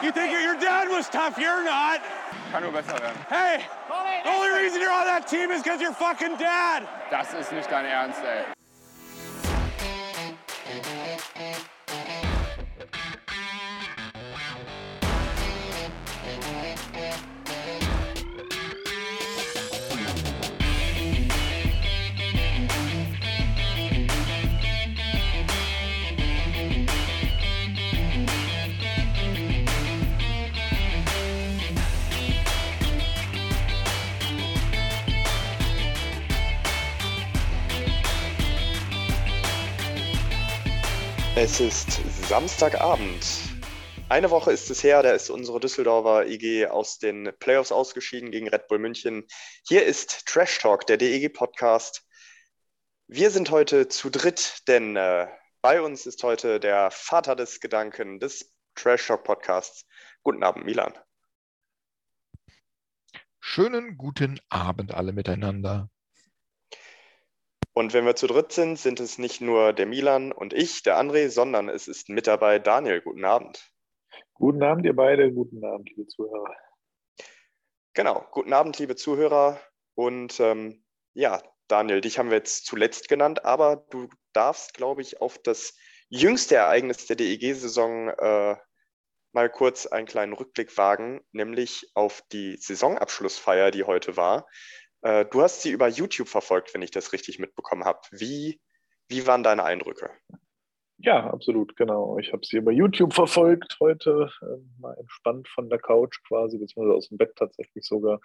You think your dad was tough, you're not. Kann nur besser werden. Hey, the only reason you're on that team is because you're fucking dad. Das ist nicht dein Ernst, ey. Es ist Samstagabend. Eine Woche ist es her, da ist unsere Düsseldorfer IG aus den Playoffs ausgeschieden gegen Red Bull München. Hier ist Trash Talk, der DEG-Podcast. Wir sind heute zu dritt, denn bei uns ist heute der Vater des Gedanken des Trash Talk-Podcasts. Guten Abend, Milan. Schönen guten Abend alle miteinander. Und wenn wir zu dritt sind, sind es nicht nur der Milan und ich, der André, sondern es ist mit dabei Daniel. Guten Abend. Guten Abend, ihr beide. Guten Abend, liebe Zuhörer. Genau, guten Abend, liebe Zuhörer. Und Daniel, dich haben wir jetzt zuletzt genannt, aber du darfst, glaube ich, auf das jüngste Ereignis der DEG-Saison mal kurz einen kleinen Rückblick wagen, nämlich auf die Saisonabschlussfeier, die heute war. Du hast sie über YouTube verfolgt, wenn ich das richtig mitbekommen habe. Wie waren deine Eindrücke? Ja, absolut, genau. Ich habe sie über YouTube verfolgt heute, mal entspannt von der Couch quasi, beziehungsweise aus dem Bett tatsächlich sogar.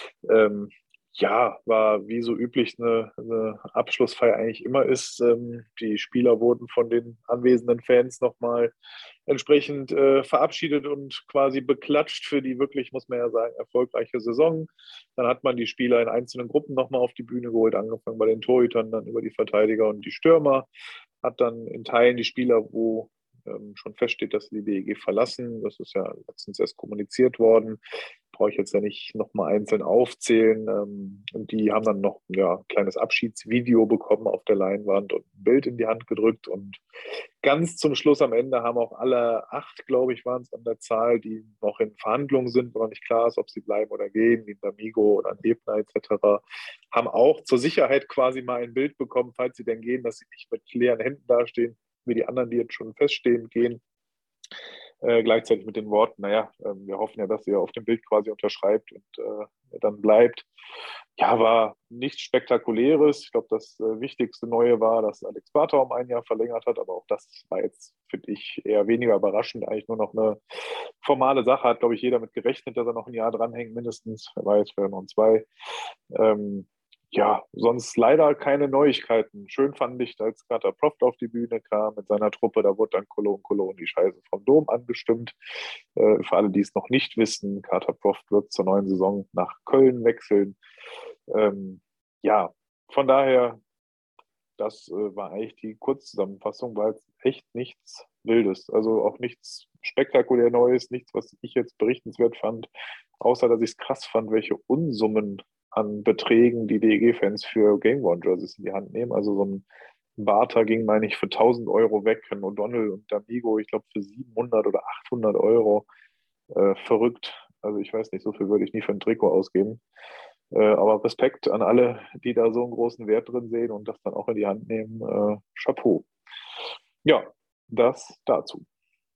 War wie so üblich eine Abschlussfeier eigentlich immer ist. Die Spieler wurden von den anwesenden Fans nochmal entsprechend verabschiedet und quasi beklatscht für die wirklich, muss man ja sagen, erfolgreiche Saison. Dann hat man die Spieler in einzelnen Gruppen nochmal auf die Bühne geholt, angefangen bei den Torhütern, dann über die Verteidiger und die Stürmer. Hat dann in Teilen die Spieler, wo schon feststeht, dass sie die DEG verlassen. Das ist ja letztens erst kommuniziert worden. Brauche ich jetzt ja nicht nochmal einzeln aufzählen. Und die haben dann noch ein kleines Abschiedsvideo bekommen auf der Leinwand und ein Bild in die Hand gedrückt. Und ganz zum Schluss am Ende haben auch alle 8, glaube ich, waren es an der Zahl, die noch in Verhandlungen sind, wo noch nicht klar ist, ob sie bleiben oder gehen, wie ein Amigo oder ein Ebner etc., haben auch zur Sicherheit quasi mal ein Bild bekommen, falls sie denn gehen, dass sie nicht mit leeren Händen dastehen, wie die anderen, die jetzt schon feststehen, gehen. Gleichzeitig mit den Worten, wir hoffen ja, dass ihr auf dem Bild quasi unterschreibt und dann bleibt. Ja, war nichts Spektakuläres. Ich glaube, das wichtigste Neue war, dass Alex Barter um ein Jahr verlängert hat, aber auch das war jetzt, finde ich, eher weniger überraschend. Eigentlich nur noch eine formale Sache. Hat, glaube ich, jeder mit gerechnet, dass er noch ein Jahr dranhängt, mindestens. Wer weiß, vielleicht noch 2. Sonst leider keine Neuigkeiten. Schön fand ich, als Carter Proft auf die Bühne kam mit seiner Truppe, da wurde dann Cologne die Scheiße vom Dom angestimmt. Für alle, die es noch nicht wissen, Carter Proft wird zur neuen Saison nach Köln wechseln. Von daher, das war eigentlich die Kurzzusammenfassung, weil es echt nichts Wildes, also auch nichts spektakulär Neues, nichts, was ich jetzt berichtenswert fand, außer dass ich es krass fand, welche Unsummen an Beträgen die DEG-Fans für Game One-Jerseys in die Hand nehmen. Also so ein Barter ging, meine ich, für 1.000 Euro weg, ein O'Donnell und Amigo, ich glaube, für 700 oder 800 Euro. Verrückt. Also ich weiß nicht, so viel würde ich nie für ein Trikot ausgeben. Aber Respekt an alle, die da so einen großen Wert drin sehen und das dann auch in die Hand nehmen. Chapeau. Ja, das dazu.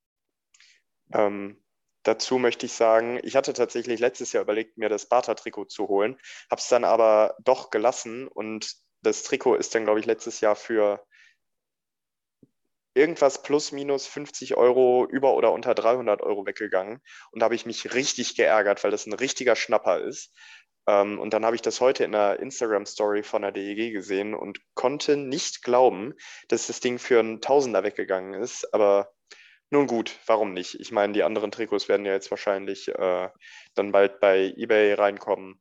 Dazu möchte ich sagen, ich hatte tatsächlich letztes Jahr überlegt, mir das Barter-Trikot zu holen, habe es dann aber doch gelassen und das Trikot ist dann, glaube ich, letztes Jahr für irgendwas plus minus 50 Euro über oder unter 300 Euro weggegangen und da habe ich mich richtig geärgert, weil das ein richtiger Schnapper ist. Und dann habe ich das heute in einer Instagram-Story von der DEG gesehen und konnte nicht glauben, dass das Ding für einen Tausender weggegangen ist, aber nun gut, warum nicht? Ich meine, die anderen Trikots werden ja jetzt wahrscheinlich dann bald bei eBay reinkommen.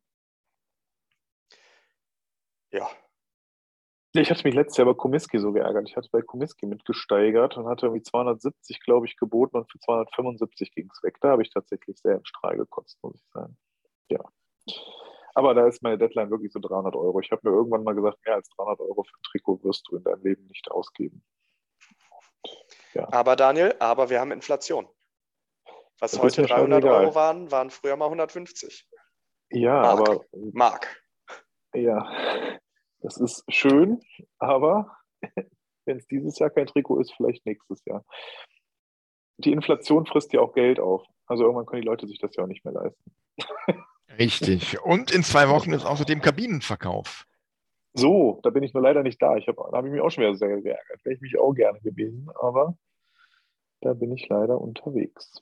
Ja. Ich hatte mich letztes Jahr bei Comiskey so geärgert. Ich hatte bei Comiskey mitgesteigert und hatte irgendwie 270, glaube ich, geboten und für 275 ging es weg. Da habe ich tatsächlich sehr im Strahl gekotzt, muss ich sagen. Ja. Aber da ist meine Deadline wirklich so 300 Euro. Ich habe mir irgendwann mal gesagt, mehr als 300 Euro für ein Trikot wirst du in deinem Leben nicht ausgeben. Ja. Aber Daniel, wir haben Inflation. Was Das ist heute mir 300 scheißegal. Euro waren früher mal 150. Ja, Mark. aber Mark. ja, das ist schön, aber wenn es dieses Jahr kein Trikot ist, vielleicht nächstes Jahr. Die Inflation frisst ja auch Geld auf. Also irgendwann können die Leute sich das ja auch nicht mehr leisten. Richtig. Und in 2 Wochen ist außerdem Kabinenverkauf. So, da bin ich nur leider nicht da. Da habe ich mich auch schon wieder sehr geärgert. Wäre ich mich auch gerne gewesen, aber da bin ich leider unterwegs.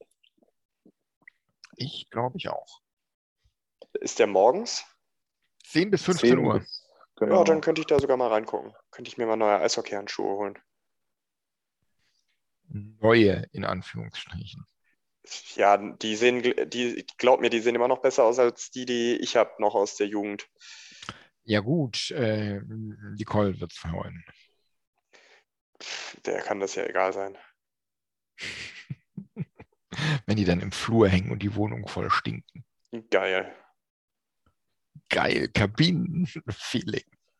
Ich glaube ich auch. Ist der morgens? 10 bis 15 10 Uhr. bis, genau. Ja, dann könnte ich da sogar mal reingucken. Könnte ich mir mal neue Eishockey-Handschuhe holen. Neue, in Anführungsstrichen. Ja, glaub mir, die sehen immer noch besser aus als die ich habe noch aus der Jugend. Ja gut, Nicole wird es verhauen. Der kann das ja egal sein. Wenn die dann im Flur hängen und die Wohnung voll stinken. Geil. Geil, Kabinenfeeling.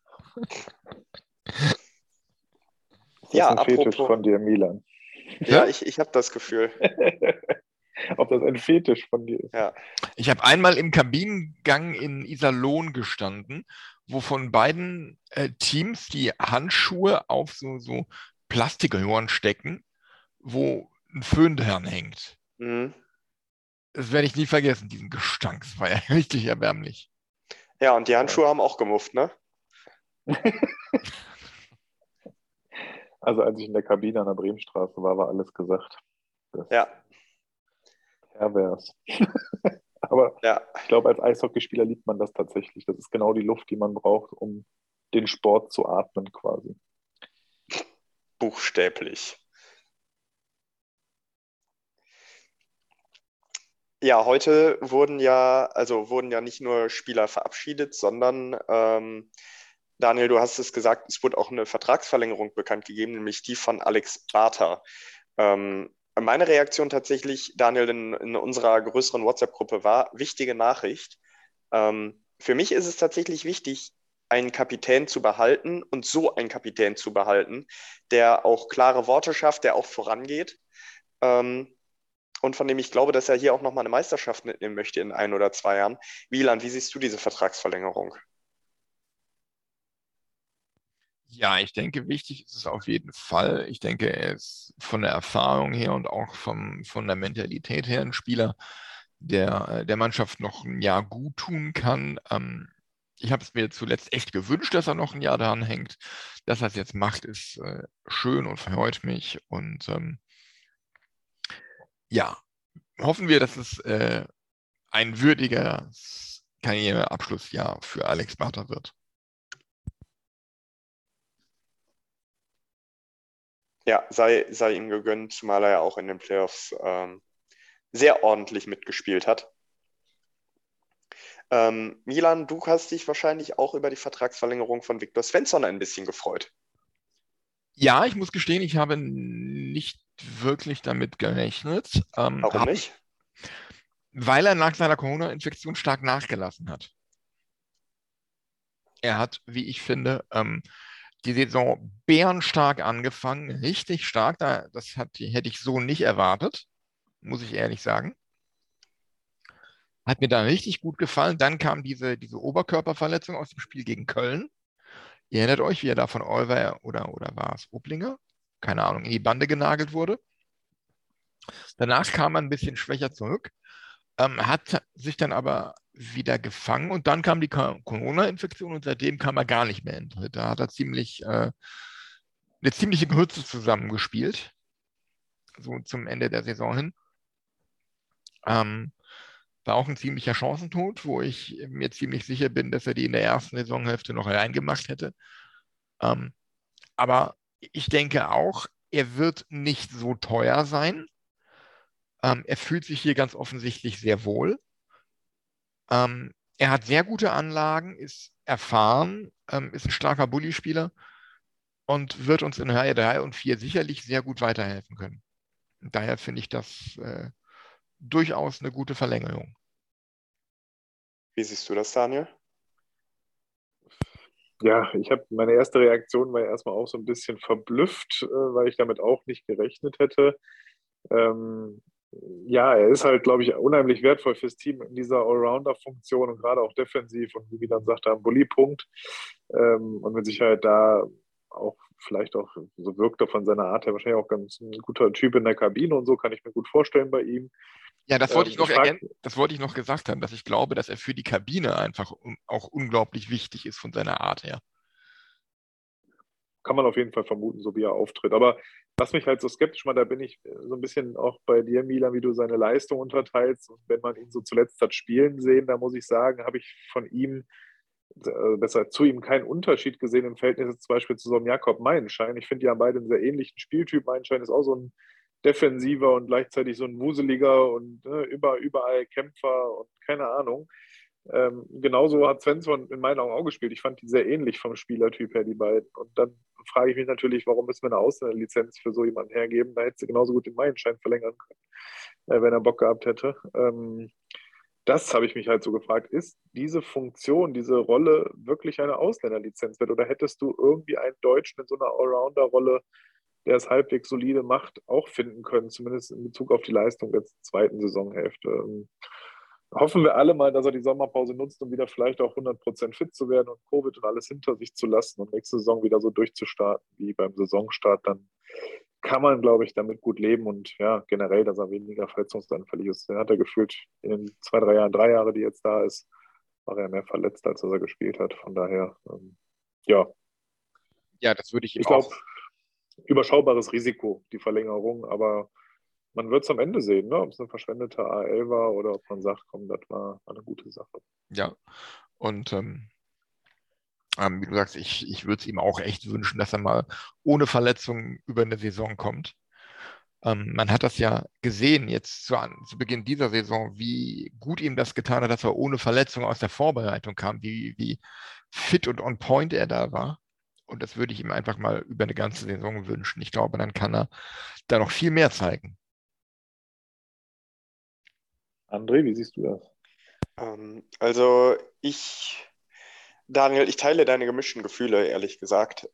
Ist das Ja, ein Fetisch apropos. von dir, Milan? Ja, ich habe das Gefühl. Ob das ein Fetisch von dir ist? Ja. Ich habe einmal im Kabinengang in Iserlohn gestanden, wo von beiden Teams die Handschuhe auf so Plastikröhren stecken, wo ein Föhn dran hängt. Mhm. Das werde ich nie vergessen, diesen Gestank. Das war ja richtig erbärmlich. Ja, und die Handschuhe haben auch gemufft, ne? Also als ich in der Kabine an der Bremenstraße war alles gesagt. Das Ja, pervers. Aber ja. ich glaube, als Eishockeyspieler liebt man das tatsächlich. Das ist genau die Luft, die man braucht, um den Sport zu atmen quasi. Buchstäblich. Ja, heute wurden ja nicht nur Spieler verabschiedet, sondern Daniel, du hast es gesagt, es wurde auch eine Vertragsverlängerung bekannt gegeben, nämlich die von Alex Barter. Meine Reaktion tatsächlich, Daniel, in unserer größeren WhatsApp-Gruppe war, wichtige Nachricht. Für mich ist es tatsächlich wichtig, einen Kapitän zu behalten und so einen Kapitän zu behalten, der auch klare Worte schafft, der auch vorangeht. Und von dem ich glaube, dass er hier auch nochmal eine Meisterschaft mitnehmen möchte in 1 oder 2 Jahren. Wieland, wie siehst du diese Vertragsverlängerung? Ja, ich denke, wichtig ist es auf jeden Fall. Ich denke, er ist von der Erfahrung her und auch von der Mentalität her ein Spieler, der Mannschaft noch ein Jahr gut tun kann. Ich habe es mir zuletzt echt gewünscht, dass er noch ein Jahr daran hängt. Dass er es jetzt macht, ist schön und freut mich. Und ja, hoffen wir, dass es ein würdiger Karriereabschlussjahr für Alex Barter wird. Ja, sei ihm gegönnt, zumal er ja auch in den Playoffs sehr ordentlich mitgespielt hat. Milan, du hast dich wahrscheinlich auch über die Vertragsverlängerung von Viktor Svensson ein bisschen gefreut. Ja, ich muss gestehen, ich habe nicht wirklich damit gerechnet. Warum nicht? Weil er nach seiner Corona-Infektion stark nachgelassen hat. Er hat, wie ich finde, die Saison bärenstark angefangen, richtig stark. Hätte ich so nicht erwartet, muss ich ehrlich sagen. Hat mir da richtig gut gefallen. Dann kam diese Oberkörperverletzung aus dem Spiel gegen Köln. Ihr erinnert euch, wie er da von Olver oder war es Oblinger? Keine Ahnung, in die Bande genagelt wurde. Danach kam er ein bisschen schwächer zurück, hat sich dann aber wieder gefangen und dann kam die Corona-Infektion und seitdem kam er gar nicht mehr in den Tritt. Da hat er eine ziemliche Grütze zusammengespielt, so zum Ende der Saison hin. War auch ein ziemlicher Chancentod, wo ich mir ziemlich sicher bin, dass er die in der ersten Saisonhälfte noch reingemacht hätte. Aber ich denke auch, er wird nicht so teuer sein. Er fühlt sich hier ganz offensichtlich sehr wohl. Er hat sehr gute Anlagen, ist erfahren, ist ein starker Bully-Spieler und wird uns in Reihe 3 und 4 sicherlich sehr gut weiterhelfen können. Und daher finde ich das durchaus eine gute Verlängerung. Wie siehst du das, Daniel? Ja, meine erste Reaktion war erstmal auch so ein bisschen verblüfft, weil ich damit auch nicht gerechnet hätte. Ja, er ist halt, glaube ich, unheimlich wertvoll fürs Team in dieser Allrounder-Funktion und gerade auch defensiv und wie dann sagt er, am Bully-Punkt. Und mit Sicherheit da auch vielleicht auch, so wirkt er von seiner Art her wahrscheinlich auch ganz ein guter Typ in der Kabine und so, kann ich mir gut vorstellen bei ihm. Ja, das wollte ich noch Ich frag, ergänzen, das wollte ich noch gesagt haben, dass ich glaube, dass er für die Kabine einfach auch unglaublich wichtig ist von seiner Art her. kann man auf jeden Fall vermuten, so wie er auftritt. Aber was mich halt so skeptisch macht, da bin ich so ein bisschen auch bei dir, Milan, wie du seine Leistung unterteilst. Und wenn man ihn so zuletzt hat spielen sehen, da muss ich sagen, habe ich von ihm, besser zu ihm, keinen Unterschied gesehen im Verhältnis zum Beispiel zu so einem Jakob Meilenstein. Ich finde, die haben beide einen sehr ähnlichen Spieltyp. Meilenstein ist auch so ein defensiver und gleichzeitig so ein wuseliger und überall Kämpfer und keine Ahnung. Genauso hat Svensson in meinen Augen auch gespielt. Ich fand die sehr ähnlich vom Spielertyp her, die beiden. Und dann frage ich mich natürlich, warum müssen wir eine Ausländerlizenz für so jemanden hergeben? Da hätte sie genauso gut den Meilenstein verlängern können, wenn er Bock gehabt hätte. Das habe ich mich halt so gefragt. Ist diese Funktion, diese Rolle wirklich eine Ausländerlizenz wert? Oder hättest du irgendwie einen Deutschen in so einer Allrounder-Rolle, der es halbwegs solide macht, auch finden können, zumindest in Bezug auf die Leistung der zweiten Saisonhälfte? Hoffen wir alle mal, dass er die Sommerpause nutzt, um wieder vielleicht auch 100% fit zu werden und Covid und alles hinter sich zu lassen und nächste Saison wieder so durchzustarten wie beim Saisonstart. Dann kann man, glaube ich, damit gut leben und ja, generell, dass er weniger verletzungsanfällig ist. Den hat er gefühlt in den 2, 3 Jahren, 3 Jahre, die jetzt da ist, war er mehr verletzt, als dass er gespielt hat. Von daher, ja, Ja, das würde ich ihm ich auch. glaube, überschaubares Risiko, die Verlängerung, aber man wird es am Ende sehen, ne? Ob es eine verschwendete AL war oder ob man sagt, komm, das war eine gute Sache. Ja, und wie du sagst, ich würde es ihm auch echt wünschen, dass er mal ohne Verletzung über eine Saison kommt. Man hat das ja gesehen jetzt zu Beginn dieser Saison, wie gut ihm das getan hat, dass er ohne Verletzung aus der Vorbereitung kam, wie fit und on point er da war. Und das würde ich ihm einfach mal über eine ganze Saison wünschen. Ich glaube, dann kann er da noch viel mehr zeigen. André, wie siehst du das? Also Daniel, ich teile deine gemischten Gefühle, ehrlich gesagt.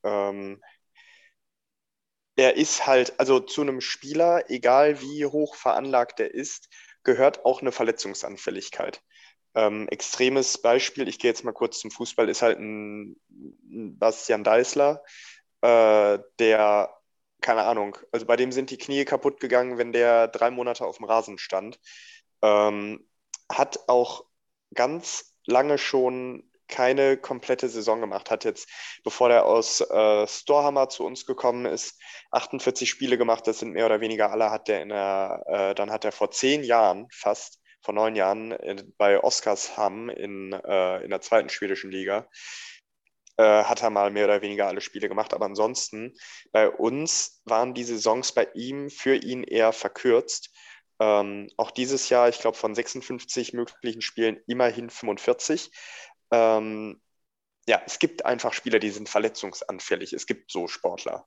Er ist halt, also zu einem Spieler, egal wie hoch veranlagt er ist, gehört auch eine Verletzungsanfälligkeit. Extremes Beispiel, ich gehe jetzt mal kurz zum Fußball, ist halt ein Bastian Deißler, der, keine Ahnung, also bei dem sind die Knie kaputt gegangen, wenn der 3 Monate auf dem Rasen stand. Hat auch ganz lange schon keine komplette Saison gemacht. Hat jetzt, bevor der aus Storhamar zu uns gekommen ist, 48 Spiele gemacht. Das sind mehr oder weniger alle, dann hat er vor 10 Jahren fast, vor 9 Jahren bei Oskarshamn in der zweiten schwedischen Liga, hat er mal mehr oder weniger alle Spiele gemacht. Aber ansonsten, bei uns waren die Saisons bei ihm für ihn eher verkürzt. Auch dieses Jahr, ich glaube, von 56 möglichen Spielen immerhin 45. Ja, es gibt einfach Spieler, die sind verletzungsanfällig. Es gibt so Sportler.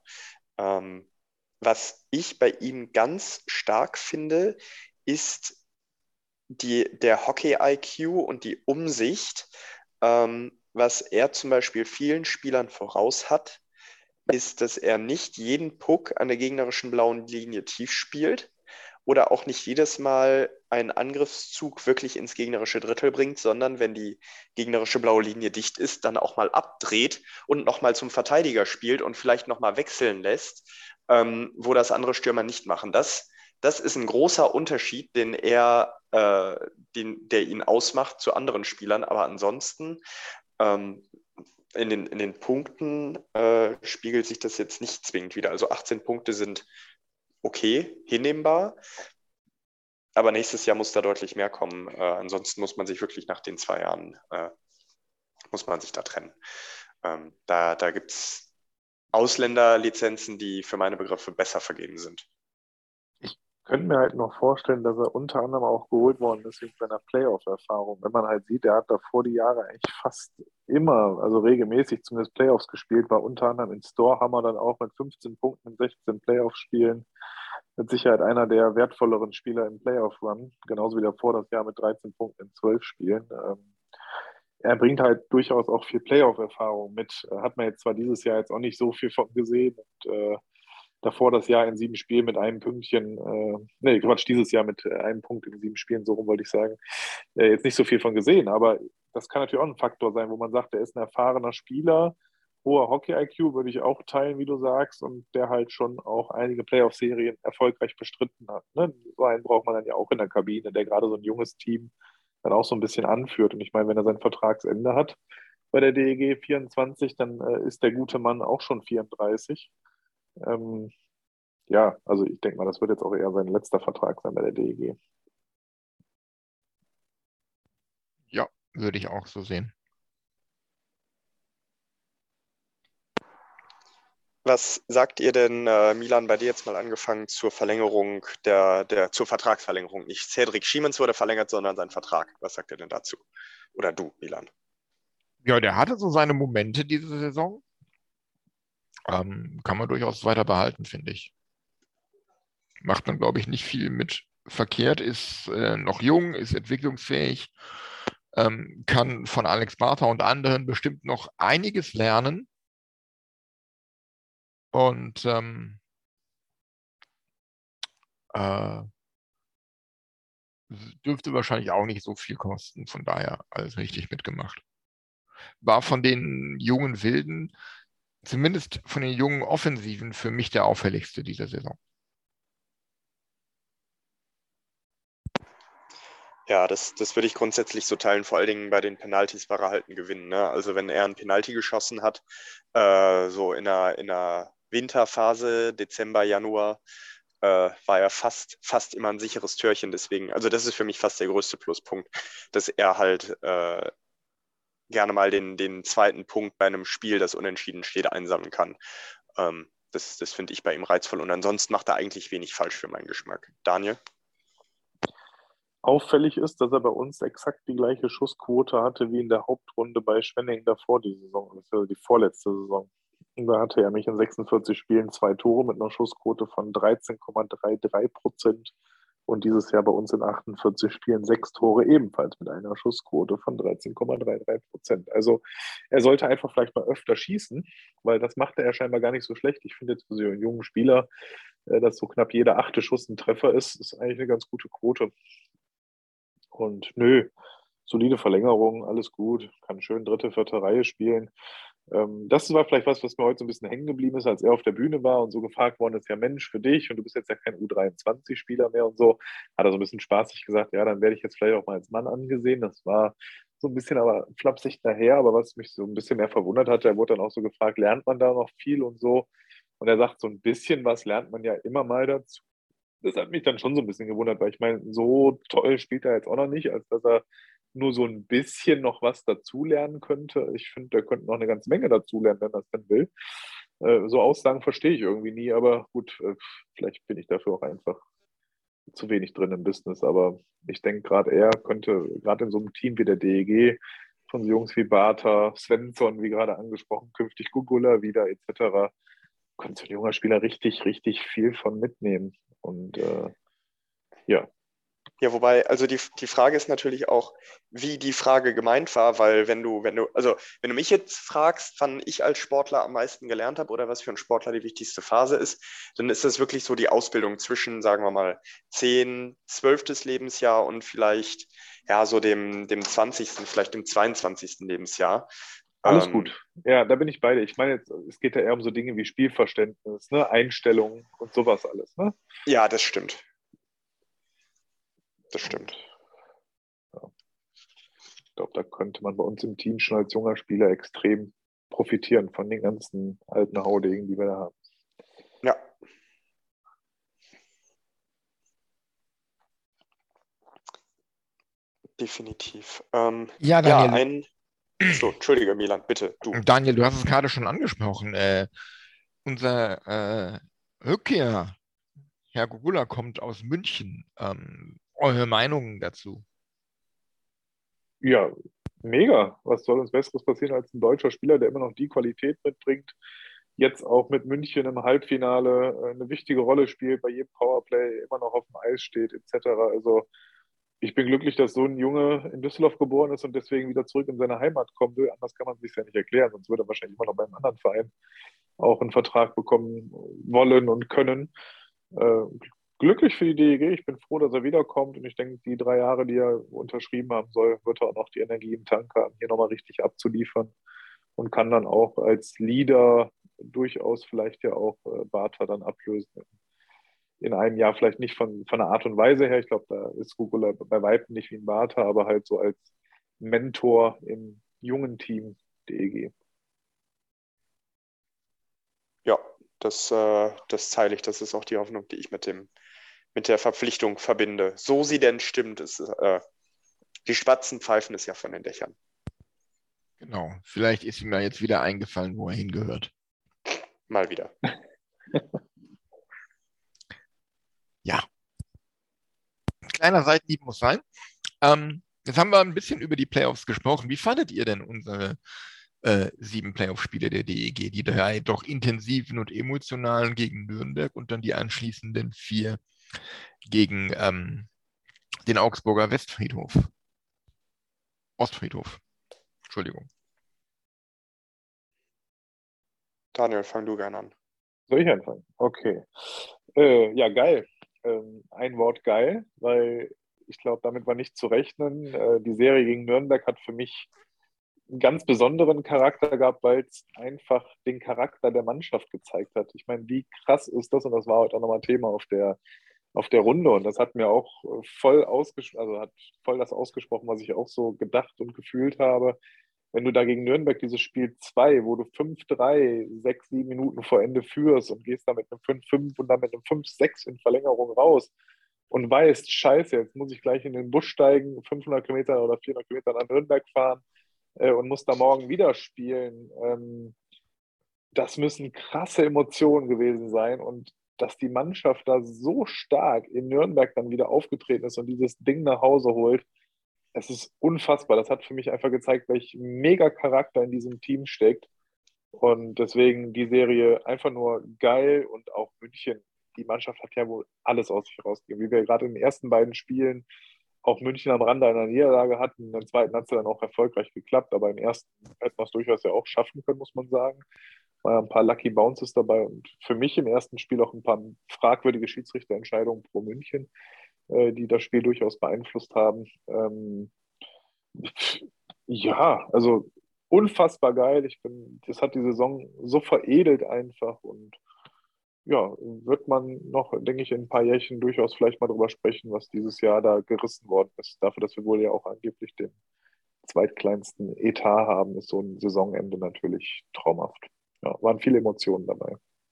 Was ich bei ihm ganz stark finde, ist der Hockey-IQ und die Umsicht. Was er zum Beispiel vielen Spielern voraus hat, ist, dass er nicht jeden Puck an der gegnerischen blauen Linie tief spielt oder auch nicht jedes Mal einen Angriffszug wirklich ins gegnerische Drittel bringt, sondern wenn die gegnerische blaue Linie dicht ist, dann auch mal abdreht und nochmal zum Verteidiger spielt und vielleicht nochmal wechseln lässt, wo das andere Stürmer nicht machen. Das ist ein großer Unterschied, der ihn ausmacht zu anderen Spielern. Aber ansonsten in den Punkten spiegelt sich das jetzt nicht zwingend wieder. Also 18 Punkte sind okay, hinnehmbar. Aber nächstes Jahr muss da deutlich mehr kommen. Ansonsten muss man sich wirklich nach den 2 Jahren, muss man sich da trennen. Da gibt es Ausländerlizenzen, die für meine Begriffe besser vergeben sind. Ich könnte mir halt noch vorstellen, dass er unter anderem auch geholt worden ist wegen seiner Playoff-Erfahrung. Wenn man halt sieht, er hat davor die Jahre eigentlich fast immer, also regelmäßig zumindest Playoffs gespielt, war unter anderem in Storhammer dann auch mit 15 Punkten in 16 Playoff-Spielen mit Sicherheit einer der wertvolleren Spieler im Playoff-Run, genauso wie davor das Jahr mit 13 Punkten in 12 Spielen. Er bringt halt durchaus auch viel Playoff-Erfahrung mit. Hat man jetzt zwar dieses Jahr jetzt auch nicht so viel von gesehen und davor das Jahr in 7 Spielen mit einem Pünktchen, nee, Quatsch, dieses Jahr mit einem Punkt in 7 Spielen, so rum wollte ich sagen, jetzt nicht so viel von gesehen, aber das kann natürlich auch ein Faktor sein, wo man sagt, der ist ein erfahrener Spieler, hoher Hockey-IQ würde ich auch teilen, wie du sagst, und der halt schon auch einige Playoff-Serien erfolgreich bestritten hat. Ne? So einen braucht man dann ja auch in der Kabine, der gerade so ein junges Team dann auch so ein bisschen anführt. Und ich meine, wenn er sein Vertragsende hat bei der DEG 24, dann ist der gute Mann auch schon 34. Ähm, ja, also ich denke mal, das wird jetzt auch eher sein letzter Vertrag sein bei der DEG. Ja, würde ich auch so sehen. Was sagt ihr denn, Milan, bei dir jetzt mal angefangen zur Verlängerung zur Vertragsverlängerung? Nicht Cedric Schiemens wurde verlängert, sondern sein Vertrag. Was sagt ihr denn dazu? Oder du, Milan? Ja, der hatte so seine Momente diese Saison. Kann man durchaus weiter behalten, finde ich. Macht man, glaube ich, nicht viel mit verkehrt, ist noch jung, ist entwicklungsfähig, kann von Alex Bartha und anderen bestimmt noch einiges lernen. Und dürfte wahrscheinlich auch nicht so viel kosten. Von daher alles richtig mitgemacht. War von den jungen Wilden, zumindest von den jungen Offensiven, für mich der auffälligste dieser Saison. Ja, das würde ich grundsätzlich so teilen. Vor allen Dingen bei den Penalties war er halt ein Gewinn. Ne? Also wenn er einen Penalty geschossen hat, so in der Winterphase, Dezember, Januar, war er fast immer ein sicheres Türchen. Deswegen, also das ist für mich fast der größte Pluspunkt, dass er halt gerne mal den zweiten Punkt bei einem Spiel, das unentschieden steht, einsammeln kann. Das finde ich bei ihm reizvoll. Und ansonsten macht er eigentlich wenig falsch für meinen Geschmack. Daniel? Auffällig ist, dass er bei uns exakt die gleiche Schussquote hatte wie in der Hauptrunde bei Schwenning davor die Saison, also die vorletzte Saison. Und da hatte er mich in 46 Spielen 2 Tore mit einer Schussquote von 13,33% und dieses Jahr bei uns in 48 Spielen 6 Tore ebenfalls mit einer Schussquote von 13,33%. Also er sollte einfach vielleicht mal öfter schießen, weil das machte er scheinbar gar nicht so schlecht. Ich finde jetzt für so einen jungen Spieler, dass so knapp jeder 8. Schuss ein Treffer ist eigentlich eine ganz gute Quote. Und nö, solide Verlängerung, alles gut, kann schön dritte, vierte Reihe spielen. Das war vielleicht was mir heute so ein bisschen hängen geblieben ist, als er auf der Bühne war und so gefragt worden ist, ja Mensch, für dich und du bist jetzt ja kein U23-Spieler mehr und so, hat er so ein bisschen spaßig gesagt, ja, dann werde ich jetzt vielleicht auch mal als Mann angesehen. Das war so ein bisschen aber flapsig daher, aber was mich so ein bisschen mehr verwundert hatte, er wurde dann auch so gefragt, lernt man da noch viel und so? Und er sagt, so ein bisschen was lernt man ja immer mal dazu. Das hat mich dann schon so ein bisschen gewundert, weil ich meine, so toll spielt er jetzt auch noch nicht, als dass er nur so ein bisschen noch was dazulernen könnte. Ich finde, der könnte noch eine ganze Menge dazulernen, wenn er es denn will. So Aussagen verstehe ich irgendwie nie, aber gut, vielleicht bin ich dafür auch einfach zu wenig drin im Business. Aber ich denke, gerade er könnte, gerade in so einem Team wie der DEG, von so Jungs wie Bartha, Svensson, wie gerade angesprochen, künftig Gugula wieder etc., könnte so ein junger Spieler richtig, richtig viel von mitnehmen. Und ja. Ja, wobei, also die Frage ist natürlich auch, wie die Frage gemeint war, weil also wenn du mich jetzt fragst, wann ich als Sportler am meisten gelernt habe oder was für ein Sportler die wichtigste Phase ist, dann ist das wirklich so die Ausbildung zwischen, sagen wir mal, 10., 12. Lebensjahr und vielleicht, ja, so dem 20., vielleicht dem 22. Lebensjahr. Alles gut. Ja, da bin ich bei dir. Ich meine, jetzt, es geht ja eher um so Dinge wie Spielverständnis, ne? Einstellungen und sowas alles. Ne? Ja, das stimmt. Das stimmt. Ja. Ich glaube, da könnte man bei uns im Team schon als junger Spieler extrem profitieren von den ganzen alten Haudegen, die wir da haben. Ja. Definitiv. Ja, Daniel. So, Entschuldige, Milan, bitte, du. Daniel, du hast es gerade schon angesprochen. Unser Rückkehr, Herr Gugula, kommt aus München. Eure Meinungen dazu? Ja, mega. Was soll uns Besseres passieren als ein deutscher Spieler, der immer noch die Qualität mitbringt, jetzt auch mit München im Halbfinale eine wichtige Rolle spielt, bei jedem Powerplay immer noch auf dem Eis steht, etc. Also ich bin glücklich, dass so ein Junge in Düsseldorf geboren ist und deswegen wieder zurück in seine Heimat kommen will. Anders kann man es sich ja nicht erklären, sonst würde er wahrscheinlich immer noch beim anderen Verein auch einen Vertrag bekommen wollen und können. Äh, Glücklich für die DEG. Ich bin froh, dass er wiederkommt und ich denke, die 3 Jahre, die er unterschrieben haben soll, wird er auch noch die Energie im Tank haben, hier nochmal richtig abzuliefern und kann dann auch als Leader durchaus vielleicht ja auch Bartha dann ablösen. In einem Jahr vielleicht nicht von der Art und Weise her. Ich glaube, da ist Gugula bei Weitem nicht wie ein Bartha, aber halt so als Mentor im jungen Team DEG. Ja, das teile ich. Das ist auch die Hoffnung, die ich mit der Verpflichtung verbinde. So sie denn stimmt, die Spatzen pfeifen es ja von den Dächern. Genau. Vielleicht ist ihm ja jetzt wieder eingefallen, wo er hingehört. Mal wieder. Ja. Kleiner Seitenhieb muss sein. Jetzt haben wir ein bisschen über die Playoffs gesprochen. Wie fandet ihr denn unsere 7 Playoff-Spiele der DEG? Die 3 doch intensiven und emotionalen gegen Nürnberg und dann die anschließenden 4 gegen den Augsburger Ostfriedhof. Entschuldigung. Daniel, fang du gerne an. Soll ich anfangen? Okay. Ja, geil. Ein Wort geil, weil ich glaube, damit war nicht zu rechnen. Die Serie gegen Nürnberg hat für mich einen ganz besonderen Charakter gehabt, weil es einfach den Charakter der Mannschaft gezeigt hat. Ich meine, wie krass ist das? Und das war heute auch nochmal Thema auf der Runde. Und das hat mir auch hat voll das ausgesprochen, was ich auch so gedacht und gefühlt habe. Wenn du da gegen Nürnberg dieses Spiel 2, wo du 5-3, 6, 7 Minuten vor Ende führst und gehst da mit einem 5-5 und dann mit einem 5-6 in Verlängerung raus und weißt, scheiße, jetzt muss ich gleich in den Bus steigen, 500 Kilometer oder 400 Kilometer nach Nürnberg fahren und muss da morgen wieder spielen. Das müssen krasse Emotionen gewesen sein und dass die Mannschaft da so stark in Nürnberg dann wieder aufgetreten ist und dieses Ding nach Hause holt, es ist unfassbar. Das hat für mich einfach gezeigt, welch mega Charakter in diesem Team steckt. Und deswegen die Serie einfach nur geil und auch München. Die Mannschaft hat ja wohl alles aus sich rausgegeben. Wie wir gerade in den ersten beiden Spielen auch München am Rande einer Niederlage hatten. Im zweiten hat es dann auch erfolgreich geklappt, aber im ersten hätte man es durchaus ja auch schaffen können, muss man sagen. War ja ein paar Lucky Bounces dabei und für mich im ersten Spiel auch ein paar fragwürdige Schiedsrichterentscheidungen pro München, die das Spiel durchaus beeinflusst haben. Ja, also unfassbar geil. Das hat die Saison so veredelt einfach und ja, wird man noch, denke ich, in ein paar Jährchen durchaus vielleicht mal drüber sprechen, was dieses Jahr da gerissen worden ist. Dafür, dass wir wohl ja auch angeblich den zweitkleinsten Etat haben, ist so ein Saisonende natürlich traumhaft. Ja, waren viele Emotionen dabei.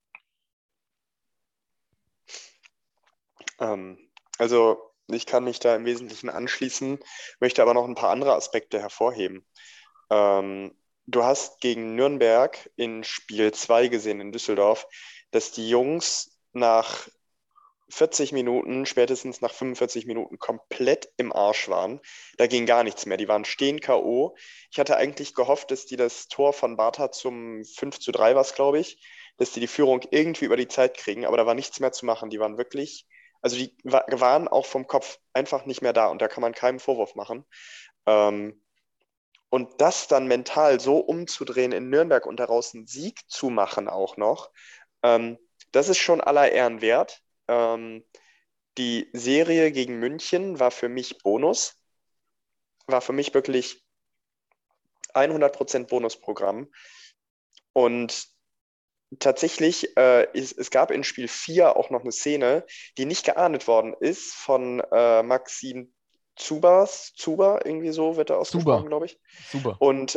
Also ich kann mich da im Wesentlichen anschließen, möchte aber noch ein paar andere Aspekte hervorheben. Du hast gegen Nürnberg in Spiel 2 gesehen in Düsseldorf, dass die Jungs nach 40 Minuten, spätestens nach 45 Minuten komplett im Arsch waren. Da ging gar nichts mehr. Die waren stehen K.O. Ich hatte eigentlich gehofft, dass die das Tor von Bartha zum 5:3 war es, glaube ich, dass die Führung irgendwie über die Zeit kriegen, aber da war nichts mehr zu machen. Die waren wirklich, also die waren auch vom Kopf einfach nicht mehr da und da kann man keinen Vorwurf machen. Und das dann mental so umzudrehen in Nürnberg und daraus einen Sieg zu machen auch noch, das ist schon aller Ehren wert. Die Serie gegen München war für mich Bonus, war für mich wirklich 100% Bonusprogramm. Und tatsächlich, es gab in Spiel 4 auch noch eine Szene, die nicht geahndet worden ist von Maxim Zuber, irgendwie so wird er ausgesprochen, glaube ich. Super. Und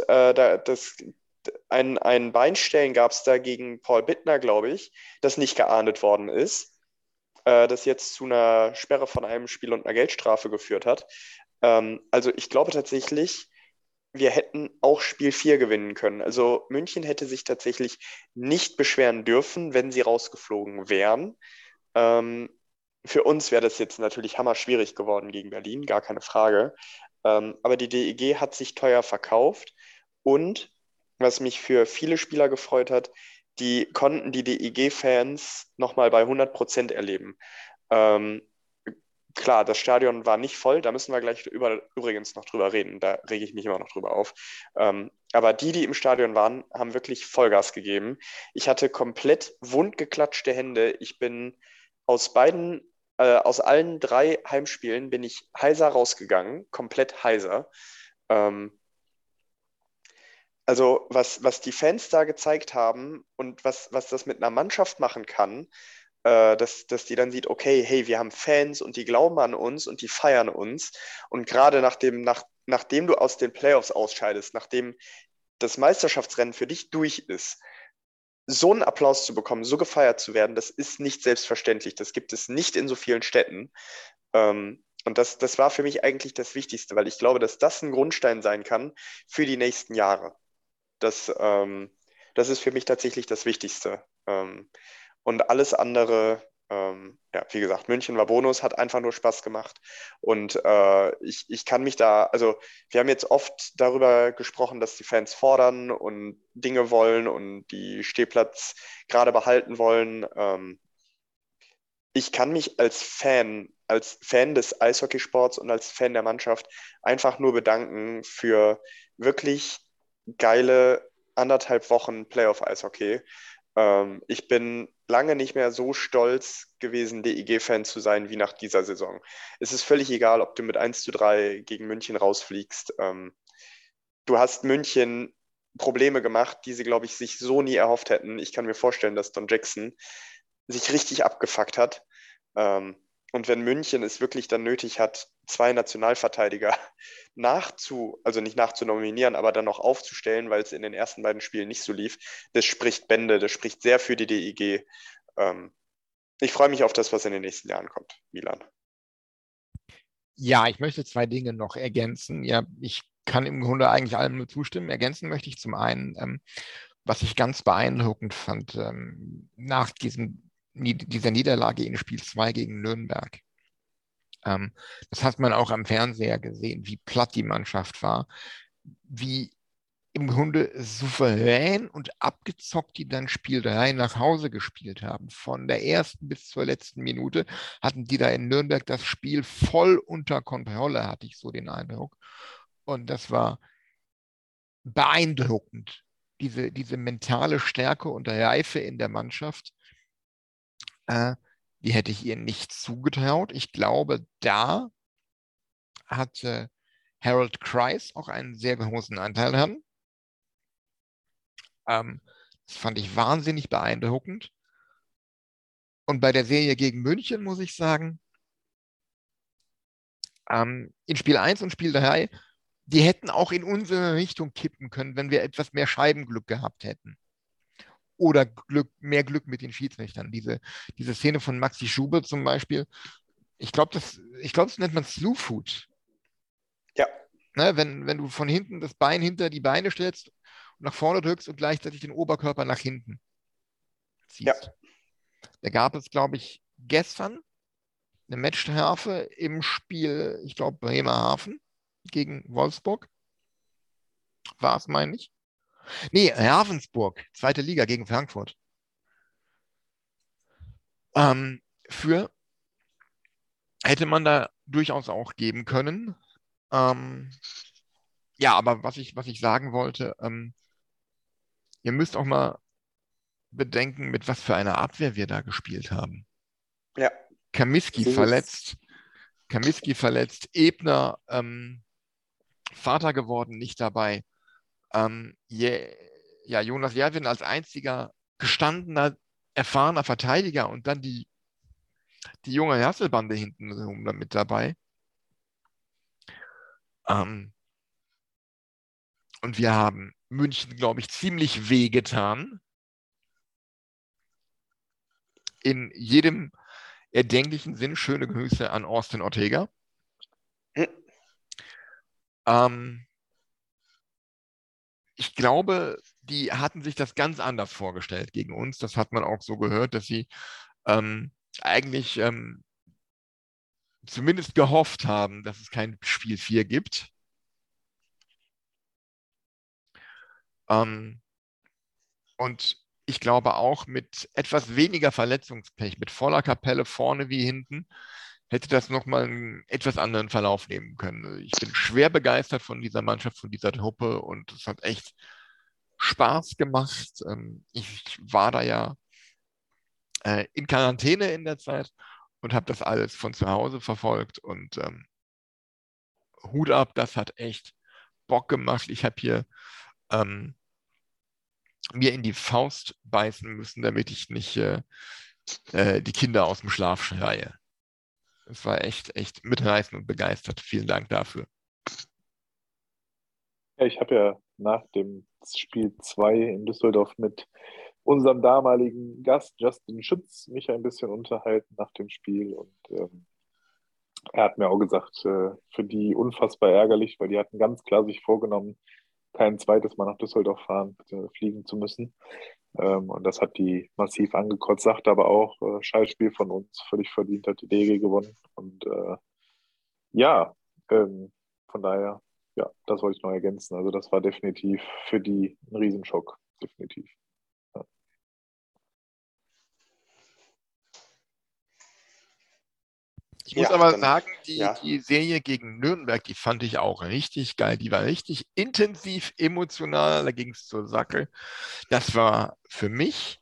ein Beinstellen gab es da gegen Paul Bittner, glaube ich, das nicht geahndet worden ist, das jetzt zu einer Sperre von einem Spiel und einer Geldstrafe geführt hat. Also ich glaube tatsächlich, wir hätten auch Spiel 4 gewinnen können. Also München hätte sich tatsächlich nicht beschweren dürfen, wenn sie rausgeflogen wären. Für uns wäre das jetzt natürlich hammerschwierig geworden gegen Berlin, gar keine Frage. Aber die DEG hat sich teuer verkauft und was mich für viele Spieler gefreut hat, die konnten die DEG-Fans nochmal bei 100% erleben. klar, das Stadion war nicht voll, da müssen wir gleich übrigens noch drüber reden, da rege ich mich immer noch drüber auf. Aber die im Stadion waren, haben wirklich Vollgas gegeben. Ich hatte komplett wundgeklatschte Hände. Ich bin aus aus allen 3 Heimspielen bin ich heiser rausgegangen, komplett heiser. Also was die Fans da gezeigt haben und was das mit einer Mannschaft machen kann, dass die dann sieht, okay, hey, wir haben Fans und die glauben an uns und die feiern uns. Und gerade nachdem du aus den Playoffs ausscheidest, nachdem das Meisterschaftsrennen für dich durch ist, so einen Applaus zu bekommen, so gefeiert zu werden, das ist nicht selbstverständlich. Das gibt es nicht in so vielen Städten. Und das war für mich eigentlich das Wichtigste, weil ich glaube, dass das ein Grundstein sein kann für die nächsten Jahre. Das ist für mich tatsächlich das Wichtigste. Und alles andere, ja, wie gesagt, München war Bonus, hat einfach nur Spaß gemacht. Und ich kann mich also wir haben jetzt oft darüber gesprochen, dass die Fans fordern und Dinge wollen und die Stehplatz gerade behalten wollen. Ich kann mich als Fan des Eishockeysports und als Fan der Mannschaft einfach nur bedanken für wirklich geile 1,5 Wochen Playoff-Eishockey. Ich bin lange nicht mehr so stolz gewesen, DEG-Fan zu sein wie nach dieser Saison. Es ist völlig egal, ob du mit 1:3 gegen München rausfliegst. Du hast München Probleme gemacht, die sie, glaube ich, sich so nie erhofft hätten. Ich kann mir vorstellen, dass Don Jackson sich richtig abgefuckt hat. Und wenn München es wirklich dann nötig hat, 2 Nationalverteidiger also nicht nachzunominieren, aber dann noch aufzustellen, weil es in den ersten beiden Spielen nicht so lief, das spricht Bände, das spricht sehr für die DEG. Ich freue mich auf das, was in den nächsten Jahren kommt, Milan. Ja, ich möchte 2 Dinge noch ergänzen. Ja, ich kann im Grunde eigentlich allem nur zustimmen. Ergänzen möchte ich zum einen, was ich ganz beeindruckend fand, nach dieser Niederlage in Spiel 2 gegen Nürnberg. Das hat man auch am Fernseher gesehen, wie platt die Mannschaft war, wie im Grunde souverän und abgezockt die dann Spiel 3 nach Hause gespielt haben. Von der ersten bis zur letzten Minute hatten die da in Nürnberg das Spiel voll unter Kontrolle, hatte ich so den Eindruck. Und das war beeindruckend, diese mentale Stärke und Reife in der Mannschaft. Die hätte ich ihr nicht zugetraut. Ich glaube, da hat Harold Kreis auch einen sehr großen Anteil dran. Das fand ich wahnsinnig beeindruckend. Und bei der Serie gegen München muss ich sagen, in Spiel 1 und Spiel 3, die hätten auch in unsere Richtung kippen können, wenn wir etwas mehr Scheibenglück gehabt hätten. Oder mehr Glück mit den Schiedsrichtern. Diese Szene von Maxi Schubert zum Beispiel, ich glaube, das nennt man Slewfoot. Ja. Ne, wenn du von hinten das Bein hinter die Beine stellst und nach vorne drückst und gleichzeitig den Oberkörper nach hinten ziehst. Ja. Da gab es, glaube ich, gestern eine Matchstrafe im Spiel, ich glaube, Bremerhaven gegen Wolfsburg. War es, meine ich? Nee, Ravensburg, 2. Liga gegen Frankfurt. Hätte man da durchaus auch geben können. Ja, aber was ich sagen wollte, ihr müsst auch mal bedenken, mit was für einer Abwehr wir da gespielt haben. Ja. Kaminski verletzt, Ebner Vater geworden, nicht dabei. Jonas Järvin als einziger gestandener, erfahrener Verteidiger und dann die junge Hasselbande hinten mit dabei. Und wir haben München, glaube ich, ziemlich wehgetan. In jedem erdenklichen Sinn. Schöne Grüße an Austin Ortega. Ich glaube, die hatten sich das ganz anders vorgestellt gegen uns. Das hat man auch so gehört, dass sie eigentlich zumindest gehofft haben, dass es kein Spiel 4 gibt. Und ich glaube auch mit etwas weniger Verletzungspech, mit voller Kapelle vorne wie hinten, hätte das nochmal einen etwas anderen Verlauf nehmen können. Ich bin schwer begeistert von dieser Mannschaft, von dieser Truppe und es hat echt Spaß gemacht. Ich war da ja in Quarantäne in der Zeit und habe das alles von zu Hause verfolgt und Hut ab, das hat echt Bock gemacht. Ich habe hier mir in die Faust beißen müssen, damit ich nicht die Kinder aus dem Schlaf schreie. Es war echt mitreißend und begeistert. Vielen Dank dafür. Ja, ich habe ja nach dem Spiel 2 in Düsseldorf mit unserem damaligen Gast Justin Schütz mich ein bisschen unterhalten nach dem Spiel und er hat mir auch gesagt, für die unfassbar ärgerlich, weil die hatten ganz klar sich vorgenommen, kein zweites Mal nach Düsseldorf fliegen zu müssen. Und das hat die massiv angekotzt, sagte aber auch, Scheißspiel von uns, völlig verdient, hat die DG gewonnen. Und ja, von daher, ja, das wollte ich noch ergänzen. Also das war definitiv für die ein Riesenschock, definitiv. Ja. Ich muss Ja, aber dann, sagen, ja. die Serie gegen Nürnberg, die fand ich auch richtig geil. Die war richtig intensiv, emotional, da ging es zur Sache. Das war für mich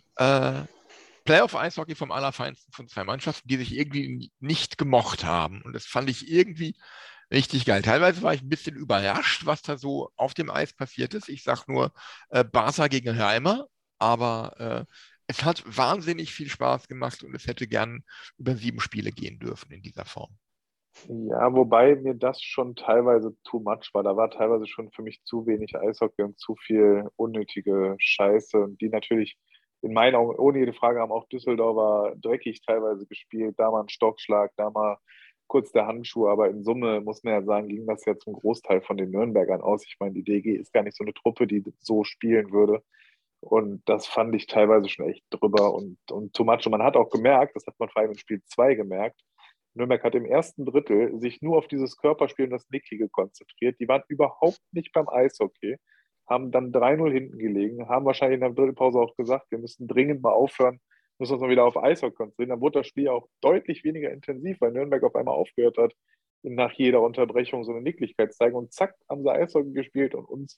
Playoff-Eishockey vom Allerfeinsten von zwei Mannschaften, die sich irgendwie nicht gemocht haben. Und das fand ich irgendwie richtig geil. Teilweise war ich ein bisschen überrascht, was da so auf dem Eis passiert ist. Ich sag nur Barca gegen Reimer, aber es hat wahnsinnig viel Spaß gemacht und es hätte gern über 7 Spiele gehen dürfen in dieser Form. Ja, wobei mir das schon teilweise too much war. Da war teilweise schon für mich zu wenig Eishockey und zu viel unnötige Scheiße. Und die natürlich in meinen Augen, ohne jede Frage, haben auch Düsseldorfer dreckig teilweise gespielt. Da mal ein Stockschlag, da mal kurz der Handschuh. Aber in Summe muss man ja sagen, ging das ja zum Großteil von den Nürnbergern aus. Ich meine, die DG ist gar nicht so eine Truppe, die so spielen würde. Und das fand ich teilweise schon echt drüber und too much. Und man hat auch gemerkt, das hat man vor allem in Spiel 2 gemerkt, Nürnberg hat im ersten Drittel sich nur auf dieses Körperspiel und das Nicklige konzentriert. Die waren überhaupt nicht beim Eishockey, haben dann 3-0 hinten gelegen, haben wahrscheinlich in der Drittelpause auch gesagt, wir müssen dringend mal aufhören, müssen uns mal wieder auf Eishockey konzentrieren. Dann wurde das Spiel auch deutlich weniger intensiv, weil Nürnberg auf einmal aufgehört hat, nach jeder Unterbrechung so eine Nicklichkeit zu zeigen. Und zack, haben sie Eishockey gespielt und uns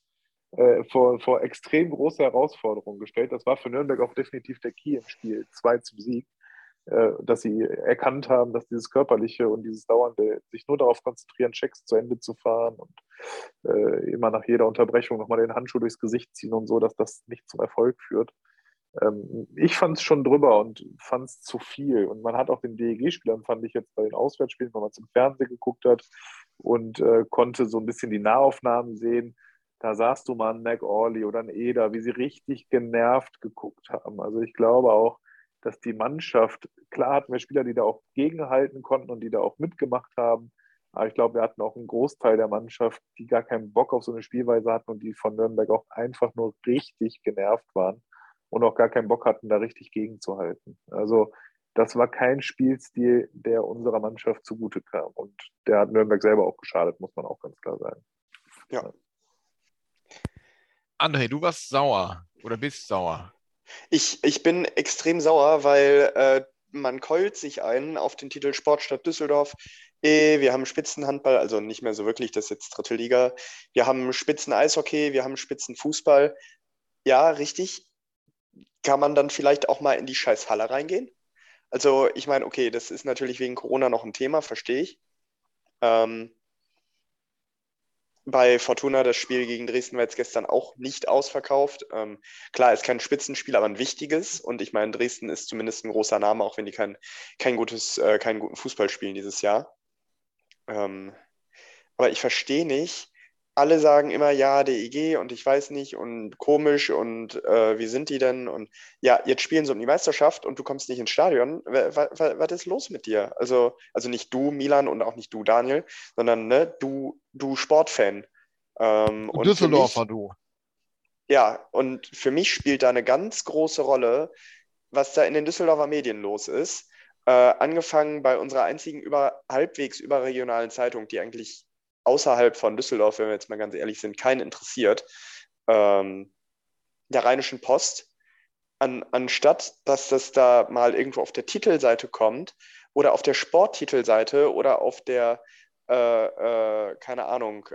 vor extrem große Herausforderungen gestellt. Das war für Nürnberg auch definitiv der Key im Spiel 2 zum Sieg, dass sie erkannt haben, dass dieses Körperliche und dieses Dauernde sich nur darauf konzentrieren, Checks zu Ende zu fahren und immer nach jeder Unterbrechung nochmal den Handschuh durchs Gesicht ziehen und so, dass das nicht zum Erfolg führt. Ich fand es schon drüber und fand es zu viel. Und man hat auch den DEG-Spielern, fand ich jetzt bei den Auswärtsspielen, wenn man es im Fernsehen geguckt hat und konnte so ein bisschen die Nahaufnahmen sehen, da sahst du mal einen McAuley oder einen Eder, wie sie richtig genervt geguckt haben. Also ich glaube auch, dass die Mannschaft, klar hatten wir Spieler, die da auch gegenhalten konnten und die da auch mitgemacht haben, aber ich glaube, wir hatten auch einen Großteil der Mannschaft, die gar keinen Bock auf so eine Spielweise hatten und die von Nürnberg auch einfach nur richtig genervt waren und auch gar keinen Bock hatten, da richtig gegenzuhalten. Also das war kein Spielstil, der unserer Mannschaft zugute kam und der hat Nürnberg selber auch geschadet, muss man auch ganz klar sagen. Ja. André, du warst sauer oder bist sauer. Ich bin extrem sauer, weil man keult sich ein auf den Titel Sportstadt Düsseldorf. Wir haben Spitzenhandball, also nicht mehr so wirklich, das ist jetzt dritte Liga. Wir haben Spitzen-Eishockey, wir haben Spitzenfußball. Ja, richtig. Kann man dann vielleicht auch mal in die scheiß Halle reingehen? Also ich meine, okay, das ist natürlich wegen Corona noch ein Thema, verstehe ich. Bei Fortuna, das Spiel gegen Dresden war jetzt gestern auch nicht ausverkauft. Klar, ist kein Spitzenspiel, aber ein wichtiges. Und ich meine, Dresden ist zumindest ein großer Name, auch wenn die keinen guten Fußball spielen dieses Jahr. Aber ich verstehe nicht. Alle sagen immer, ja, DEG und ich weiß nicht und komisch und wie sind die denn? Und ja, jetzt spielen sie um die Meisterschaft und du kommst nicht ins Stadion. Was ist los mit dir? Also nicht du, Milan, und auch nicht du, Daniel, sondern ne, du Sportfan. Und Düsseldorfer, du. ja, und für mich spielt da eine ganz große Rolle, was da in den Düsseldorfer Medien los ist. Angefangen bei unserer einzigen halbwegs überregionalen Zeitung, die eigentlich außerhalb von Düsseldorf, wenn wir jetzt mal ganz ehrlich sind, keinen interessiert, der Rheinischen Post, anstatt dass das da mal irgendwo auf der Titelseite kommt, oder auf der Sporttitelseite oder auf der keine Ahnung,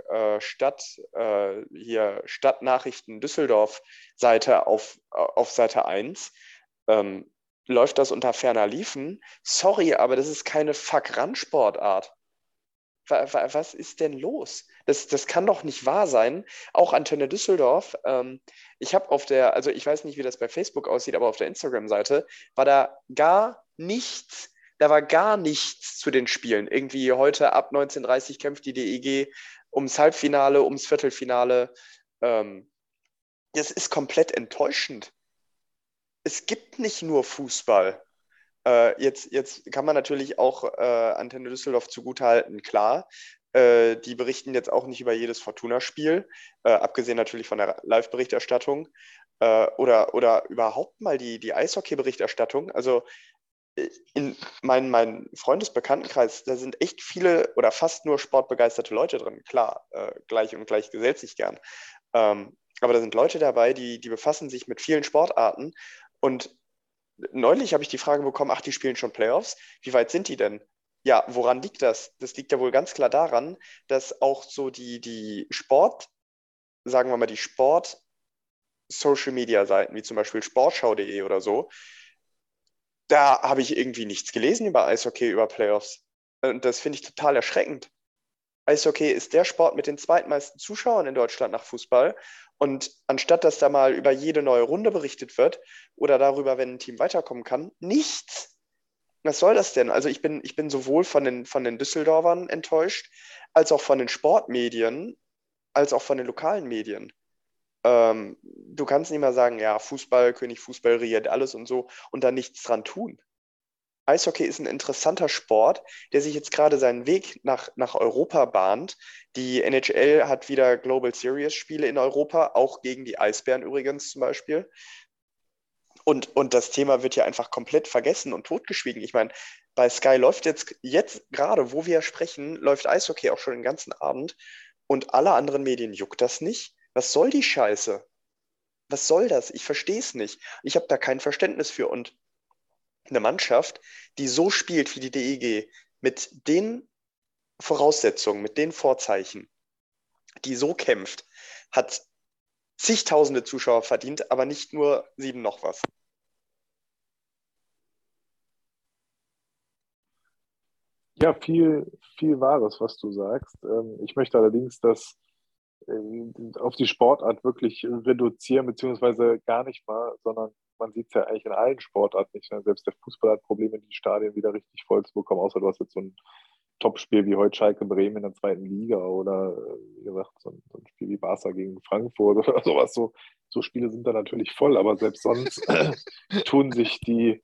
Stadtnachrichten Düsseldorf Seite auf Seite 1, läuft das unter ferner Liefen. Sorry, aber das ist keine Fuck-Run-Sportart. Was ist denn los? Das kann doch nicht wahr sein. Auch Antenne Düsseldorf, ich habe also ich weiß nicht, wie das bei Facebook aussieht, aber auf der Instagram-Seite war da gar nichts. Da war gar nichts zu den Spielen. Irgendwie heute ab 19:30 kämpft die DEG ums Halbfinale, ums Viertelfinale. Das ist komplett enttäuschend. Es gibt nicht nur Fußball. Jetzt kann man natürlich auch Antenne Düsseldorf zugutehalten, klar. Die berichten jetzt auch nicht über jedes Fortuna-Spiel, abgesehen natürlich von der Live-Berichterstattung oder überhaupt mal die Eishockey-Berichterstattung. Also in meinem Freundesbekanntenkreis, da sind echt viele oder fast nur sportbegeisterte Leute drin. Klar, gleich und gleich gesellt sich gern. Aber da sind Leute dabei, die befassen sich mit vielen Sportarten. Und neulich habe ich die Frage bekommen, ach, die spielen schon Playoffs. Wie weit sind die denn? Ja, woran liegt das? Das liegt ja wohl ganz klar daran, dass auch so die Sport, sagen wir mal, die Sport-Social-Media-Seiten, wie zum Beispiel sportschau.de oder so, da habe ich irgendwie nichts gelesen über Eishockey, über Playoffs. Und das finde ich total erschreckend. Eishockey ist der Sport mit den zweitmeisten Zuschauern in Deutschland nach Fußball. Und anstatt dass da mal über jede neue Runde berichtet wird oder darüber, wenn ein Team weiterkommen kann, nichts. Was soll das denn? Also ich bin sowohl von den Düsseldorfern enttäuscht, als auch von den Sportmedien, als auch von den lokalen Medien. Du kannst nicht mal sagen, ja, Fußball, König Fußball regiert alles und so und da nichts dran tun. Eishockey ist ein interessanter Sport, der sich jetzt gerade seinen Weg nach Europa bahnt. Die NHL hat wieder Global Series Spiele in Europa, auch gegen die Eisbären übrigens zum Beispiel. Und das Thema wird ja einfach komplett vergessen und totgeschwiegen. Ich meine, bei Sky läuft jetzt gerade, wo wir sprechen, läuft Eishockey auch schon den ganzen Abend und alle anderen Medien juckt das nicht. Was soll die Scheiße? Was soll das? Ich verstehe es nicht. Ich habe da kein Verständnis für. Und eine Mannschaft, die so spielt wie die DEG, mit den Voraussetzungen, mit den Vorzeichen, die so kämpft, hat zigtausende Zuschauer verdient, aber nicht nur 7 noch was. Ja, viel, viel Wahres, was du sagst. Ich möchte allerdings das auf die Sportart wirklich reduzieren, beziehungsweise gar nicht mal, sondern man sieht es ja eigentlich in allen Sportarten nicht. Ne? Selbst der Fußball hat Probleme, die Stadien wieder richtig voll zu bekommen, außer du hast jetzt so ein Topspiel wie heute Schalke Bremen in der zweiten Liga oder wie gesagt, so ein Spiel wie Barca gegen Frankfurt oder sowas. So Spiele sind da natürlich voll, aber selbst sonst tun sich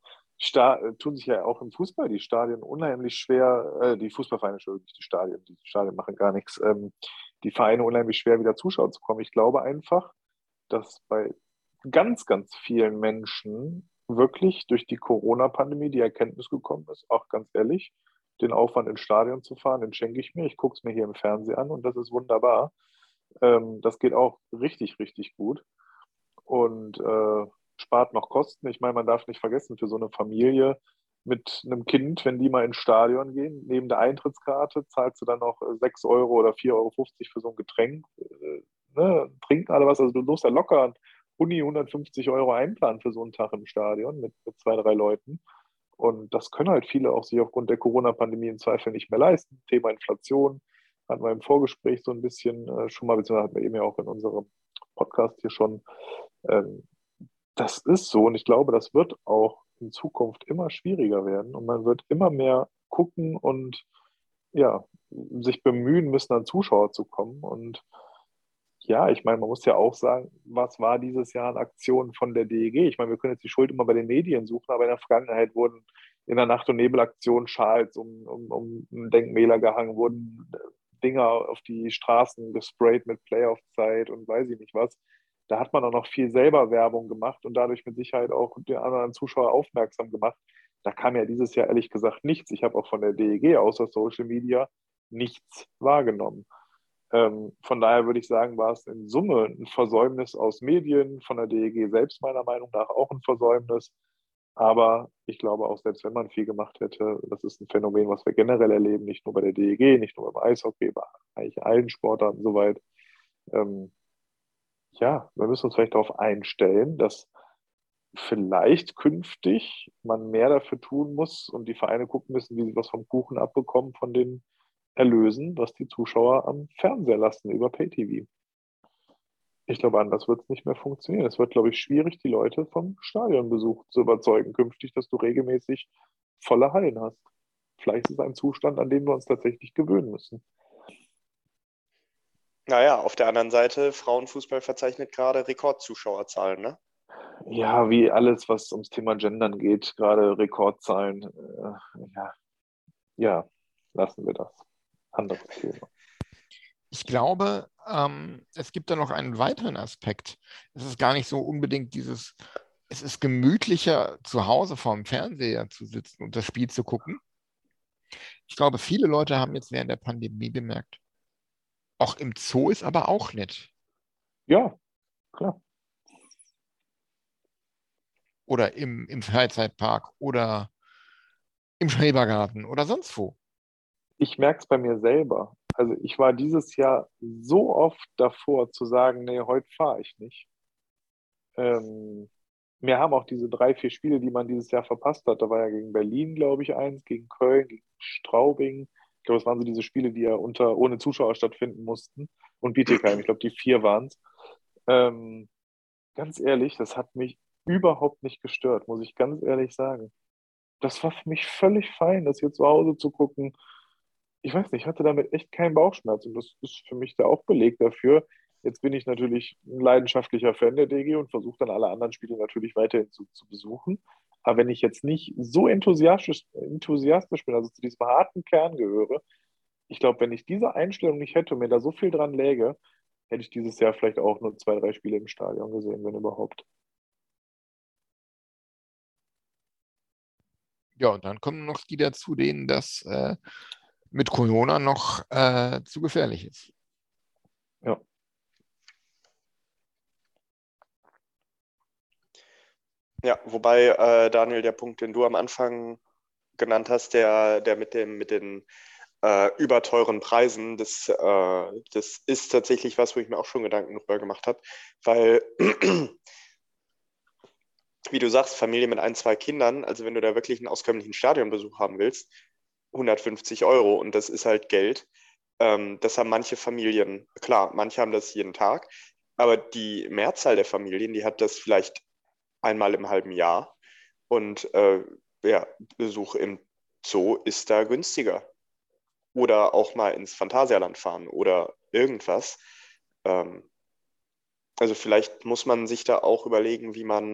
tun sich ja auch im Fußball die Stadien unheimlich schwer, die Fußballvereine, Entschuldigung, nicht die Stadien machen gar nichts, die Vereine unheimlich schwer, wieder Zuschauer zu kommen. Ich glaube einfach, dass bei ganz, ganz vielen Menschen wirklich durch die Corona-Pandemie die Erkenntnis gekommen ist, auch ganz ehrlich, den Aufwand ins Stadion zu fahren, den schenke ich mir. Ich gucke es mir hier im Fernsehen an und das ist wunderbar. Das geht auch richtig, richtig gut und spart noch Kosten. Ich meine, man darf nicht vergessen, für so eine Familie mit einem Kind, wenn die mal ins Stadion gehen, neben der Eintrittskarte zahlst du dann noch 6 Euro oder 4,50 € für so ein Getränk. Ne? Trinken alle was, also du musst ja locker 150 € einplanen für so einen Tag im Stadion mit 2, 3 Leuten. Und das können halt viele auch sich aufgrund der Corona-Pandemie im Zweifel nicht mehr leisten. Thema Inflation hatten wir im Vorgespräch so ein bisschen schon mal, beziehungsweise hatten wir eben ja auch in unserem Podcast hier schon. Ähm, Das ist so und ich glaube, das wird auch in Zukunft immer schwieriger werden und man wird immer mehr gucken und ja, sich bemühen müssen, an Zuschauer zu kommen. Und ja, ich meine, man muss ja auch sagen, was war dieses Jahr an Aktionen von der DEG? Ich meine, wir können jetzt die Schuld immer bei den Medien suchen, aber in der Vergangenheit wurden in der Nacht- und Nebelaktion Schals um Denkmäler gehangen, wurden Dinger auf die Straßen gesprayt mit Playoff-Zeit und weiß ich nicht was. Da hat man auch noch viel selber Werbung gemacht und dadurch mit Sicherheit auch den anderen Zuschauer aufmerksam gemacht. Da kam ja dieses Jahr ehrlich gesagt nichts. Ich habe auch von der DEG außer Social Media nichts wahrgenommen. Von daher würde ich sagen, war es in Summe ein Versäumnis aus Medien, von der DEG selbst meiner Meinung nach auch ein Versäumnis. Aber ich glaube auch, selbst wenn man viel gemacht hätte, das ist ein Phänomen, was wir generell erleben, nicht nur bei der DEG, nicht nur beim Eishockey, bei eigentlich allen Sportarten soweit. Ähm, ja, wir müssen uns vielleicht darauf einstellen, dass vielleicht künftig man mehr dafür tun muss und die Vereine gucken müssen, wie sie was vom Kuchen abbekommen von den Erlösen, was die Zuschauer am Fernseher lassen über Pay-TV. Ich glaube, anders wird es nicht mehr funktionieren. Es wird, glaube ich, schwierig, die Leute vom Stadionbesuch zu überzeugen künftig, dass du regelmäßig volle Hallen hast. Vielleicht ist es ein Zustand, an den wir uns tatsächlich gewöhnen müssen. Naja, auf der anderen Seite, Frauenfußball verzeichnet gerade Rekordzuschauerzahlen, ne? Ja, wie alles, was ums Thema Gendern geht, gerade Rekordzahlen. Ja, lassen wir das. Anderes Thema. Ich glaube, es gibt da noch einen weiteren Aspekt. Es ist gar nicht so unbedingt es ist gemütlicher, zu Hause vorm Fernseher zu sitzen und das Spiel zu gucken. Ich glaube, viele Leute haben jetzt während der Pandemie bemerkt, auch im Zoo ist aber auch nett. Ja, klar. Oder im Freizeitpark oder im Schrebergarten oder sonst wo. Ich merke es bei mir selber. Also ich war dieses Jahr so oft davor zu sagen, nee, heute fahre ich nicht. Mir haben auch diese 3, 4 Spiele, die man dieses Jahr verpasst hat, da war ja gegen Berlin, glaube ich, eins, gegen Köln, gegen Straubing. Ich glaube, es waren so diese Spiele, die ja ohne Zuschauer stattfinden mussten. Und Bietigheim, ich glaube, die 4 waren es. Ganz ehrlich, das hat mich überhaupt nicht gestört, muss ich ganz ehrlich sagen. Das war für mich völlig fein, das hier zu Hause zu gucken. Ich weiß nicht, ich hatte damit echt keinen Bauchschmerz und das ist für mich da auch Beleg dafür. Jetzt bin ich natürlich ein leidenschaftlicher Fan der DG und versuche dann alle anderen Spiele natürlich weiterhin zu besuchen. Aber wenn ich jetzt nicht so enthusiastisch bin, also zu diesem harten Kern gehöre, ich glaube, wenn ich diese Einstellung nicht hätte und mir da so viel dran läge, hätte ich dieses Jahr vielleicht auch nur 2, 3 Spiele im Stadion gesehen, wenn überhaupt. Ja, und dann kommen noch die dazu, denen das mit Corona noch zu gefährlich ist. Ja. Ja, wobei, Daniel, der Punkt, den du am Anfang genannt hast, der mit den überteuren Preisen, das ist tatsächlich was, wo ich mir auch schon Gedanken drüber gemacht habe, weil, wie du sagst, Familie mit 1, 2 Kindern, also wenn du da wirklich einen auskömmlichen Stadionbesuch haben willst, 150 Euro und das ist halt Geld. Das haben manche Familien, klar, manche haben das jeden Tag, aber die Mehrzahl der Familien, die hat das vielleicht einmal im halben Jahr und ja, Besuch im Zoo ist da günstiger. Oder auch mal ins Phantasialand fahren oder irgendwas. Also vielleicht muss man sich da auch überlegen,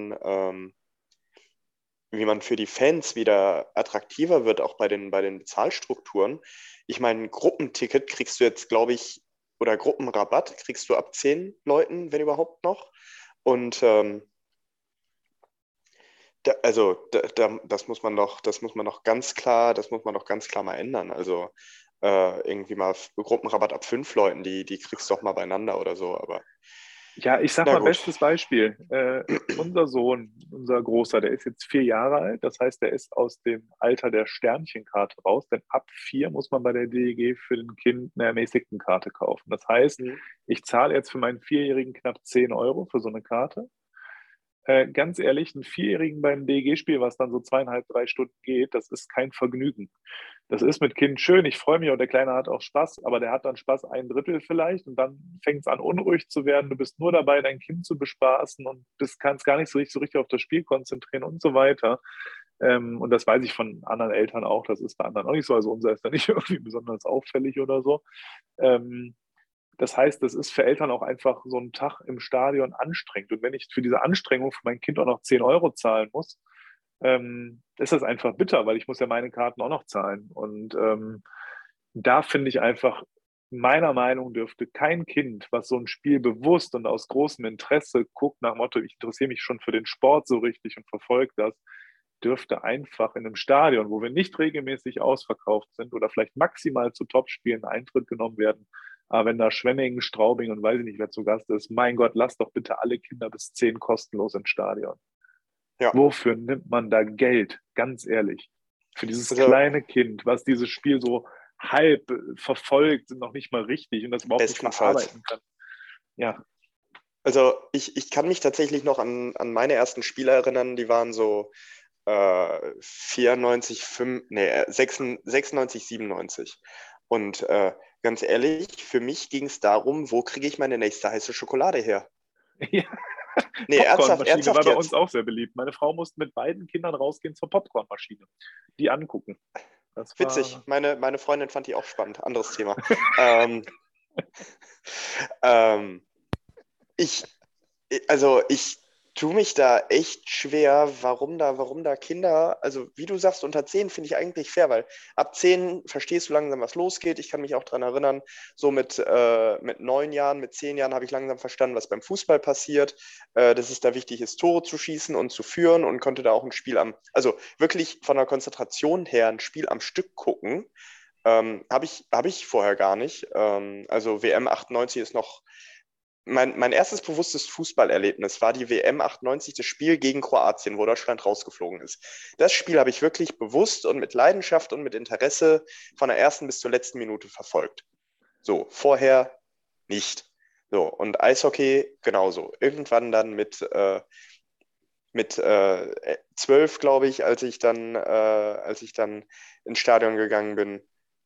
wie man für die Fans wieder attraktiver wird, auch bei den Bezahlstrukturen. Ich meine, ein Gruppenticket kriegst du jetzt, glaube ich, oder Gruppenrabatt kriegst du ab 10 Leuten, wenn überhaupt noch. Und das muss man doch das muss man doch ganz klar mal ändern. Also irgendwie mal Gruppenrabatt ab 5 Leuten, die kriegst du doch mal beieinander oder so. Aber Ja, ich sag na mal, gut. bestes Beispiel. Unser Sohn, unser Großer, der ist jetzt 4 Jahre alt. Das heißt, der ist aus dem Alter der Sternchenkarte raus. Denn ab 4 muss man bei der DEG für ein Kind eine ermäßigten Karte kaufen. Das heißt, ich zahle jetzt für meinen 4-Jährigen knapp 10 Euro für so eine Karte. Ganz ehrlich, einen 4-Jährigen beim DEG-Spiel, was dann so 2,5, 3 Stunden geht, das ist kein Vergnügen. Das ist mit Kind schön, ich freue mich und der Kleine hat auch Spaß, aber der hat dann Spaß 1/3 vielleicht und dann fängt es an, unruhig zu werden. Du bist nur dabei, dein Kind zu bespaßen und kannst gar nicht so richtig auf das Spiel konzentrieren und so weiter. Und das weiß ich von anderen Eltern auch, das ist bei anderen auch nicht so. Also unser ist da nicht irgendwie besonders auffällig oder so. Das heißt, das ist für Eltern auch einfach so ein Tag im Stadion anstrengend. Und wenn ich für diese Anstrengung für mein Kind auch noch 10 Euro zahlen muss, ist das einfach bitter, weil ich muss ja meine Karten auch noch zahlen. Und da finde ich einfach, meiner Meinung dürfte kein Kind, was so ein Spiel bewusst und aus großem Interesse guckt, nach dem Motto, ich interessiere mich schon für den Sport so richtig und verfolge das, dürfte einfach in einem Stadion, wo wir nicht regelmäßig ausverkauft sind oder vielleicht maximal zu Topspielen Eintritt genommen werden, aber wenn da Schwenningen, Straubing und weiß ich nicht, wer zu Gast ist, mein Gott, lasst doch bitte alle Kinder bis 10 kostenlos ins Stadion. Ja. Wofür nimmt man da Geld? Ganz ehrlich. Für dieses Also, kleine Kind, was dieses Spiel so halb verfolgt, noch nicht mal richtig und das überhaupt nicht bestenfalls. verarbeiten kann. Ja. Also ich kann mich tatsächlich noch an meine ersten Spiele erinnern, die waren so 94, 96, 97. Und ganz ehrlich, für mich ging es darum, wo kriege ich meine nächste heiße Schokolade her? Ja. Nee, Popcornmaschine war ernsthaft bei uns jetzt. auch sehr beliebt. Meine Frau musste mit beiden Kindern rausgehen zur Popcornmaschine. Die angucken. Das Witzig, war. meine Freundin fand die auch spannend. Anderes Thema. ähm, ähm, ich, ich tue mich da echt schwer, warum da Kinder, also wie du sagst, unter 10 finde ich eigentlich fair, weil ab 10 verstehst du langsam, was losgeht. Ich kann mich auch daran erinnern, so mit 9 Jahren, mit 10 Jahren habe ich langsam verstanden, was beim Fußball passiert, dass es da wichtig ist, Tore zu schießen und zu führen und konnte da auch ein Spiel also wirklich von der Konzentration her ein Spiel am Stück gucken. Hab ich vorher gar nicht. Also WM 98 ist noch mein erstes bewusstes Fußballerlebnis war die WM 98, das Spiel gegen Kroatien, wo Deutschland rausgeflogen ist. Das Spiel habe ich wirklich bewusst und mit Leidenschaft und mit Interesse von der ersten bis zur letzten Minute verfolgt. So, vorher nicht. So, und Eishockey genauso. Irgendwann dann mit 12, glaube ich, als ich dann ins Stadion gegangen bin.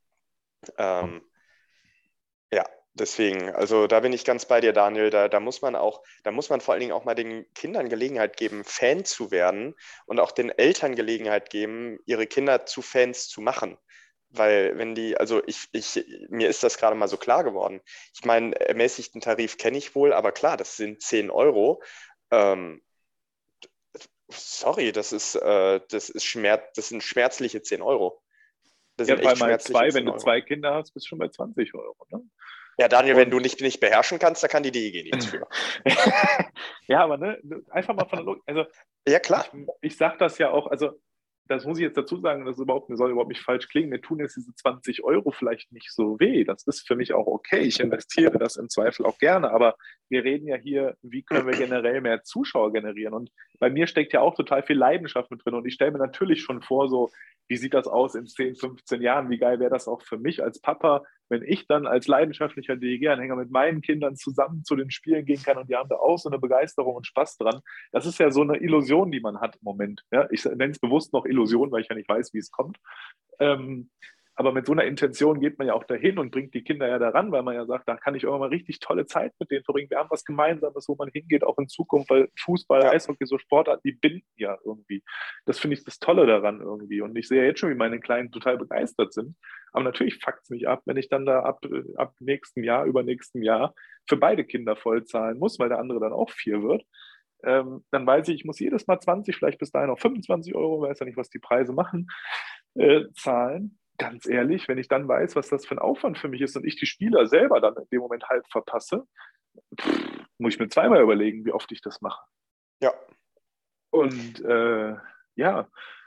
Ja, deswegen, also da bin ich ganz bei dir, Daniel. Da muss man vor allen Dingen auch mal den Kindern Gelegenheit geben, Fan zu werden und auch den Eltern Gelegenheit geben, ihre Kinder zu Fans zu machen. Weil wenn die, also mir ist das gerade mal so klar geworden. Ich meine, ermäßigten Tarif kenne ich wohl, aber klar, das sind 10 Euro. Ähm, sorry, das sind schmerzliche 10 Euro. Das Ja, sind vor echt allem halt schmerzliche zwei, wenn 10 du Euro. 2 Kinder hast, bist du schon bei 20 Euro. Ne? Ja, Daniel, wenn du Und nicht beherrschen kannst, da kann die DEG nichts für. ja, aber ne, einfach mal von der Logik. Also Ja, klar. ich sage das ja auch, also das muss ich jetzt dazu sagen, mir soll überhaupt nicht falsch klingen. Mir tun jetzt diese 20 Euro vielleicht nicht so weh. Das ist für mich auch okay. Ich investiere das im Zweifel auch gerne. Aber wir reden ja hier, wie können wir generell mehr Zuschauer generieren? Und bei mir steckt ja auch total viel Leidenschaft mit drin. Und ich stelle mir natürlich schon vor, so, wie sieht das aus in 10, 15 Jahren? Wie geil wäre das auch für mich als Papa, wenn ich dann als leidenschaftlicher DEG-Anhänger mit meinen Kindern zusammen zu den Spielen gehen kann und die haben da auch so eine Begeisterung und Spaß dran. Das ist ja so eine Illusion, die man hat im Moment. Ja? Ich nenne es bewusst noch Illusion, weil ich ja nicht weiß, wie es kommt. Aber mit so einer Intention geht man ja auch dahin und bringt die Kinder ja daran, weil man ja sagt, da kann ich irgendwann mal richtig tolle Zeit mit denen verbringen. Wir haben was Gemeinsames, wo man hingeht, auch in Zukunft, weil Fußball, Ja. Eishockey, so Sportarten, die binden ja irgendwie. Das finde ich das Tolle daran irgendwie. Und ich sehe jetzt schon, wie meine Kleinen total begeistert sind. Aber natürlich fuckt es mich ab, wenn ich dann da ab nächsten Jahr, übernächsten Jahr für beide Kinder voll zahlen muss, weil der andere dann auch 4 wird. Dann weiß ich muss jedes Mal 20, vielleicht bis dahin auch 25 Euro, weiß ja nicht, was die Preise machen, zahlen. Ganz ehrlich, wenn ich dann weiß, was das für ein Aufwand für mich ist und ich die Spieler selber dann in dem Moment halt verpasse, muss ich mir zweimal überlegen, wie oft ich das mache. Ja. Und ja,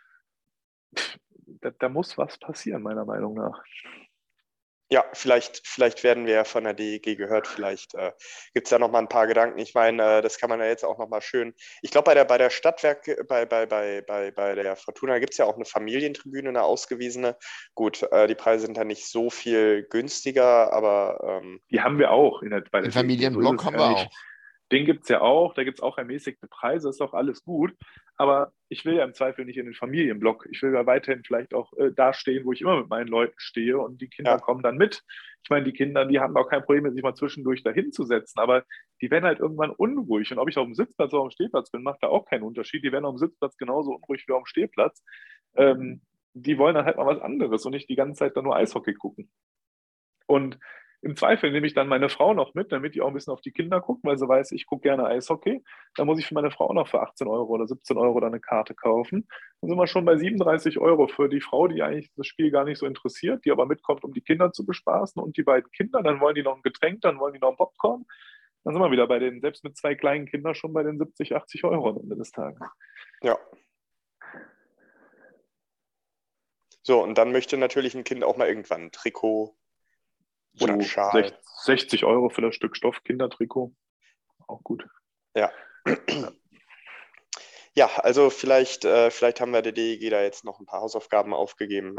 da muss was passieren, meiner Meinung nach. Ja, vielleicht werden wir ja von der DEG gehört, vielleicht gibt es da nochmal ein paar Gedanken. Ich meine, das kann man ja jetzt auch nochmal schön. Ich glaube, bei der Stadtwerk, bei der Fortuna gibt es ja auch eine Familientribüne, eine ausgewiesene. Gut, die Preise sind da nicht so viel günstiger, aber die haben wir auch bei der Den Familienblock DEG. So haben wir auch. Den gibt es ja auch, da gibt es auch ermäßigte Preise, ist auch alles gut. Aber ich will ja im Zweifel nicht in den Familienblock. Ich will ja weiterhin vielleicht auch da stehen, wo ich immer mit meinen Leuten stehe und die Kinder Ja. kommen dann mit. Ich meine, die Kinder, die haben auch kein Problem, sich mal zwischendurch dahin zu setzen, aber die werden halt irgendwann unruhig. Und ob ich auf dem Sitzplatz oder auf dem Stehplatz bin, macht da auch keinen Unterschied. Die werden auf dem Sitzplatz genauso unruhig wie auf dem Stehplatz. Die wollen dann halt mal was anderes und nicht die ganze Zeit dann nur Eishockey gucken. Und im Zweifel nehme ich dann meine Frau noch mit, damit die auch ein bisschen auf die Kinder guckt, weil sie weiß, ich gucke gerne Eishockey. Dann muss ich für meine Frau noch für 18 Euro oder 17 Euro dann eine Karte kaufen. Dann sind wir schon bei 37 Euro für die Frau, die eigentlich das Spiel gar nicht so interessiert, die aber mitkommt, um die Kinder zu bespaßen und die beiden Kinder. Dann wollen die noch ein Getränk, dann wollen die noch ein Popcorn. Dann sind wir wieder selbst mit 2 kleinen Kindern schon bei den 70, 80 Euro am Ende des Tages. ja. So, und dann möchte natürlich ein Kind auch mal irgendwann ein Trikot oder ein Schal. 60 Euro für das Stück Stoff, Kindertrikot. Auch gut. Ja. Ja, also vielleicht haben wir der DEG da jetzt noch ein paar Hausaufgaben aufgegeben.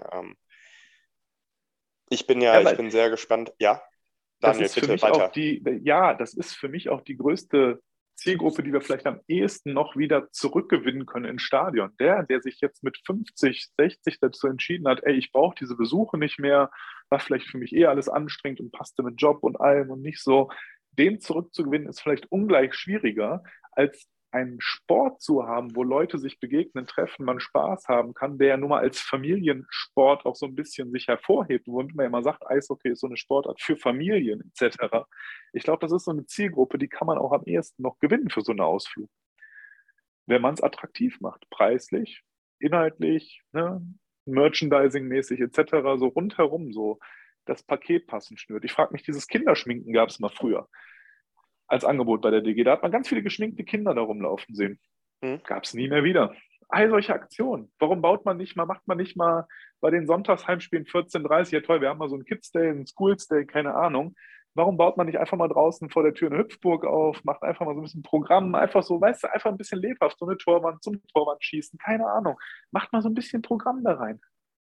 Ich Ja, bin sehr gespannt. Ja, das Daniel, ist für bitte mich auch weiter. das ist für mich auch die größte Zielgruppe, die wir vielleicht am ehesten noch wieder zurückgewinnen können ins Stadion. Der sich jetzt mit 50, 60 dazu entschieden hat, ey, ich brauche diese Besuche nicht mehr, war vielleicht für mich alles anstrengend und passte mit Job und allem und nicht so. Den zurückzugewinnen ist vielleicht ungleich schwieriger, als einen Sport zu haben, wo Leute sich begegnen, treffen, man Spaß haben kann, der ja nun mal als Familiensport auch so ein bisschen sich hervorhebt, womit man ja immer sagt, Eishockey ist so eine Sportart für Familien etc. Ich glaube, das ist so eine Zielgruppe, die kann man auch am ehesten noch gewinnen für so einen Ausflug, wenn man es attraktiv macht, preislich, inhaltlich, ne, Merchandising-mäßig etc., so rundherum so das Paket passend schnürt. Ich frage mich, dieses Kinderschminken gab es mal früher als Angebot bei der DG. Da hat man ganz viele geschminkte Kinder da rumlaufen sehen. Hm? Gab es nie mehr wieder. All solche Aktionen. Warum macht man nicht mal bei den Sonntagsheimspielen 14:30, ja toll, wir haben mal so einen Kids Day, einen Schools Day, keine Ahnung. Warum baut man nicht einfach mal draußen vor der Tür eine Hüpfburg auf, macht einfach mal so ein bisschen Programm, einfach so, weißt du, einfach ein bisschen lebhaft, so eine Torwand zum Torwand schießen, keine Ahnung. Macht mal so ein bisschen Programm da rein.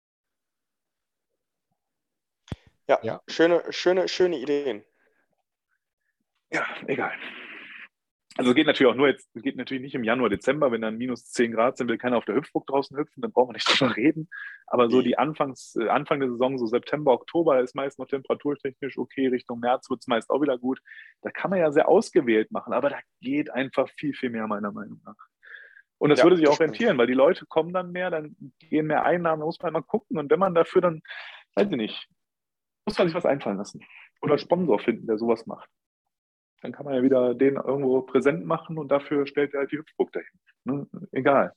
Ja, Ja. schöne Ideen. Ja, egal. Also geht natürlich nicht im Januar, Dezember, wenn dann minus 10 Grad sind, will keiner auf der Hüpfburg draußen hüpfen, dann brauchen wir nicht drüber reden. Aber so Nee. die Anfang der Saison, so September, Oktober, ist meist noch temperaturtechnisch okay, Richtung März wird es meist auch wieder gut. Da kann man ja sehr ausgewählt machen, aber da geht einfach viel, viel mehr, meiner Meinung nach. Und das Ja, würde sich das auch stimmt. rentieren, weil die Leute kommen dann mehr, dann gehen mehr Einnahmen, da muss man mal gucken. Und wenn man dafür dann, weiß ich nicht, muss man sich was einfallen lassen. Oder Sponsor finden, der sowas macht. Dann kann man ja wieder den irgendwo präsent machen und dafür stellt er halt die Hüpfburg dahin. Ne? Egal.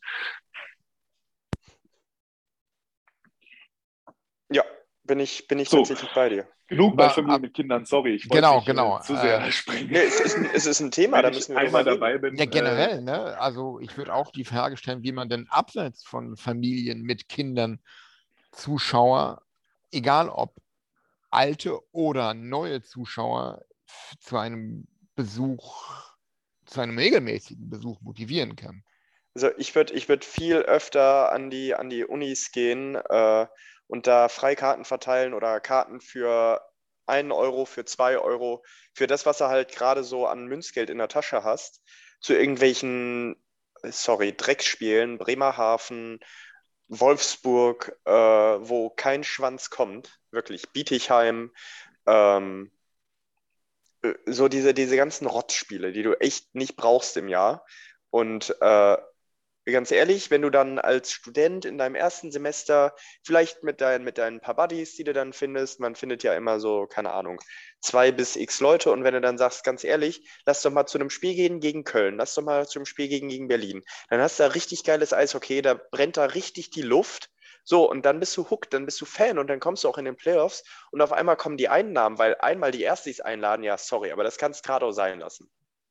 Ja, bin ich So. tatsächlich bei dir. Genug bei Aber, Familien mit Kindern, sorry, ich wollte genau, nicht genau. zu sehr springen. Nee, es ist ein Thema, Wenn da ich müssen wir einmal drüber reden. dabei bin, Ja, generell, ne? Also ich würde auch die Frage stellen, wie man denn abseits von Familien mit Kindern Zuschauer, egal ob alte oder neue Zuschauer, zu einem Besuch, zu einem regelmäßigen Besuch motivieren kann. Also ich würd viel öfter an die Unis gehen und da Freikarten verteilen oder Karten für 1 Euro, für 2 Euro, für das, was du halt gerade so an Münzgeld in der Tasche hast, zu irgendwelchen, sorry, Drecksspielen, Bremerhaven, Wolfsburg, wo kein Schwanz kommt, wirklich, Bietigheim, ähm, so diese ganzen Rotzspiele, die du echt nicht brauchst im Jahr. Und ganz ehrlich, wenn du dann als Student in deinem ersten Semester vielleicht mit deinen paar Buddies, die du dann findest, man findet ja immer so, keine Ahnung, 2 bis x Leute, und wenn du dann sagst, ganz ehrlich, lass doch mal zu einem Spiel gehen gegen Köln, lass doch mal zu einem Spiel gegen Berlin, dann hast du da richtig geiles Eishockey, da brennt da richtig die Luft. So, und dann bist du hooked, dann bist du Fan und dann kommst du auch in den Playoffs und auf einmal kommen die Einnahmen, weil einmal die Erstis einladen, ja, sorry, aber das kannst du gerade auch sein lassen.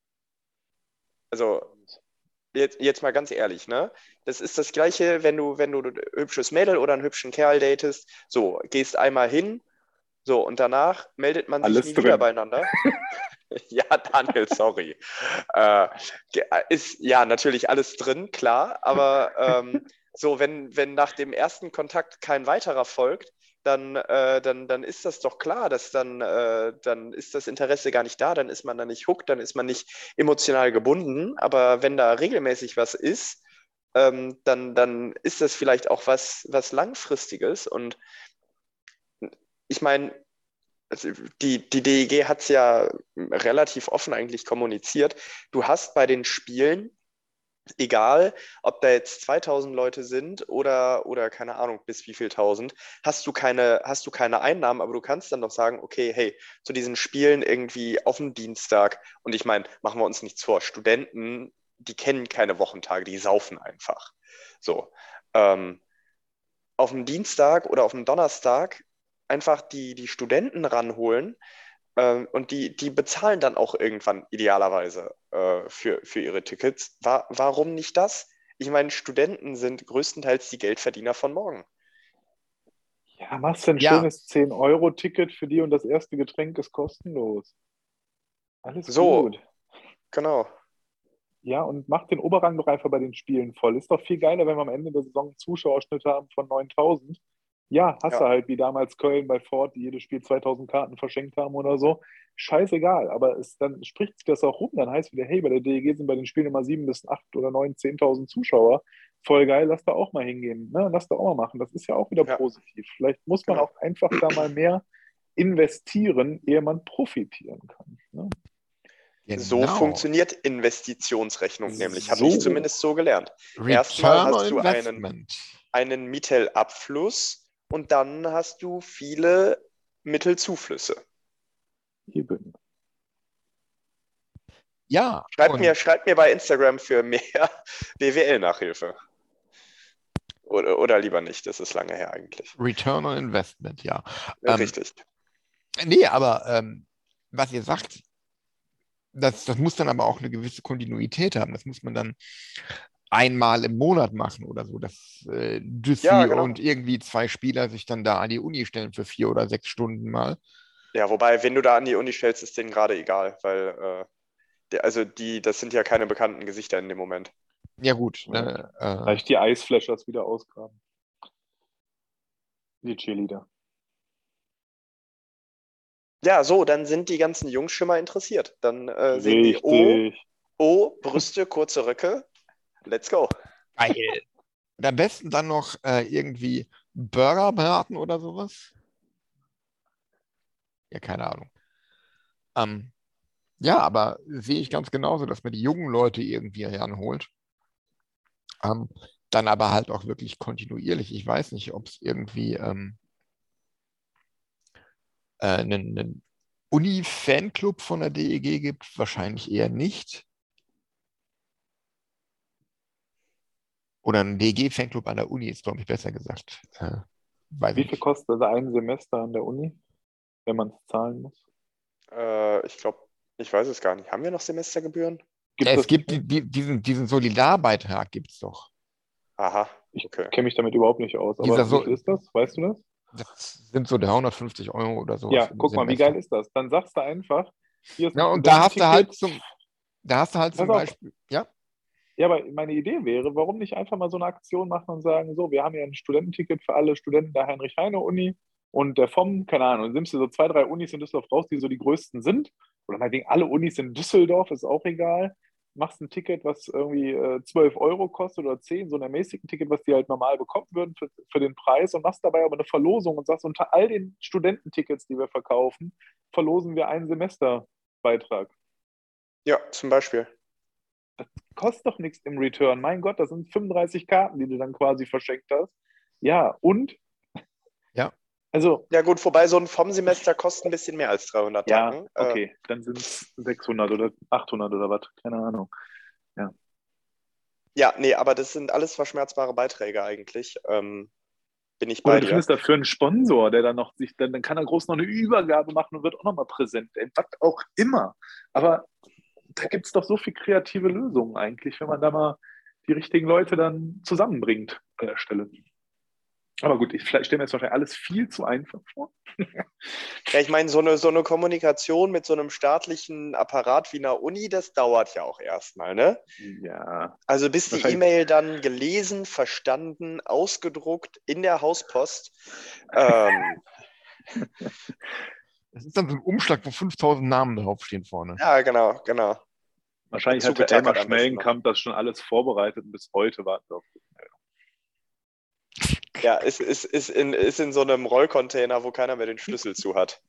Also, jetzt mal ganz ehrlich, ne? Das ist das Gleiche, wenn du ein hübsches Mädel oder einen hübschen Kerl datest. So, gehst einmal hin, so, und danach meldet man sich alles nie wieder drin. beieinander. Ja, Daniel, sorry. Äh, ist ja natürlich alles drin, klar, aber so, wenn nach dem ersten Kontakt kein weiterer folgt, dann ist das doch klar, dass dann ist das Interesse gar nicht da, dann ist man da nicht hooked, dann ist man nicht emotional gebunden. Aber wenn da regelmäßig was ist, dann ist das vielleicht auch was Langfristiges. Und ich meine, also die DEG hat es ja relativ offen eigentlich kommuniziert. Du hast bei den Spielen, egal ob da jetzt 2000 Leute sind oder keine Ahnung, bis wie viel tausend, hast du keine Einnahmen, aber du kannst dann doch sagen, okay, hey, zu diesen Spielen irgendwie auf dem Dienstag, und ich meine, machen wir uns nichts vor, Studenten, die kennen keine Wochentage, die saufen einfach. So, ähm, auf dem Dienstag oder auf dem Donnerstag einfach die Studenten ranholen, und die bezahlen dann auch irgendwann idealerweise für ihre Tickets. Warum nicht das? Ich meine, Studenten sind größtenteils die Geldverdiener von morgen. Ja, machst du ein Ja, schönes 10-Euro-Ticket für die und das erste Getränk ist kostenlos. Alles So, gut. genau. Ja, und macht den Oberrang doch einfach bei den Spielen voll. Ist doch viel geiler, wenn wir am Ende der Saison einen Zuschauerschnitt haben von 9.000. Ja, hast du Ja. halt wie damals Köln bei Ford, die jedes Spiel 2.000 Karten verschenkt haben oder so. Scheißegal, aber dann spricht sich das auch rum. Dann heißt wieder, hey, bei der DEG sind bei den Spielen immer 7 bis 8 oder 9, 10.000 Zuschauer. Voll geil, lass da auch mal hingehen. Ne? Lass da auch mal machen. Das ist ja auch wieder Ja. positiv. Vielleicht muss man Genau. auch einfach da mal mehr investieren, ehe man profitieren kann. Ne? So Genau. funktioniert Investitionsrechnung nämlich, habe So. ich zumindest so gelernt. Erstmal Return hast on du Investment. einen Mittelabfluss und dann hast du viele Mittelzuflüsse. Eben. Ja, Schreibt mir bei Instagram für mehr BWL-Nachhilfe. Oder lieber nicht, das ist lange her eigentlich. Return on Investment, ja. Richtig. Nee, aber was ihr sagt, das muss dann aber auch eine gewisse Kontinuität haben. Das muss man dann einmal im Monat machen oder so, dass Düssi Ja, genau. und irgendwie 2 Spieler sich dann da an die Uni stellen für 4 oder 6 Stunden mal. Ja, wobei, wenn du da an die Uni stellst, ist denen gerade egal, weil das sind ja keine bekannten Gesichter in dem Moment. Ja gut. Vielleicht die Eisflashers wieder ausgraben. Die Cheerleader. Ja, so, dann sind die ganzen Jungs schon mal interessiert. Dann sehen die, Richtig. Brüste, kurze Röcke. Let's go. Geil. Und am besten dann noch irgendwie Burgerbraten oder sowas. Ja, keine Ahnung. Ja, aber sehe ich ganz genauso, dass man die jungen Leute irgendwie heranholt. Dann aber halt auch wirklich kontinuierlich. Ich weiß nicht, ob es irgendwie einen Uni-Fanclub von der DEG gibt. Wahrscheinlich eher nicht. Oder einen DEG-Fanclub an der Uni ist, glaube ich, besser gesagt. Weiß Wie ich viel nicht. kostet also ein Semester an der Uni, wenn man es zahlen muss? Ich glaube, ich weiß es gar nicht. Haben wir noch Semestergebühren? Es gibt nicht? diesen Solidarbeitrag, gibt es doch. Aha, Ich okay. kenne mich damit überhaupt nicht aus. Aber Dieser wie viel ist das? Weißt du das? Das sind so 350 € oder sowas. Ja, im guck mal, wie Semester. geil ist das? Dann sagst du einfach, hier ist ein Ja, und da hast du halt Studententicket. zum Pass auf. Beispiel, ja, Ja, aber meine Idee wäre, warum nicht einfach mal so eine Aktion machen und sagen, so, wir haben ja ein Studententicket für alle Studenten der Heinrich-Heine-Uni und der FOM, keine Ahnung, dann nimmst du so 2, 3 Unis in Düsseldorf raus, die so die größten sind. Oder meinetwegen alle Unis in Düsseldorf, ist auch egal. Machst ein Ticket, was irgendwie 12 € kostet oder 10, so ein ermäßigten Ticket, was die halt normal bekommen würden für den Preis und machst dabei aber eine Verlosung und sagst, unter all den Studententickets, die wir verkaufen, verlosen wir einen Semesterbeitrag. Ja, zum Beispiel. Kostet doch nichts im Return. Mein Gott, das sind 35 Karten, die du dann quasi verschenkt hast. Ja, und? Ja. Also, Ja gut, wobei so ein FOM-Semester kostet ein bisschen mehr als 300 ja, Tacken. okay, dann sind es 600 oder 800 oder was, keine Ahnung. Ja, nee, aber das sind alles verschmerzbare Beiträge eigentlich. Bin ich bei Oder du dir. findest dafür einen Sponsor, der dann noch dann kann er groß noch eine Übergabe machen und wird auch nochmal präsent. Ey, was auch immer. Aber da gibt es doch so viele kreative Lösungen eigentlich, wenn man da mal die richtigen Leute dann zusammenbringt an der Stelle. Aber gut, ich stelle mir jetzt wahrscheinlich alles viel zu einfach vor. Ja, ich meine, so eine Kommunikation mit so einem staatlichen Apparat wie einer Uni, das dauert ja auch erstmal, ne? Ja. Also bis die Wahrscheinlich- E-Mail dann gelesen, verstanden, ausgedruckt in der Hauspost. das ist dann so ein Umschlag, wo 5000 Namen draufstehen vorne. Ja, genau. Wahrscheinlich hat der Zugetackert Elmar am besten Schmellenkamp das schon alles vorbereitet und bis heute warten wir auf die Meldung. Ja, ist in so einem Rollcontainer, wo keiner mehr den Schlüssel zu hat.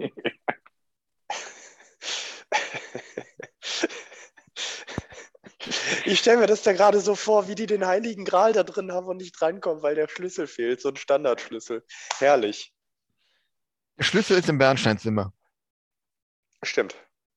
Ich stelle mir das da gerade so vor, wie die den Heiligen Gral da drin haben und nicht reinkommen, weil der Schlüssel fehlt, so ein Standardschlüssel. Herrlich. Der Schlüssel ist im Bernsteinzimmer. Stimmt.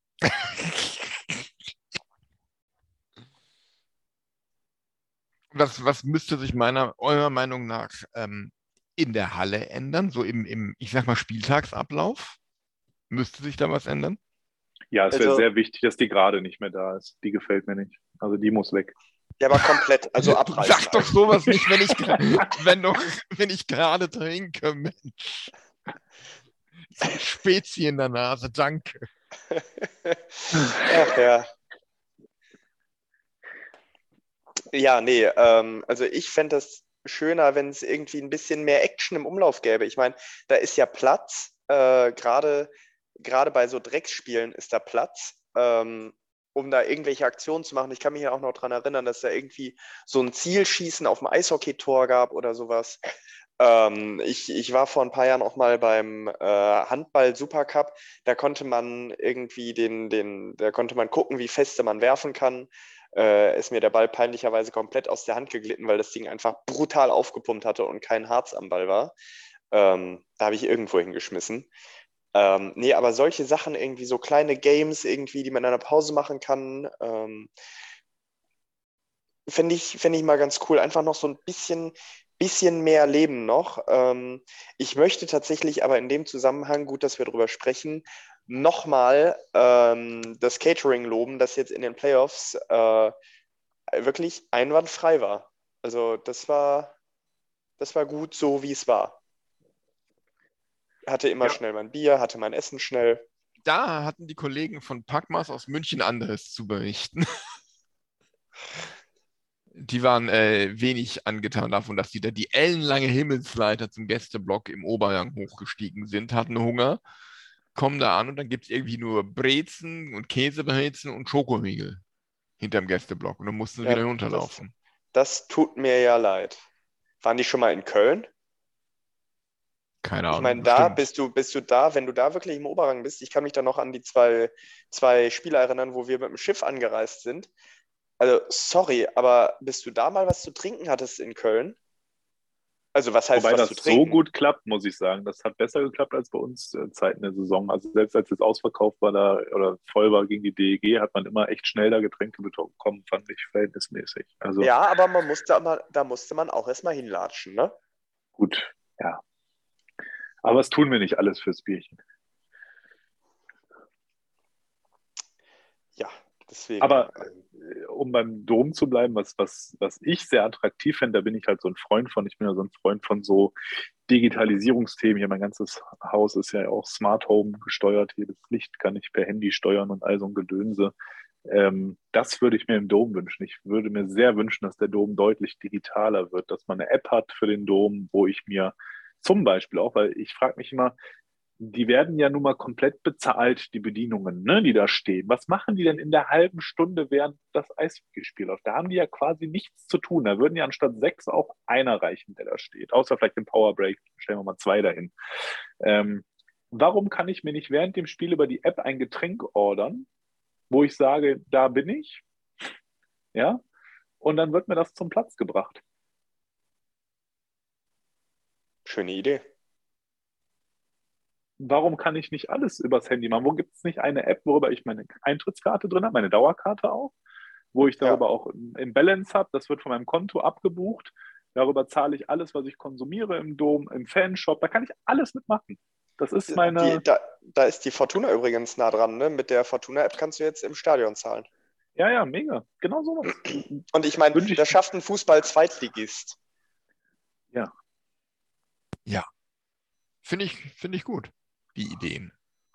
Was müsste sich eurer Meinung nach in der Halle ändern? So im, ich sag mal, Spieltagsablauf? Müsste sich da was ändern? Ja, es wäre Also- sehr wichtig, dass die gerade nicht mehr da ist. Die gefällt mir nicht. Also die muss weg. Ja, aber komplett, also abreißen. Sag doch sowas nicht, wenn ich gerade trinke, Mensch. So eine Spezie in der Nase, danke. Ach ja. Ja, nee, also ich fände das schöner, wenn es irgendwie ein bisschen mehr Action im Umlauf gäbe. Ich meine, da ist ja Platz, gerade bei so Drecksspielen ist da Platz, um da irgendwelche Aktionen zu machen. Ich kann mich ja auch noch daran erinnern, dass da irgendwie so ein Zielschießen auf dem Eishockeytor gab oder sowas. Ich war vor ein paar Jahren auch mal beim Handball-Supercup. Da konnte man irgendwie da konnte man gucken, wie feste man werfen kann. Ist mir der Ball peinlicherweise komplett aus der Hand geglitten, weil das Ding einfach brutal aufgepumpt hatte und kein Harz am Ball war. Da habe ich irgendwo hingeschmissen. Nee, aber solche Sachen, irgendwie so kleine Games, irgendwie, die man in einer Pause machen kann, fänd ich mal ganz cool. Einfach noch so ein bisschen mehr Leben noch. Ich möchte tatsächlich aber in dem Zusammenhang, gut, dass wir darüber sprechen, nochmal das Catering loben, das jetzt in den Playoffs wirklich einwandfrei war. Also das war gut so, wie es war. Hatte immer Ja. schnell mein Bier, hatte mein Essen schnell. Da hatten die Kollegen von Packmas aus München anderes zu berichten. Die waren wenig angetan davon, dass die da die ellenlange Himmelsleiter zum Gästeblock im Oberrang hochgestiegen sind, hatten Hunger, kommen da an und dann gibt es irgendwie nur Brezen und Käsebrezen und Schokoriegel hinterm Gästeblock und dann mussten sie Ja, wieder runterlaufen. das tut mir ja leid. Waren die schon mal in Köln? Keine Ich Ahnung, meine, da bestimmt. bist du da, wenn du da wirklich im Oberrang bist. Ich kann mich da noch an die zwei Spiele erinnern, wo wir mit dem Schiff angereist sind. Also, sorry, aber bis du da mal was zu trinken hattest in Köln? Also, was heißt Wobei was das zu so trinken? gut klappt, muss ich sagen. Das hat besser geklappt als bei uns Zeiten der Saison. Also selbst als es ausverkauft war da oder voll war gegen die DEG, hat man immer echt schnell da Getränke bekommen, fand ich verhältnismäßig. Also Ja, aber da musste man auch erstmal hinlatschen, ne? gut, ja. Aber was tun wir nicht alles fürs Bierchen? Ja, deswegen. Aber um beim Dom zu bleiben, was ich sehr attraktiv finde, da bin ich halt so ein Freund von. Ich bin ja so ein Freund von so Digitalisierungsthemen. Hier mein ganzes Haus ist ja auch Smart Home gesteuert. Jedes Licht kann ich per Handy steuern und all so ein Gedönse. Das würde ich mir im Dom wünschen. Ich würde mir sehr wünschen, dass der Dom deutlich digitaler wird, dass man eine App hat für den Dom, wo ich mir zum Beispiel auch, weil ich frage mich immer, die werden ja nun mal komplett bezahlt, die Bedienungen, ne, die da stehen. Was machen die denn in der halben Stunde, während das Eishockeyspiel läuft? Da haben die ja quasi nichts zu tun. Da würden ja anstatt 6 auch einer reichen, der da steht. Außer vielleicht im Powerbreak, stellen wir mal 2 dahin. Warum kann ich mir nicht während dem Spiel über die App ein Getränk ordern, wo ich sage, da bin ich, ja, und dann wird mir das zum Platz gebracht? Schöne Idee. Warum kann ich nicht alles übers Handy machen? Wo gibt es nicht eine App, worüber ich meine Eintrittskarte drin habe, meine Dauerkarte auch, wo ich darüber Ja. auch im Balance habe, das wird von meinem Konto abgebucht, darüber zahle ich alles, was ich konsumiere im Dom, im Fanshop, da kann ich alles mitmachen. Das ist meine, Da ist die Fortuna übrigens nah dran, ne? Mit der Fortuna-App kannst du jetzt im Stadion zahlen. ja, mega, genau sowas. Und ich meine, Wünsche ich, das schafft ein Fußball-Zweitligist. ja. Ja, finde ich gut, die Ideen.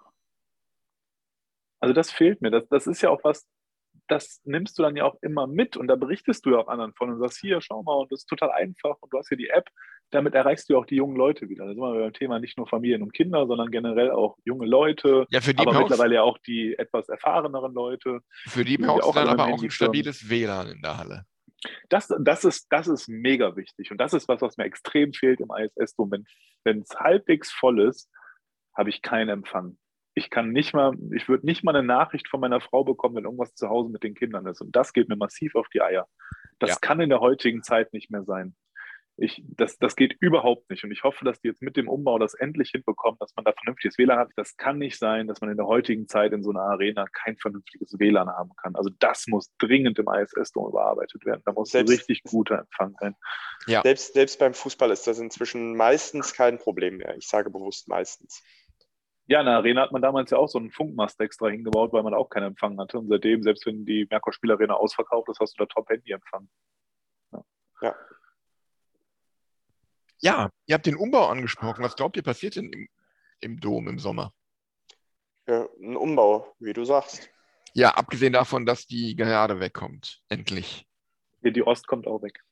Also das fehlt mir. Das ist ja auch was, das nimmst du dann ja auch immer mit und da berichtest du ja auch anderen von und sagst, hier, schau mal, und das ist total einfach und du hast hier die App, damit erreichst du auch die jungen Leute wieder. Da sind wir beim Thema nicht nur Familien und Kinder, sondern generell auch junge Leute, Ja, für die aber brauchst, mittlerweile ja auch die etwas erfahreneren Leute, für die die sind ja brauchst du auch dann alle mit aber dem auch Handy ein firmen. stabiles WLAN in der Halle. Das ist mega wichtig und das ist was mir extrem fehlt im ISS-Dom. Wenn es halbwegs voll ist, habe ich keinen Empfang. Ich würde nicht mal eine Nachricht von meiner Frau bekommen, wenn irgendwas zu Hause mit den Kindern ist. Und das geht mir massiv auf die Eier. Das Ja. kann in der heutigen Zeit nicht mehr sein. Das geht überhaupt nicht. Und ich hoffe, dass die jetzt mit dem Umbau das endlich hinbekommen, dass man da vernünftiges WLAN hat. Das kann nicht sein, dass man in der heutigen Zeit in so einer Arena kein vernünftiges WLAN haben kann. Also das muss dringend im ISS-Dom überarbeitet werden. Da muss Selbst- richtig guter Empfang sein. Ja, Selbst beim Fußball ist das inzwischen meistens kein Problem mehr. Ich sage bewusst meistens. Ja, in der Arena hat man damals ja auch so einen Funkmast extra hingebaut, weil man auch keinen Empfang hatte. Und seitdem, selbst wenn die Merkur-Spielarena ausverkauft ist, hast du da Top-Handy-Empfang. Ja. ja, ihr habt den Umbau angesprochen. Was glaubt ihr, passiert denn im Dom im Sommer? Ja, ein Umbau, wie du sagst. Ja, abgesehen davon, dass die Gerade wegkommt, endlich. Die Ost kommt auch weg.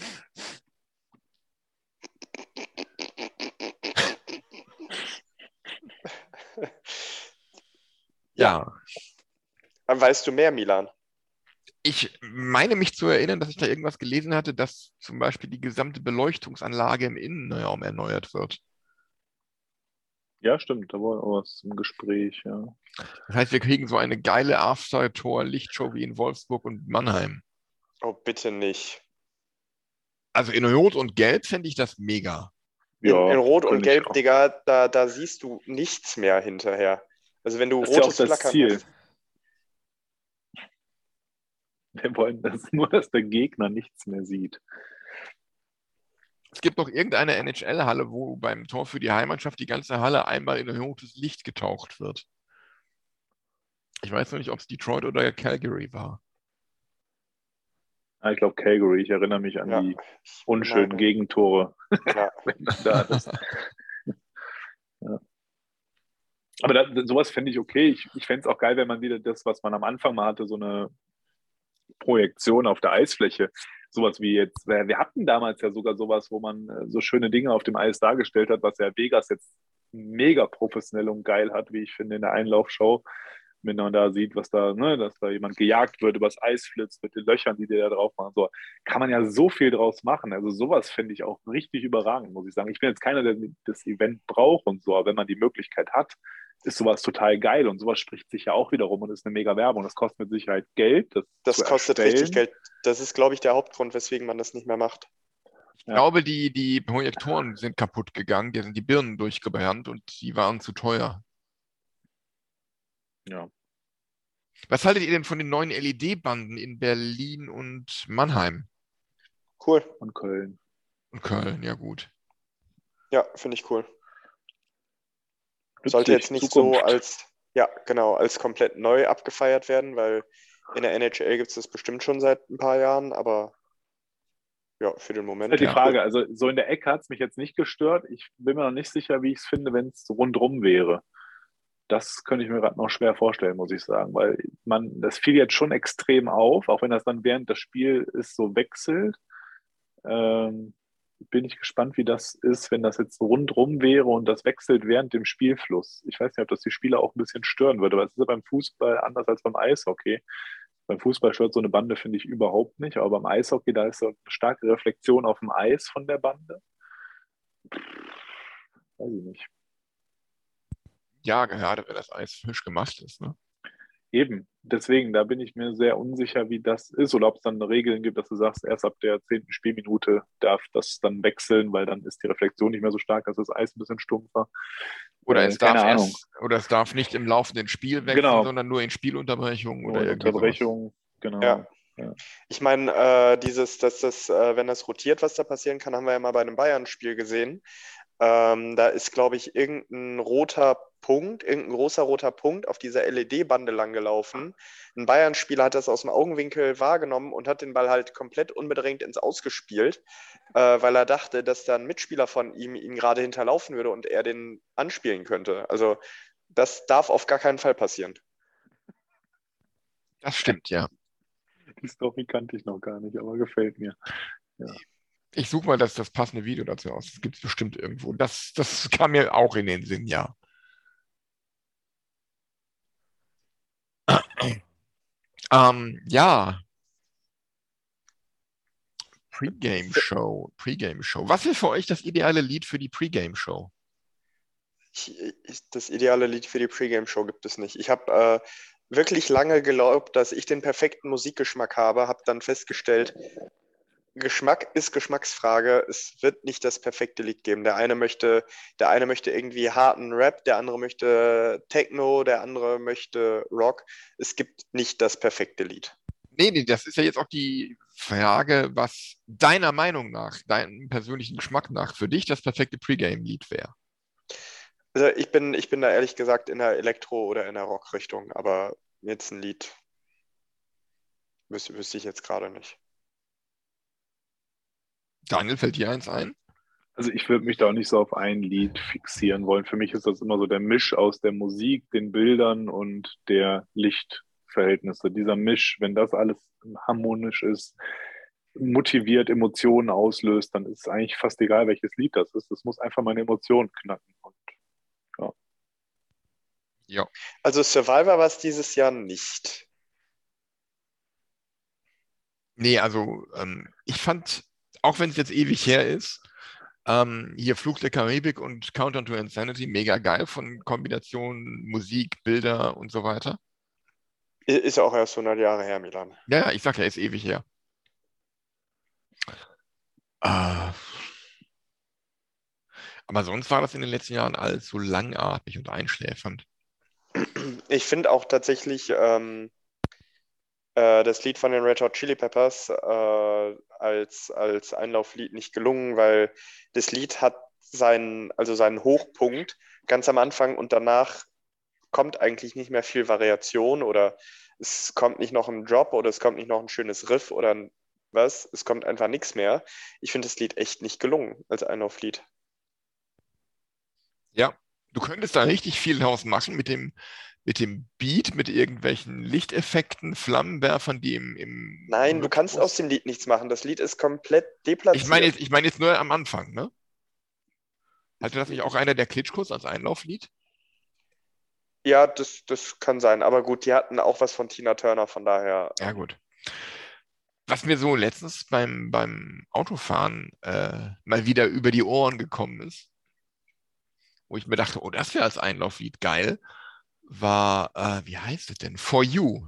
Ja. Dann weißt du mehr, Milan. Ich meine mich zu erinnern, dass ich da irgendwas gelesen hatte, dass zum Beispiel die gesamte Beleuchtungsanlage im Innenraum erneuert wird. Ja, stimmt, da war auch was im Gespräch, ja. Das heißt, wir kriegen so eine geile After-Tor-Lichtshow wie in Wolfsburg und Mannheim. Oh, bitte nicht. Also in Rot und Gelb fände ich das mega. In Ja, Rot und finde ich Gelb, auch. Digga, da siehst du nichts mehr hinterher. Also wenn du Das ist ja auch rotes das Flackern Ziel. hast. Wir wollen das nur, dass der Gegner nichts mehr sieht. Es gibt doch irgendeine NHL-Halle, wo beim Tor für die Heimmannschaft die ganze Halle einmal in rotes Licht getaucht wird. Ich weiß noch nicht, ob es Detroit oder Calgary war. Ich glaube Calgary, ich erinnere mich an Ja, die ich unschönen meine, Gegentore. ja. Wenn man da das, ja. Aber sowas fände ich okay. Ich fände es auch geil, wenn man wieder das, was man am Anfang mal hatte, so eine Projektion auf der Eisfläche, sowas wie jetzt, wir hatten damals ja sogar sowas, wo man so schöne Dinge auf dem Eis dargestellt hat, was ja Vegas jetzt mega professionell und geil hat, wie ich finde, in der Einlaufshow, wenn man da sieht, was da, ne, dass da jemand gejagt wird, übers Eis flitzt mit den Löchern, die da drauf machen, so, kann man ja so viel draus machen. Also sowas finde ich auch richtig überragend, muss ich sagen. Ich bin jetzt keiner, der das Event braucht und so, aber wenn man die Möglichkeit hat, ist sowas total geil und sowas spricht sich ja auch wiederum und ist eine mega Werbung. Das kostet mit Sicherheit Geld. Das kostet richtig Geld. Das ist, glaube ich, der Hauptgrund, weswegen man das nicht mehr macht. Ich glaube, die Projektoren sind kaputt gegangen, die sind die Birnen durchgebrannt und die waren zu teuer. Ja. Was haltet ihr denn von den neuen LED-Banden in Berlin und Mannheim? Cool. Und Köln. Und Köln, ja gut. Ja, finde ich cool. Nützlich, Sollte jetzt nicht Zukunft. so als komplett neu abgefeiert werden, weil in der NHL gibt es das bestimmt schon seit ein paar Jahren, aber ja, für den Moment. Das ist halt die cool. Frage, also so in der Ecke hat es mich jetzt nicht gestört. Ich bin mir noch nicht sicher, wie ich es finde, wenn es rundrum wäre. Das könnte ich mir gerade noch schwer vorstellen, muss ich sagen, weil das fiel jetzt schon extrem auf, auch wenn das dann während des Spiels so wechselt. Bin ich gespannt, wie das ist, wenn das jetzt rundrum wäre und das wechselt während dem Spielfluss. Ich weiß nicht, ob das die Spieler auch ein bisschen stören würde, aber es ist ja beim Fußball anders als beim Eishockey. Beim Fußball stört so eine Bande, finde ich, überhaupt nicht, aber beim Eishockey, da ist so eine starke Reflexion auf dem Eis von der Bande. Weiß ich nicht. Ja, gerade wenn das Eis frisch gemacht ist, ne? Eben, deswegen, da bin ich mir sehr unsicher, wie das ist oder ob es dann Regeln gibt, dass du sagst, erst ab der 10. Spielminute darf das dann wechseln, weil dann ist die Reflexion nicht mehr so stark, dass das Eis ein bisschen stumpfer. Oder es keine darf Ahnung. oder es darf nicht im laufenden Spiel wechseln, Genau. sondern nur in Spielunterbrechungen Nur oder in irgendwie sowas. Unterbrechung, genau. Ja. Ja. Ich meine, wenn das rotiert, was da passieren kann, haben wir ja mal bei einem Bayern-Spiel gesehen. Da ist, glaube ich, irgendein großer roter Punkt auf dieser LED-Bande langgelaufen. Ein Bayern-Spieler hat das aus dem Augenwinkel wahrgenommen und hat den Ball halt komplett unbedrängt ins Ausgespielt, weil er dachte, dass da ein Mitspieler von ihm ihn gerade hinterlaufen würde und er den anspielen könnte. Also das darf auf gar keinen Fall passieren. Das stimmt, ja. Die Story kannte ich noch gar nicht, aber gefällt mir. Ja. Ich suche mal das passende Video dazu aus. Das gibt es bestimmt irgendwo. Das kam mir auch in den Sinn, ja. Ja. Pre-Game-Show. Was ist für euch das ideale Lied für die Pre-Game-Show? Das ideale Lied für die Pre-Game-Show gibt es nicht. Ich habe wirklich lange geglaubt, dass ich den perfekten Musikgeschmack habe, habe dann festgestellt, Geschmack ist Geschmacksfrage. Es wird nicht das perfekte Lied geben. Der eine möchte irgendwie harten Rap, der andere möchte Techno, der andere möchte Rock. Es gibt nicht das perfekte Lied. Nee, das ist ja jetzt auch die Frage, was deiner Meinung nach, deinem persönlichen Geschmack nach, für dich das perfekte Pre-Game-Lied wäre. Also ich bin da ehrlich gesagt in der Elektro- oder in der Rock-Richtung, aber jetzt ein Lied wüsste ich jetzt gerade nicht. Daniel, fällt dir eins ein? Also ich würde mich da auch nicht so auf ein Lied fixieren wollen. Für mich ist das immer so der Misch aus der Musik, den Bildern und der Lichtverhältnisse. Dieser Misch, wenn das alles harmonisch ist, motiviert, Emotionen auslöst, dann ist es eigentlich fast egal, welches Lied das ist. Das muss einfach meine Emotionen knacken. Und ja. Ja. Also Survivor war es dieses Jahr nicht. Nee, also ich fand, auch wenn es jetzt ewig her ist, hier Fluch der Karibik und Countdown to Insanity mega geil von Kombination Musik, Bilder und so weiter. Ist ja auch erst 100 Jahre her, Milan. Ja, ich sag ja, ist ewig her. Aber sonst war das in den letzten Jahren alles so langatmig und einschläfernd. Ich finde auch tatsächlich das Lied von den Red Hot Chili Peppers als Einlauflied nicht gelungen, weil das Lied hat seinen Hochpunkt ganz am Anfang und danach kommt eigentlich nicht mehr viel Variation oder es kommt nicht noch ein Drop oder es kommt nicht noch ein schönes Riff oder was, es kommt einfach nichts mehr. Ich finde das Lied echt nicht gelungen als Einlauflied. Ja, du könntest da richtig viel draus machen mit dem Beat, mit irgendwelchen Lichteffekten, Flammenwerfern, die im Nein, du kannst aus dem Lied nichts machen. Das Lied ist komplett deplatziert. Ich meine jetzt nur am Anfang, ne? Hatte das nicht auch einer der Klitschkos als Einlauflied? Ja, das kann sein. Aber gut, die hatten auch was von Tina Turner, von daher. Ja, gut. Was mir so letztens beim Autofahren mal wieder über die Ohren gekommen ist, wo ich mir dachte, oh, das wäre als Einlauflied geil, war, wie heißt es denn? For You.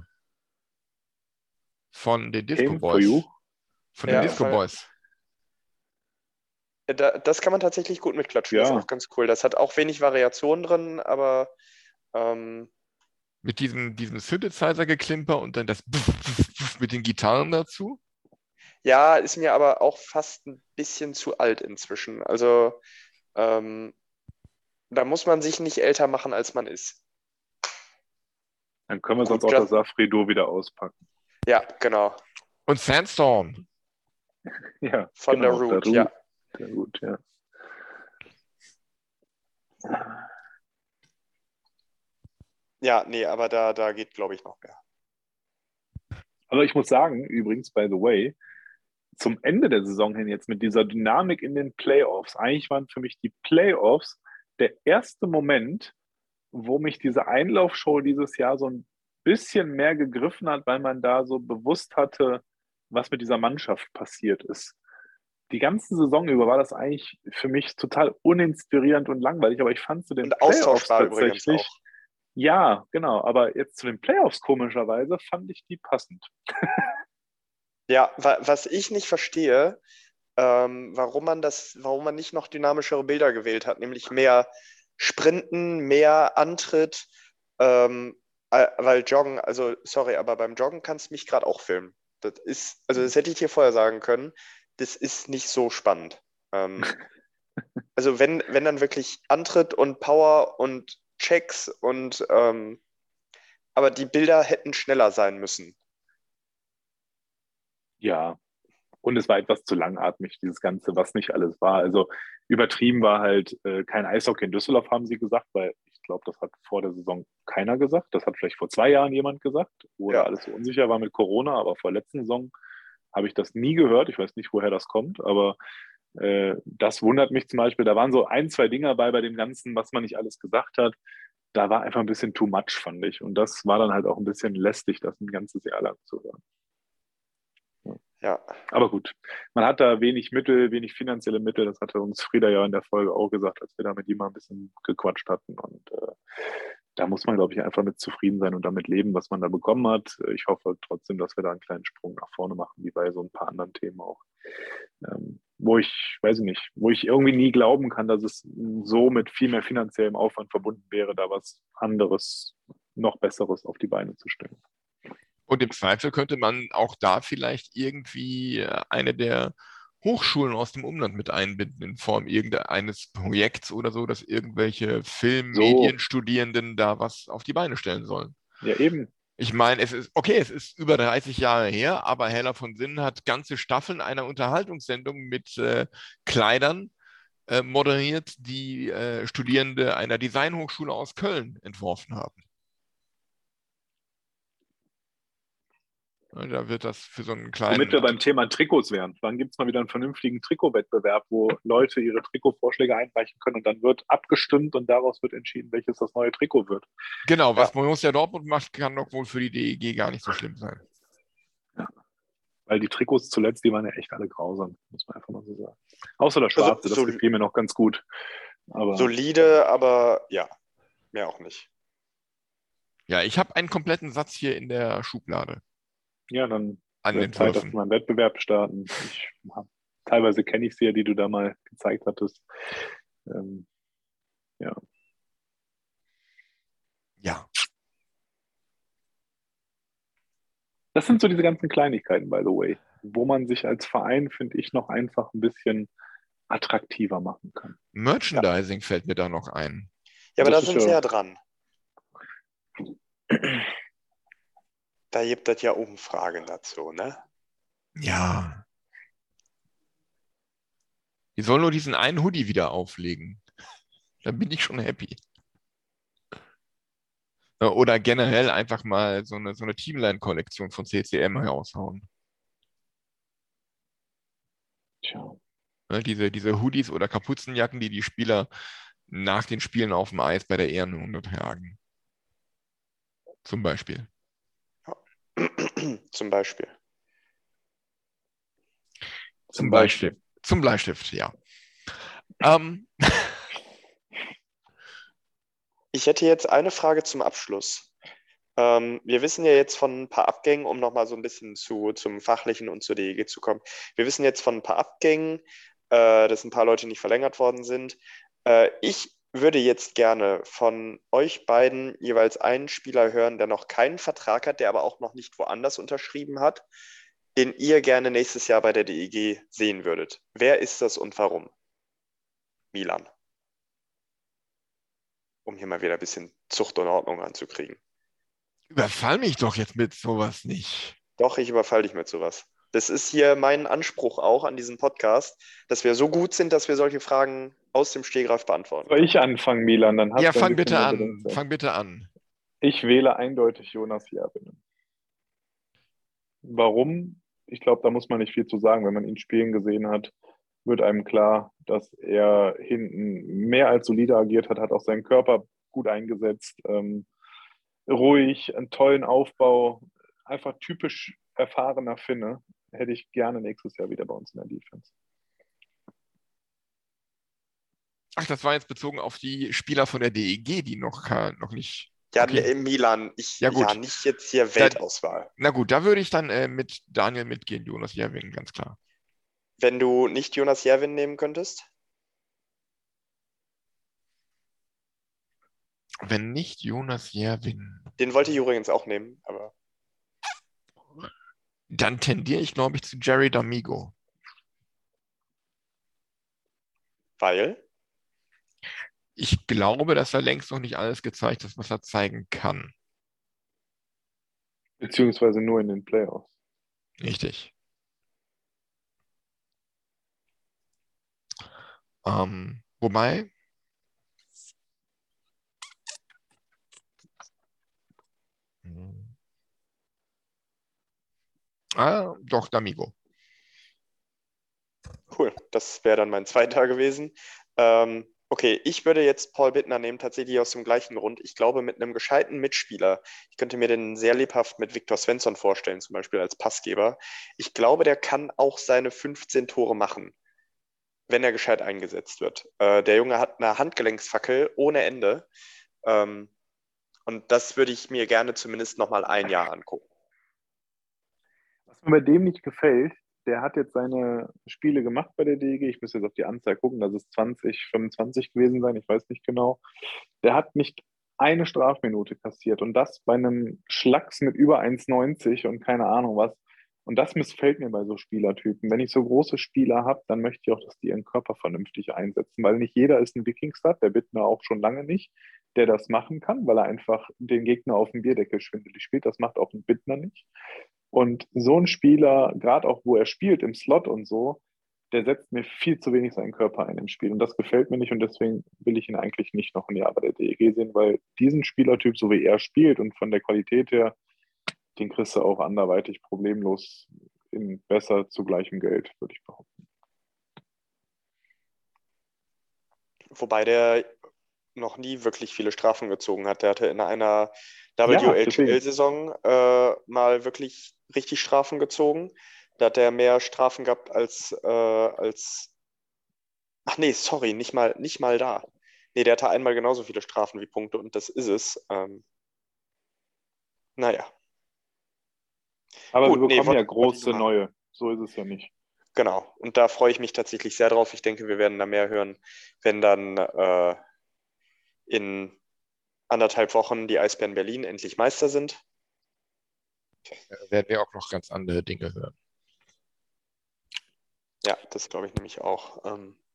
Von den Disco Came for Boys. You. Von den Ja, Disco Boys. Das kann man tatsächlich gut mitklatschen. Das Ja. ist auch ganz cool. Das hat auch wenig Variation drin, aber Mit diesem Synthesizer-Geklimper und dann das mit den Gitarren dazu. ja, ist mir aber auch fast ein bisschen zu alt inzwischen. Also da muss man sich nicht älter machen, als man ist. Dann können wir sonst Gut, auch das Safrido wieder auspacken. Ja, genau. Und Sandstorm. Ja, Von genau, der Root, ja. Der Root, ja. Ja, nee, aber da geht, glaube ich, noch mehr. Aber ich muss sagen, übrigens, by the way, zum Ende der Saison hin jetzt mit dieser Dynamik in den Playoffs, eigentlich waren für mich die Playoffs der erste Moment, wo mich diese Einlaufshow dieses Jahr so ein bisschen mehr gegriffen hat, weil man da so bewusst hatte, was mit dieser Mannschaft passiert ist. Die ganze Saison über war das eigentlich für mich total uninspirierend und langweilig, aber ich fand zu den Und Playoffs austauschbar übrigens tatsächlich, auch. ja, genau, aber jetzt zu den Playoffs komischerweise fand ich die passend. Ja, was ich nicht verstehe, warum man nicht noch dynamischere Bilder gewählt hat, nämlich mehr Sprinten, mehr Antritt, weil Joggen, also sorry, aber beim Joggen kannst du mich gerade auch filmen. Das hätte ich dir vorher sagen können, das ist nicht so spannend. Also wenn dann wirklich Antritt und Power und Checks und aber die Bilder hätten schneller sein müssen. Ja, und es war etwas zu langatmig, dieses Ganze, was nicht alles war. Also übertrieben war halt kein Eishockey in Düsseldorf, haben sie gesagt, weil ich glaube, das hat vor der Saison keiner gesagt. Das hat vielleicht vor 2 Jahren jemand gesagt, wo Ja. alles so unsicher war mit Corona, aber vor der letzten Saison habe ich das nie gehört. Ich weiß nicht, woher das kommt, aber das wundert mich zum Beispiel. Da waren so 1, 2 Dinge bei dem Ganzen, was man nicht alles gesagt hat. Da war einfach ein bisschen too much, fand ich. Und das war dann halt auch ein bisschen lästig, das ein ganzes Jahr lang zu hören. Ja. Aber gut, man hat da wenig Mittel, wenig finanzielle Mittel. Das hatte uns Frieda ja in der Folge auch gesagt, als wir da mit ihm mal ein bisschen gequatscht hatten. Und da muss man, glaube ich, einfach mit zufrieden sein und damit leben, was man da bekommen hat. Ich hoffe trotzdem, dass wir da einen kleinen Sprung nach vorne machen, wie bei so ein paar anderen Themen auch. Wo ich, weiß ich nicht, wo ich irgendwie nie glauben kann, dass es so mit viel mehr finanziellem Aufwand verbunden wäre, da was anderes, noch Besseres auf die Beine zu stellen. Und im Zweifel könnte man auch da vielleicht irgendwie eine der Hochschulen aus dem Umland mit einbinden in Form irgendeines Projekts oder so, dass irgendwelche Medienstudierenden da was auf die Beine stellen sollen. Ja, eben. Ich meine, es ist über 30 Jahre her, aber Hella von Sinnen hat ganze Staffeln einer Unterhaltungssendung mit Kleidern moderiert, die Studierende einer Designhochschule aus Köln entworfen haben. Da wird das für so einen Womit kleinen. wir beim Thema Trikots wären. Wann gibt es mal wieder einen vernünftigen Trikotwettbewerb, wo Leute ihre Trikotvorschläge einreichen können und dann wird abgestimmt und daraus wird entschieden, welches das neue Trikot wird. Genau, was Borussia Dortmund macht, kann doch wohl für die DEG gar nicht so schlimm sein. Ja. Weil die Trikots zuletzt, die waren ja echt alle grausam, muss man einfach mal so sagen. Außer das Schwarze, das gefiel mir noch ganz gut. Aber solide, aber ja, mehr auch nicht. Ja, ich habe einen kompletten Satz hier in der Schublade. ja, dann An wird Zeit, dass Entwürfen. wir mal einen Wettbewerb starten. Teilweise kenne ich sie ja, die du da mal gezeigt hattest. Ja. Ja. Das sind so diese ganzen Kleinigkeiten, by the way, wo man sich als Verein, finde ich, noch einfach ein bisschen attraktiver machen kann. Merchandising fällt mir da noch ein. Ja, aber Das da ist sind sie ja- ja dran. Da gibt es ja Umfragen dazu, ne? Ja. Die sollen nur diesen einen Hoodie wieder auflegen. Dann bin ich schon happy. Oder generell einfach mal so eine Teamline-Kollektion von CCM heraushauen. Tja. Ne, diese Hoodies oder Kapuzenjacken, die die Spieler nach den Spielen auf dem Eis bei der Ehrenrunde tragen. Zum Beispiel. Zum Beispiel. Zum Bleistift. Zum Bleistift, ja. Ich hätte jetzt eine Frage zum Abschluss. Wir wissen ja jetzt von ein paar Abgängen, um nochmal so ein bisschen zum Fachlichen und zur DEG zu kommen. Wir wissen jetzt von ein paar Abgängen, dass ein paar Leute nicht verlängert worden sind. Ich würde jetzt gerne von euch beiden jeweils einen Spieler hören, der noch keinen Vertrag hat, der aber auch noch nicht woanders unterschrieben hat, den ihr gerne nächstes Jahr bei der DEG sehen würdet. Wer ist das und warum? Milan. Um hier mal wieder ein bisschen Zucht und Ordnung anzukriegen. Überfall mich doch jetzt mit sowas nicht. Doch, ich überfall dich mit sowas. Das ist hier mein Anspruch auch an diesem Podcast, dass wir so gut sind, dass wir solche Fragen aus dem Stegreif beantworten. Soll ich anfangen, Milan? Dann hast Ja, du ein fang bisschen bitte mehr an. Bedenkzeit. Fang bitte an. Ich wähle eindeutig Jonas Järvinen. Warum? Ich glaube, da muss man nicht viel zu sagen. Wenn man ihn spielen gesehen hat, wird einem klar, dass er hinten mehr als solide agiert hat, hat auch seinen Körper gut eingesetzt, ruhig, einen tollen Aufbau, einfach typisch erfahrener Finne. Hätte ich gerne nächstes Jahr wieder bei uns in der Defense. Ach, das war jetzt bezogen auf die Spieler von der DEG, die noch nicht. Ja, Okay. Milan, Ja, gut. nicht jetzt hier Weltauswahl. Na gut, da würde ich dann mit Daniel mitgehen, Jonas Järvinen, ganz klar. Wenn du nicht Jonas Järvinen nehmen könntest? Wenn nicht Jonas Järvinen, Den wollte ich übrigens auch nehmen, aber dann tendiere ich, glaube ich, zu Jerry D'Amigo. weil? Ich glaube, dass er längst noch nicht alles gezeigt hat, was er zeigen kann. Beziehungsweise nur in den Playoffs. Richtig. Wobei, doch, D'Amigo. Cool, das wäre dann mein zweiter gewesen. Okay, ich würde jetzt Paul Bittner nehmen, tatsächlich aus dem gleichen Grund. Ich glaube, mit einem gescheiten Mitspieler, ich könnte mir den sehr lebhaft mit Viktor Svensson vorstellen, zum Beispiel als Passgeber. Ich glaube, der kann auch seine 15 Tore machen, wenn er gescheit eingesetzt wird. Der Junge hat eine Handgelenksfackel ohne Ende. Und das würde ich mir gerne zumindest nochmal ein Jahr angucken. Was mir bei dem nicht gefällt, der hat jetzt seine Spiele gemacht bei der DEG. Ich muss jetzt auf die Anzahl gucken, das ist 20, 25 gewesen sein, ich weiß nicht genau. Der hat nicht eine Strafminute kassiert und das bei einem Schlacks mit über 1,90 und keine Ahnung was. Und das missfällt mir bei so Spielertypen. Wenn ich so große Spieler habe, dann möchte ich auch, dass die ihren Körper vernünftig einsetzen, weil nicht jeder ist ein Wikingstar, der Bittner auch schon lange nicht, der das machen kann, weil er einfach den Gegner auf dem Bierdeckel schwindelig spielt. Das macht auch ein Bittner nicht. Und so ein Spieler, gerade auch wo er spielt, im Slot und so, der setzt mir viel zu wenig seinen Körper ein im Spiel. Und das gefällt mir nicht und deswegen will ich ihn eigentlich nicht noch ein Jahr bei der DEG sehen, weil diesen Spielertyp, so wie er spielt und von der Qualität her, den kriegst du auch anderweitig problemlos in besser zu gleichem Geld, würde ich behaupten. Wobei der noch nie wirklich viele Strafen gezogen hat. Der hatte in einer deswegen. WHL-Saison mal wirklich richtig Strafen gezogen. Da hat er mehr Strafen gehabt als. Ach nee, sorry, nicht mal da. Nee, der hatte einmal genauso viele Strafen wie Punkte und das ist es. Naja. Aber Gut, wir nee, bekommen ja wollte ich große nur haben. neue. So ist es ja nicht. Genau. Und da freue ich mich tatsächlich sehr drauf. Ich denke, wir werden da mehr hören, wenn dann in 1,5 Wochen die Eisbären Berlin endlich Meister sind. Da werden wir auch noch ganz andere Dinge hören. Ja, das glaube ich nämlich auch.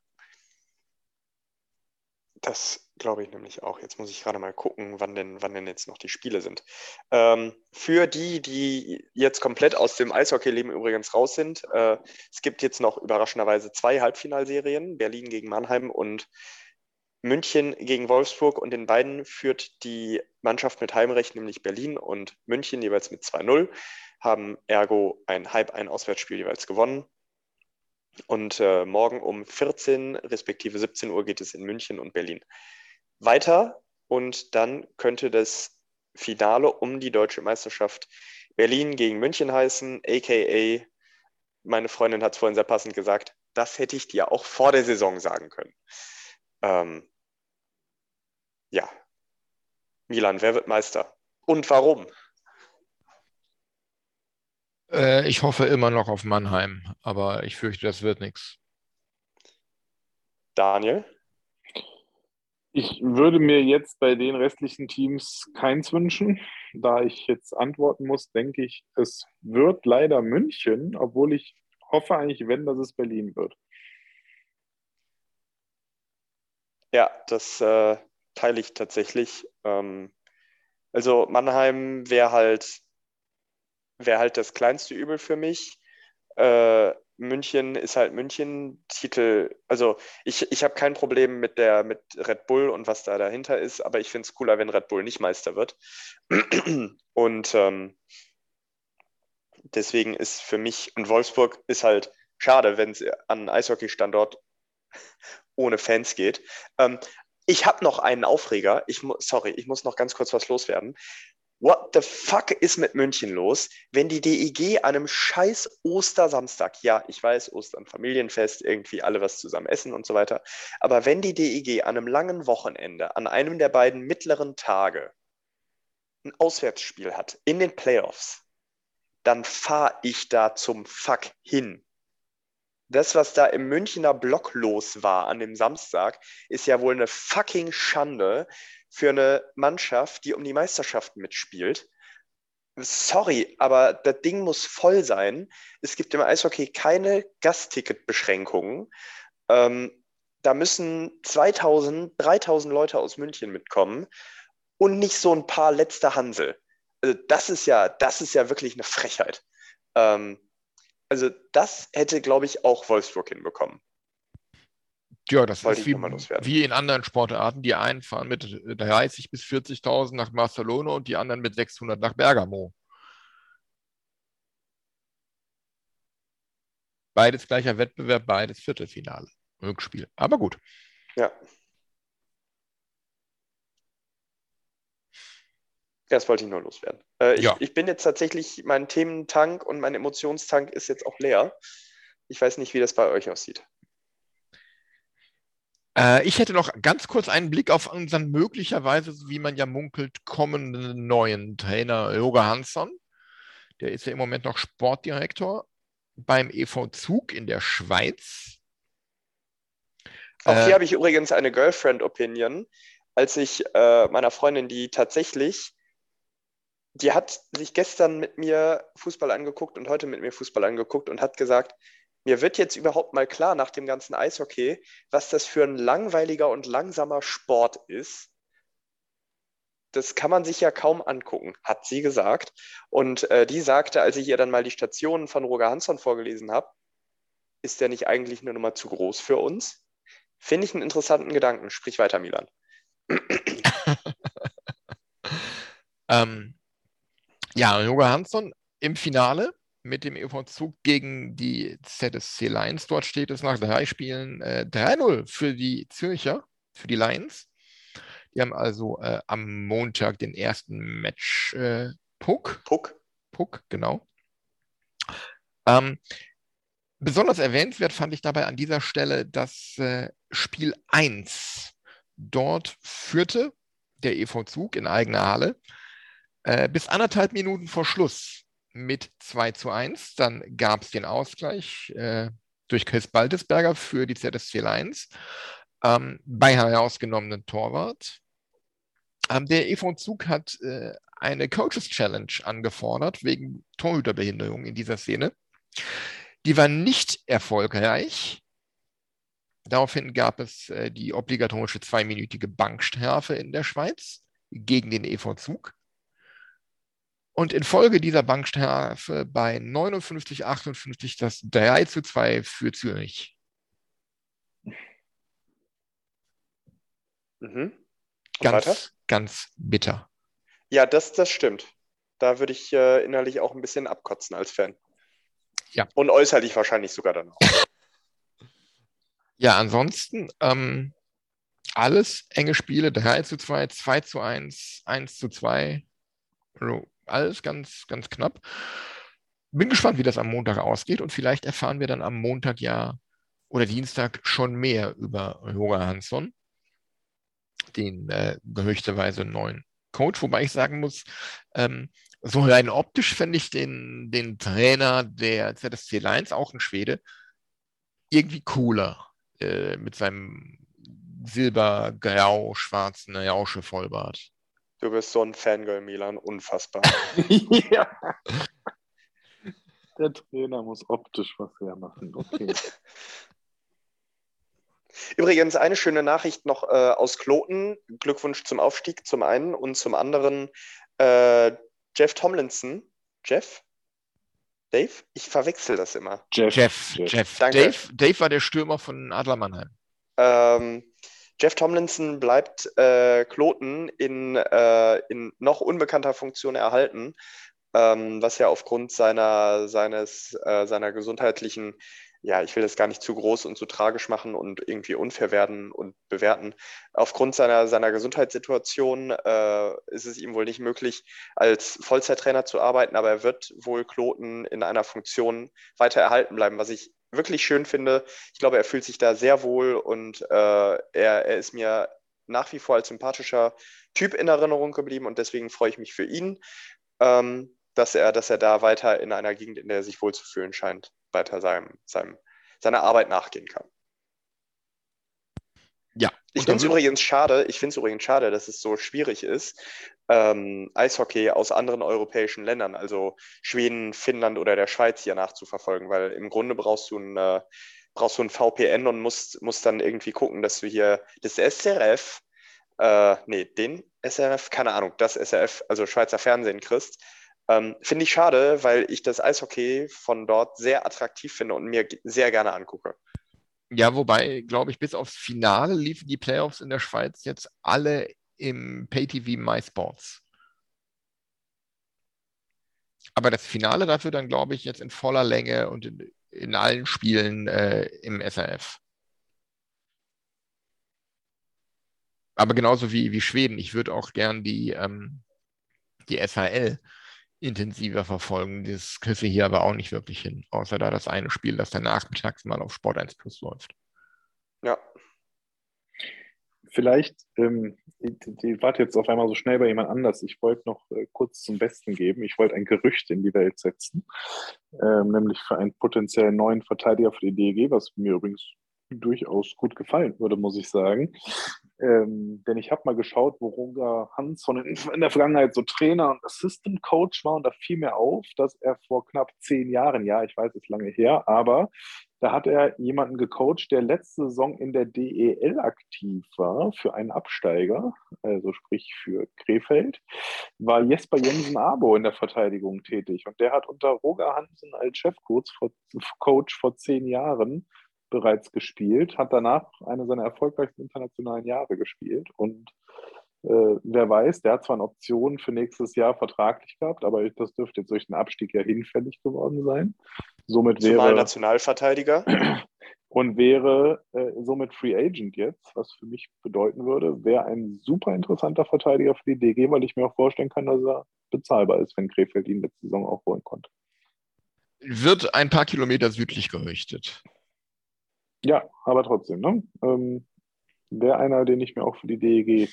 Jetzt muss ich gerade mal gucken, wann denn jetzt noch die Spiele sind. Für die jetzt komplett aus dem Eishockeyleben übrigens raus sind, es gibt jetzt noch überraschenderweise 2 Halbfinalserien, Berlin gegen Mannheim und München gegen Wolfsburg, und in beiden führt die Mannschaft mit Heimrecht, nämlich Berlin und München jeweils mit 2-0, haben ergo ein Auswärtsspiel jeweils gewonnen. Und morgen um 14 respektive 17 Uhr geht es in München und Berlin weiter. Und dann könnte das Finale um die deutsche Meisterschaft Berlin gegen München heißen, a.k.a. meine Freundin hat es vorhin sehr passend gesagt, das hätte ich dir auch vor der Saison sagen können. Ja. Milan, wer wird Meister? Und warum? Ich hoffe immer noch auf Mannheim, aber ich fürchte, das wird nichts. Daniel? Ich würde mir jetzt bei den restlichen Teams keins wünschen. Da ich jetzt antworten muss, denke ich, es wird leider München, obwohl ich hoffe eigentlich, wenn, dass es Berlin wird. Ja, das teile ich tatsächlich. Also Mannheim wäre halt das kleinste Übel für mich. München ist halt München-Titel. Also ich habe kein Problem mit Red Bull und was da dahinter ist, aber ich finde es cooler, wenn Red Bull nicht Meister wird. Und deswegen ist für mich, und Wolfsburg ist halt schade, wenn es an einen Eishockey-Standort ohne Fans geht. Ich habe noch einen Aufreger. Ich muss noch ganz kurz was loswerden. What the fuck ist mit München los, wenn die DEG an einem scheiß Ostersamstag, ja, ich weiß, Ostern, Familienfest, irgendwie alle was zusammen essen und so weiter, aber wenn die DEG an einem langen Wochenende, an einem der beiden mittleren Tage ein Auswärtsspiel hat in den Playoffs, dann fahre ich da zum Fuck hin. Das, was da im Münchner Block los war an dem Samstag, ist ja wohl eine fucking Schande für eine Mannschaft, die um die Meisterschaften mitspielt. Sorry, aber das Ding muss voll sein. Es gibt im Eishockey keine Gastticketbeschränkungen. Da müssen 2000, 3000 Leute aus München mitkommen und nicht so ein paar letzte Hansel. Also das ist ja wirklich eine Frechheit. Also das hätte, glaube ich, auch Wolfsburg hinbekommen. Ja, das Wollte ist ich nochmal loswerden. wie in anderen Sportarten. Die einen fahren mit 30.000 bis 40.000 nach Barcelona und die anderen mit 600 nach Bergamo. Beides gleicher Wettbewerb, beides Viertelfinale. Rückspiel. Aber gut. Ja. Das wollte ich nur loswerden. Ja. Ich bin jetzt tatsächlich, mein Thementank und mein Emotionstank ist jetzt auch leer. Ich weiß nicht, wie das bei euch aussieht. Ich hätte noch ganz kurz einen Blick auf unseren möglicherweise, wie man ja munkelt, kommenden neuen Trainer Roger Hansson. Der ist ja im Moment noch Sportdirektor beim EV Zug in der Schweiz. Auch hier habe ich übrigens eine Girlfriend-Opinion, als ich meiner Freundin, die hat sich gestern mit mir Fußball angeguckt und heute mit mir Fußball angeguckt und hat gesagt, mir wird jetzt überhaupt mal klar nach dem ganzen Eishockey, was das für ein langweiliger und langsamer Sport ist. Das kann man sich ja kaum angucken, hat sie gesagt. Und die sagte, als ich ihr dann mal die Stationen von Roger Hansson vorgelesen habe, ist der nicht eigentlich eine Nummer zu groß für uns? Finde ich einen interessanten Gedanken. Sprich weiter, Milan. Ja, Yoga Hansson im Finale mit dem EV-Zug gegen die ZSC Lions. Dort steht es nach 3 Spielen 3-0 für die Zürcher, für die Lions. Die haben also am Montag den ersten Match Puck, genau. Besonders erwähnenswert fand ich dabei an dieser Stelle das Spiel 1. Dort führte der EV-Zug in eigener Halle bis 1,5 Minuten vor Schluss mit 2-1. Dann gab es den Ausgleich durch Chris Baltesberger für die ZSC Lions bei herausgenommenen Torwart. Der EV-Zug hat eine Coaches Challenge angefordert wegen Torhüterbehinderung in dieser Szene. Die war nicht erfolgreich. Daraufhin gab es die obligatorische 2-minütige Bankstrafe in der Schweiz gegen den EV-Zug. Und infolge dieser Bankstrafe bei 59:58 das 3-2 für Zürich. Ganz bitter. Ja, das stimmt. Da würde ich innerlich auch ein bisschen abkotzen als Fan. Ja. Und äußerlich wahrscheinlich sogar dann auch. Ja, ansonsten alles enge Spiele, 3-2, 2-1, 1-2. Also alles ganz, ganz knapp. Bin gespannt, wie das am Montag ausgeht und vielleicht erfahren wir dann am Montag oder Dienstag schon mehr über Yoga Hansson, den gerüchteweise neuen Coach, wobei ich sagen muss, so rein optisch fände ich den Trainer der ZSC Lions, auch ein Schwede, irgendwie cooler mit seinem silbergrau-schwarzen Rausche-Vollbart. Du bist so ein Fangirl, Milan, unfassbar. Ja. Der Trainer muss optisch was hermachen. Okay. Übrigens eine schöne Nachricht noch aus Kloten. Glückwunsch zum Aufstieg zum einen und zum anderen Jeff Tomlinson. Jeff? Dave? Ich verwechsel das immer. Jeff. Danke. Dave war der Stürmer von Adler Mannheim. Jeff Tomlinson bleibt Kloten in noch unbekannter Funktion erhalten, was ja aufgrund seiner gesundheitlichen, ja, ich will das gar nicht zu groß und zu tragisch machen und irgendwie unfair werden und bewerten. Aufgrund seiner Gesundheitssituation ist es ihm wohl nicht möglich, als Vollzeittrainer zu arbeiten, aber er wird wohl Kloten in einer Funktion weiter erhalten bleiben, was ich wirklich schön finde. Ich glaube, er fühlt sich da sehr wohl und er ist mir nach wie vor als sympathischer Typ in Erinnerung geblieben und deswegen freue ich mich für ihn, dass er da weiter in einer Gegend, in der er sich wohlzufühlen scheint, weiter seiner Arbeit nachgehen kann. Ja. Ich finde es übrigens schade, dass es so schwierig ist, Eishockey aus anderen europäischen Ländern, also Schweden, Finnland oder der Schweiz hier nachzuverfolgen, weil im Grunde brauchst du ein VPN und musst dann irgendwie gucken, dass du hier das SRF, den SRF, keine Ahnung, das SRF, also Schweizer Fernsehen kriegst. Finde ich schade, weil ich das Eishockey von dort sehr attraktiv finde und mir sehr gerne angucke. Ja, wobei, glaube ich, bis aufs Finale liefen die Playoffs in der Schweiz jetzt alle im Pay-TV MySports. Aber das Finale dafür dann, glaube ich, jetzt in voller Länge und in allen Spielen im SRF. Aber genauso wie Schweden. Ich würde auch gern die SHL intensiver verfolgen. Das kriege ich hier aber auch nicht wirklich hin, außer da das eine Spiel, das dann nachmittags mal auf Sport 1 Plus läuft. Ja. Vielleicht, ich warte jetzt auf einmal so schnell bei jemand anders. Ich wollte noch kurz zum Besten geben. Ich wollte ein Gerücht in die Welt setzen, nämlich für einen potenziellen neuen Verteidiger für die DEG, was mir übrigens durchaus gut gefallen würde, muss ich sagen. Denn ich habe mal geschaut, wo Roger Hansson in der Vergangenheit so Trainer und Assistant Coach war und da fiel mir auf, dass er vor knapp 10 Jahren, ja, ich weiß, ist lange her, aber da hat er jemanden gecoacht, der letzte Saison in der DEL aktiv war für einen Absteiger, also sprich für Krefeld, war Jesper Jensen-Abo in der Verteidigung tätig und der hat unter Roger Hansson als Chefcoach vor 10 Jahren bereits gespielt, hat danach eine seiner erfolgreichsten internationalen Jahre gespielt und Wer weiß, der hat zwar eine Option für nächstes Jahr vertraglich gehabt, aber das dürfte jetzt durch den Abstieg ja hinfällig geworden sein. Somit Zumal wäre Nationalverteidiger. und wäre somit Free Agent jetzt, was für mich bedeuten würde, wäre ein super interessanter Verteidiger für die DG, weil ich mir auch vorstellen kann, dass er bezahlbar ist, wenn Krefeld ihn letzte Saison aufholen konnte. Wird ein paar Kilometer südlich gerichtet. Ja, aber trotzdem, ne? Wäre einer, den ich mir auch für die DEG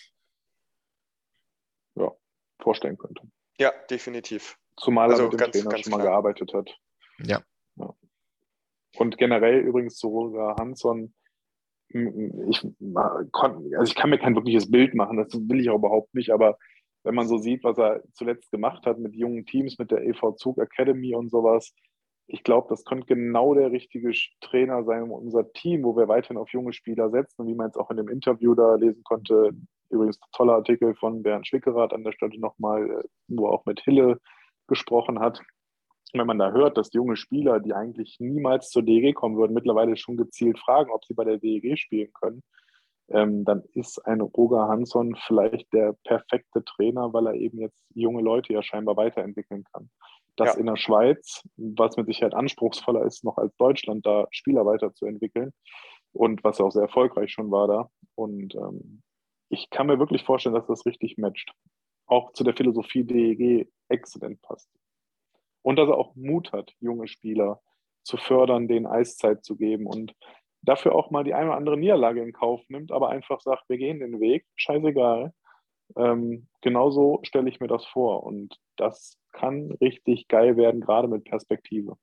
vorstellen könnte. Ja, definitiv. Zumal Also er mit dem ganz, Trainer ganz schon mal klar. gearbeitet hat. Ja. Und generell übrigens zu Roger Hansson, ich kann mir kein wirkliches Bild machen, das will ich auch überhaupt nicht, aber wenn man so sieht, was er zuletzt gemacht hat mit jungen Teams, mit der EV Zug Academy und sowas, ich glaube, das könnte genau der richtige Trainer sein, um unser Team, wo wir weiterhin auf junge Spieler setzen. Und wie man jetzt auch in dem Interview da lesen konnte, übrigens ein toller Artikel von Bernd Schwickerath an der Stelle nochmal, wo er auch mit Hille gesprochen hat. Wenn man da hört, dass junge Spieler, die eigentlich niemals zur DEG kommen würden, mittlerweile schon gezielt fragen, ob sie bei der DEG spielen können, dann ist ein Roger Hansson vielleicht der perfekte Trainer, weil er eben jetzt junge Leute ja scheinbar weiterentwickeln kann. Das in der Schweiz, was mit Sicherheit anspruchsvoller ist, noch als Deutschland, da Spieler weiterzuentwickeln und was auch sehr erfolgreich schon war da. Und ich kann mir wirklich vorstellen, dass das richtig matcht. Auch zu der Philosophie DEG exzellent passt. Und dass er auch Mut hat, junge Spieler zu fördern, denen Eiszeit zu geben und dafür auch mal die eine oder andere Niederlage in Kauf nimmt, aber einfach sagt, wir gehen den Weg, scheißegal. Genauso stelle ich mir das vor und das kann richtig geil werden, gerade mit Perspektive.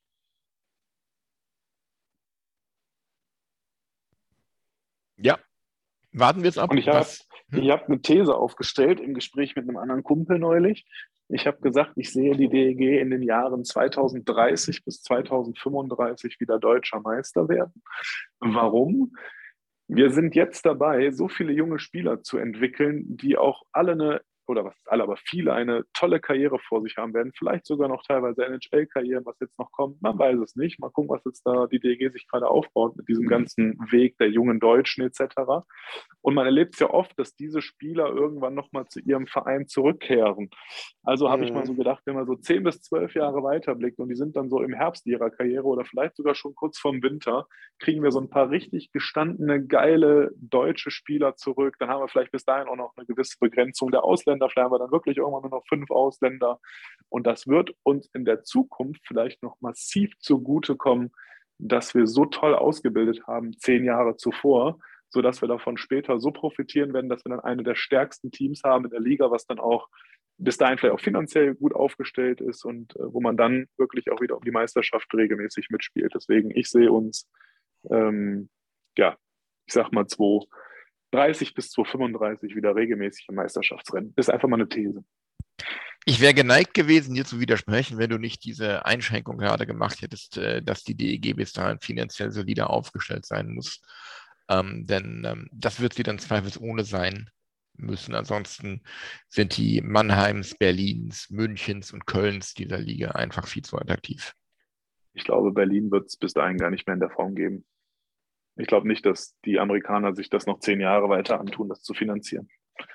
Ja, warten wir jetzt ab. Und ich habe eine These aufgestellt im Gespräch mit einem anderen Kumpel neulich. Ich habe gesagt, ich sehe die DEG in den Jahren 2030 bis 2035 wieder deutscher Meister werden. Warum? Wir sind jetzt dabei, so viele junge Spieler zu entwickeln, die auch alle aber viele eine tolle Karriere vor sich haben werden. Vielleicht sogar noch teilweise NHL-Karrieren, was jetzt noch kommt. Man weiß es nicht. Mal gucken, was jetzt da die DEG sich gerade aufbaut mit diesem ganzen Weg der jungen Deutschen etc. Und man erlebt es ja oft, dass diese Spieler irgendwann nochmal zu ihrem Verein zurückkehren. Also habe ich mal so gedacht, wenn man so 10 bis 12 Jahre weiterblickt und die sind dann so im Herbst ihrer Karriere oder vielleicht sogar schon kurz vorm Winter, kriegen wir so ein paar richtig gestandene, geile deutsche Spieler zurück. Dann haben wir vielleicht bis dahin auch noch eine gewisse Begrenzung der Ausländer. Vielleicht haben wir dann wirklich irgendwann nur noch 5 Ausländer. Und das wird uns in der Zukunft vielleicht noch massiv zugutekommen, dass wir so toll ausgebildet haben, 10 Jahre zuvor, sodass wir davon später so profitieren werden, dass wir dann eine der stärksten Teams haben in der Liga, was dann auch bis dahin vielleicht auch finanziell gut aufgestellt ist und wo man dann wirklich auch wieder um die Meisterschaft regelmäßig mitspielt. Deswegen, ich sehe uns, ich sag mal 2030 bis 2035 wieder regelmäßig im Meisterschaftsrennen. Ist einfach mal eine These. Ich wäre geneigt gewesen, dir zu widersprechen, wenn du nicht diese Einschränkung gerade gemacht hättest, dass die DEG bis dahin finanziell solider aufgestellt sein muss. Denn das wird sie dann zweifelsohne sein müssen. Ansonsten sind die Mannheims, Berlins, Münchens und Kölns dieser Liga einfach viel zu attraktiv. Ich glaube, Berlin wird es bis dahin gar nicht mehr in der Form geben. Ich glaube nicht, dass die Amerikaner sich das noch 10 Jahre weiter antun, das zu finanzieren.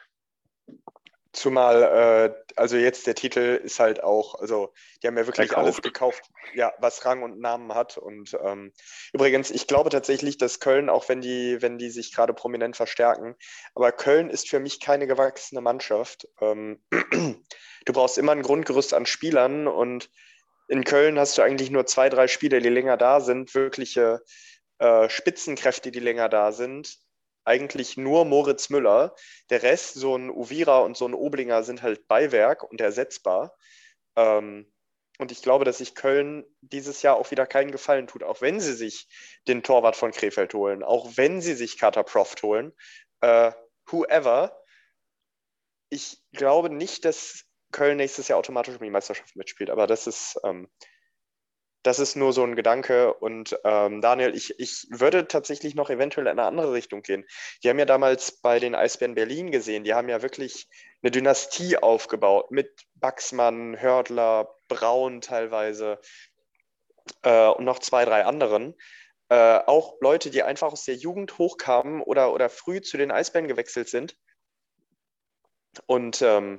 Zumal, also jetzt der Titel ist halt auch, also die haben ja wirklich Verkauft. alles gekauft, ja, was Rang und Namen hat. Und übrigens, ich glaube tatsächlich, dass Köln, auch wenn die sich gerade prominent verstärken, aber Köln ist für mich keine gewachsene Mannschaft. Du brauchst immer ein Grundgerüst an Spielern und in Köln hast du eigentlich nur 2, 3 Spieler, die länger da sind, wirkliche Spitzenkräfte, die länger da sind. Eigentlich nur Moritz Müller. Der Rest, so ein Uvira und so ein Oblinger, sind halt Beiwerk und ersetzbar. Und ich glaube, dass sich Köln dieses Jahr auch wieder keinen Gefallen tut, auch wenn sie sich den Torwart von Krefeld holen, auch wenn sie sich Carter Proft holen. Whoever. Ich glaube nicht, dass Köln nächstes Jahr automatisch um die Meisterschaft mitspielt, aber das ist nur so ein Gedanke. Und Daniel, ich würde tatsächlich noch eventuell in eine andere Richtung gehen. Die haben ja damals bei den Eisbären Berlin gesehen, die haben ja wirklich eine Dynastie aufgebaut mit Baxmann, Hördler, Braun teilweise und noch 2, 3 anderen. Auch Leute, die einfach aus der Jugend hochkamen oder früh zu den Eisbären gewechselt sind Und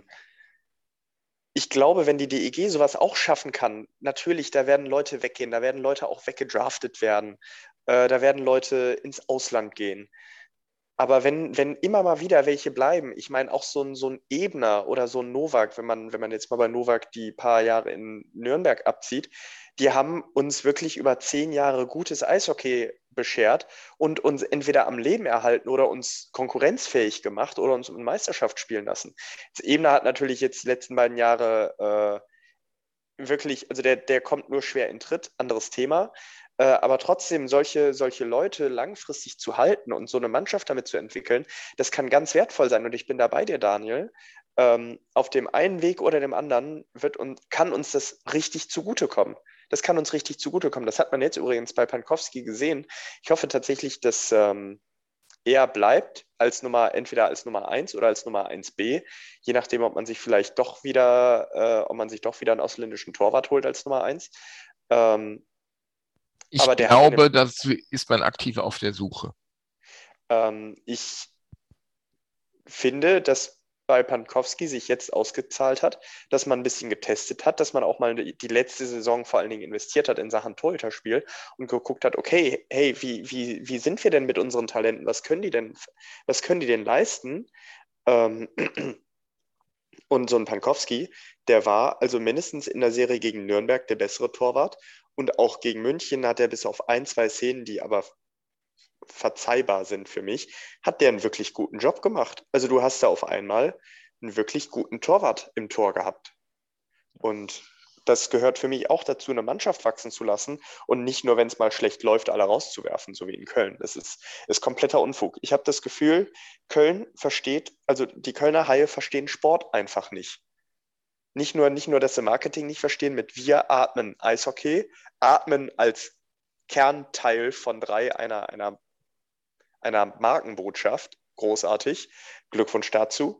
ich glaube, wenn die DEG sowas auch schaffen kann, natürlich, da werden Leute weggehen, da werden Leute auch weggedraftet werden, da werden Leute ins Ausland gehen. Aber wenn immer mal wieder welche bleiben, ich meine auch so ein Ebner oder so ein Novak, wenn man jetzt mal bei Novak die paar Jahre in Nürnberg abzieht, die haben uns wirklich über 10 Jahre gutes Eishockey beschert und uns entweder am Leben erhalten oder uns konkurrenzfähig gemacht oder uns um eine Meisterschaft spielen lassen. Das Ebner hat natürlich jetzt die letzten beiden Jahre wirklich, also der kommt nur schwer in Tritt, anderes Thema. Aber trotzdem, solche Leute langfristig zu halten und so eine Mannschaft damit zu entwickeln, das kann ganz wertvoll sein. Und ich bin da bei dir, Daniel. Auf dem einen Weg oder dem anderen kann uns das richtig zugutekommen. Das kann uns richtig zugutekommen. Das hat man jetzt übrigens bei Pankowski gesehen. Ich hoffe tatsächlich, dass er bleibt entweder als Nummer 1 oder als Nummer 1b, je nachdem, ob man sich doch wieder einen ausländischen Torwart holt als Nummer 1. Ich Aber der glaube, das ist man aktiv auf der Suche. Ich finde, dass bei Pankowski sich jetzt ausgezahlt hat, dass man ein bisschen getestet hat, dass man auch mal die letzte Saison vor allen Dingen investiert hat in Sachen Torhüterspiel und geguckt hat, okay, hey, wie sind wir denn mit unseren Talenten? Was können die denn leisten? Und so ein Pankowski, der war also mindestens in der Serie gegen Nürnberg der bessere Torwart und auch gegen München hat er bis auf 1, 2 Szenen, die aber verzeihbar sind für mich, hat der einen wirklich guten Job gemacht. Also du hast da auf einmal einen wirklich guten Torwart im Tor gehabt. Und das gehört für mich auch dazu, eine Mannschaft wachsen zu lassen und nicht nur, wenn es mal schlecht läuft, alle rauszuwerfen, so wie in Köln. Das ist kompletter Unfug. Ich habe das Gefühl, die Kölner Haie verstehen Sport einfach nicht. Nicht nur, dass sie Marketing nicht verstehen, mit wir atmen Eishockey, atmen als Kernteil von 3 einer Markenbotschaft. Großartig. Glückwunsch dazu.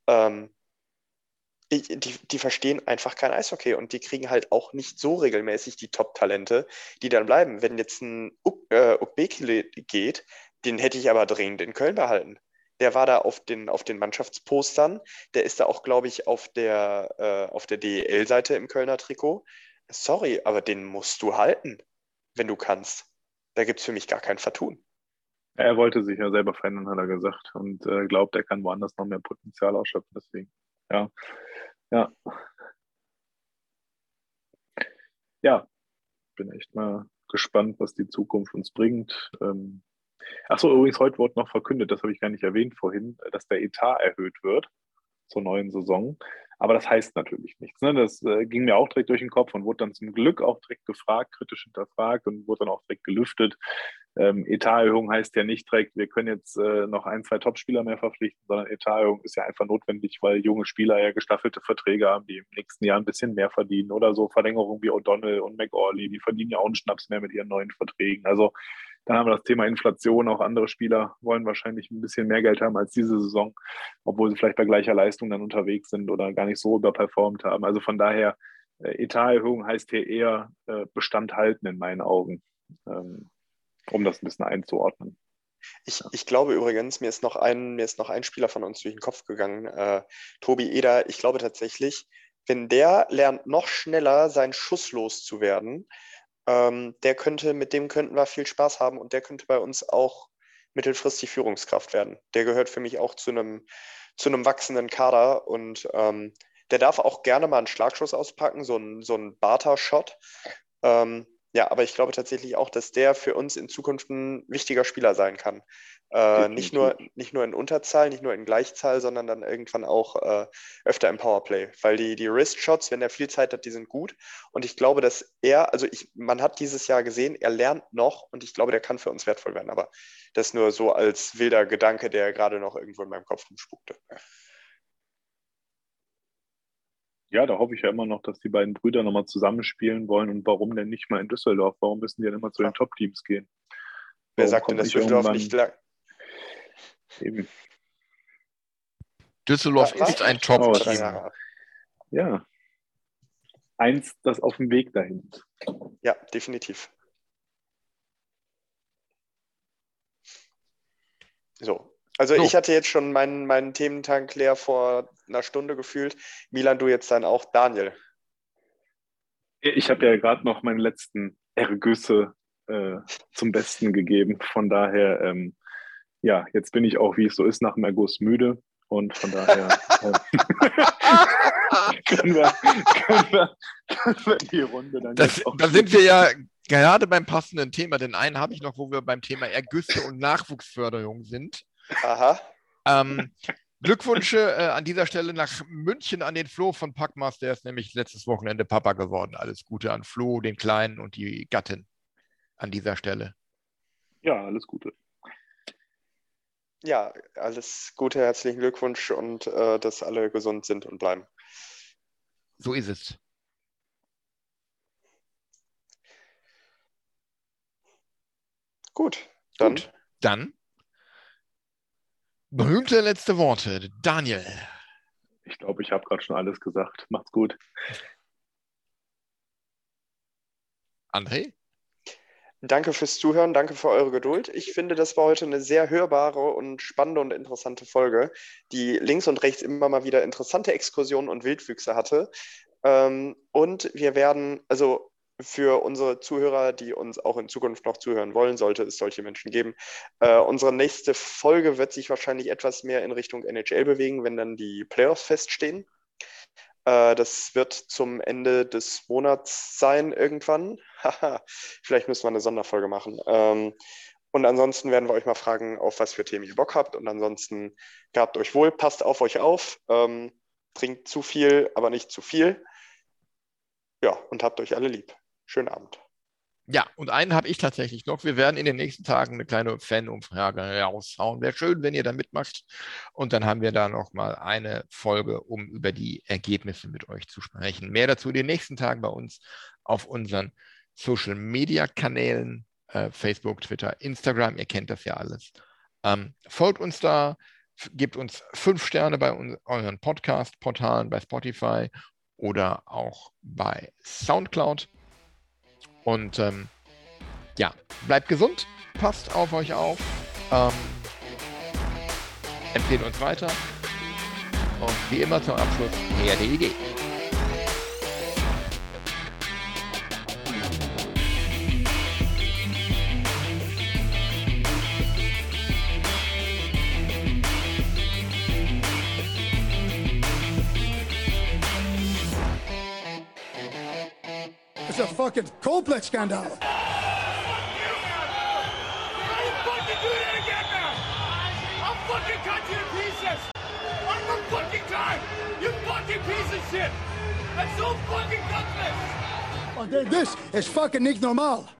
Die verstehen einfach kein Eishockey und die kriegen halt auch nicht so regelmäßig die Top-Talente, die dann bleiben. Wenn jetzt ein Ukbekele geht, den hätte ich aber dringend in Köln behalten. Der war da auf den Mannschaftspostern. Der ist da auch, glaube ich, auf der DEL-Seite im Kölner Trikot. Sorry, aber den musst du halten, wenn du kannst. Da gibt es für mich gar kein Vertun. Er wollte sich ja selber verändern, hat er gesagt. Und glaubt, er kann woanders noch mehr Potenzial ausschöpfen. Deswegen, ja. Ja. Ja, bin echt mal gespannt, was die Zukunft uns bringt. Achso, übrigens, heute wurde noch verkündet, das habe ich gar nicht erwähnt vorhin, dass der Etat erhöht wird zur neuen Saison. Aber das heißt natürlich nichts. Ne? Das ging mir auch direkt durch den Kopf und wurde dann zum Glück auch direkt gefragt, kritisch hinterfragt und wurde dann auch direkt gelüftet. Etaterhöhung heißt ja nicht direkt, wir können jetzt noch 1, 2 Topspieler mehr verpflichten, sondern Etaterhöhung ist ja einfach notwendig, weil junge Spieler ja gestaffelte Verträge haben, die im nächsten Jahr ein bisschen mehr verdienen oder so Verlängerungen wie O'Donnell und McAuley, die verdienen ja auch einen Schnaps mehr mit ihren neuen Verträgen. Also dann haben wir das Thema Inflation. Auch andere Spieler wollen wahrscheinlich ein bisschen mehr Geld haben als diese Saison, obwohl sie vielleicht bei gleicher Leistung dann unterwegs sind oder gar nicht so überperformt haben. Also von daher, Etaterhöhung heißt hier eher Bestand halten in meinen Augen, um das ein bisschen einzuordnen. Ich glaube übrigens, mir ist noch ein Spieler von uns durch den Kopf gegangen, Tobi Eder. Ich glaube tatsächlich, wenn der lernt, noch schneller seinen Schuss loszuwerden, mit dem könnten wir viel Spaß haben und der könnte bei uns auch mittelfristig Führungskraft werden. Der gehört für mich auch zu einem wachsenden Kader und der darf auch gerne mal einen Schlagschuss auspacken, so ein Barter-Shot. Ja, aber ich glaube tatsächlich auch, dass der für uns in Zukunft ein wichtiger Spieler sein kann. Nicht nur in Unterzahl, nicht nur in Gleichzahl, sondern dann irgendwann auch öfter im Powerplay. Weil die Wrist-Shots, wenn er viel Zeit hat, die sind gut. Und ich glaube, dass man hat dieses Jahr gesehen, er lernt noch und ich glaube, der kann für uns wertvoll werden. Aber das nur so als wilder Gedanke, der gerade noch irgendwo in meinem Kopf rumspukte. Ja, da hoffe ich ja immer noch, dass die beiden Brüder nochmal zusammenspielen wollen. Und warum denn nicht mal in Düsseldorf? Warum müssen die denn immer zu den Top-Teams gehen? Wer sagt denn, dass Düsseldorf nicht lang? Eben. Düsseldorf ist ein Top-Team. Ja. Eins, das auf dem Weg dahin ist. Ja, definitiv. So, Also So. ich hatte jetzt schon meinen Thementank leer vor einer Stunde gefühlt. Milan, du jetzt dann auch. Daniel. Ich habe ja gerade noch meinen letzten Ergüsse zum Besten gegeben. Von daher, ja, jetzt bin ich auch, wie es so ist, nach dem Erguss müde. Und von daher können wir die Runde dann jetzt auch Da sind wir ja gerade beim passenden Thema. Den einen habe ich noch, wo wir beim Thema Ergüsse und Nachwuchsförderung sind. Aha. Glückwünsche an dieser Stelle nach München an den Flo von Packmas. Der ist nämlich letztes Wochenende Papa geworden. Alles Gute an Flo, den Kleinen und die Gattin an dieser Stelle. Ja, alles Gute. Ja, alles Gute, herzlichen Glückwunsch und dass alle gesund sind und bleiben. So ist es. Gut, dann. Gut, dann berühmte letzte Worte. Daniel. Ich glaube, ich habe gerade schon alles gesagt. Macht's gut. André? Danke fürs Zuhören, danke für eure Geduld. Ich finde, das war heute eine sehr hörbare und spannende und interessante Folge, die links und rechts immer mal wieder interessante Exkursionen und Wildwüchse hatte. Und wir werden, also für unsere Zuhörer, die uns auch in Zukunft noch zuhören wollen, sollte es solche Menschen geben, unsere nächste Folge wird sich wahrscheinlich etwas mehr in Richtung NHL bewegen, wenn dann die Playoffs feststehen. Das wird zum Ende des Monats sein irgendwann. Vielleicht müssen wir eine Sonderfolge machen. Und ansonsten werden wir euch mal fragen, auf was für Themen ihr Bock habt. Und ansonsten gehabt euch wohl, passt auf euch auf, trinkt zu viel, aber nicht zu viel. Ja, und habt euch alle lieb. Schönen Abend. Ja, und einen habe ich tatsächlich noch. Wir werden in den nächsten Tagen eine kleine Fan-Umfrage raushauen. Wäre schön, wenn ihr da mitmacht. Und dann haben wir da nochmal eine Folge, um über die Ergebnisse mit euch zu sprechen. Mehr dazu in den nächsten Tagen bei uns auf unseren Social-Media-Kanälen, Facebook, Twitter, Instagram. Ihr kennt das ja alles. Folgt uns da, gebt uns 5 Sterne bei euren Podcast-Portalen, bei Spotify oder auch bei Soundcloud. Und ja, bleibt gesund, passt auf euch auf, empfehlt uns weiter und wie immer zum Abschluss mehr DEG. It's a fucking Coldplay-Skandal. Oh, this is fucking nicht normal.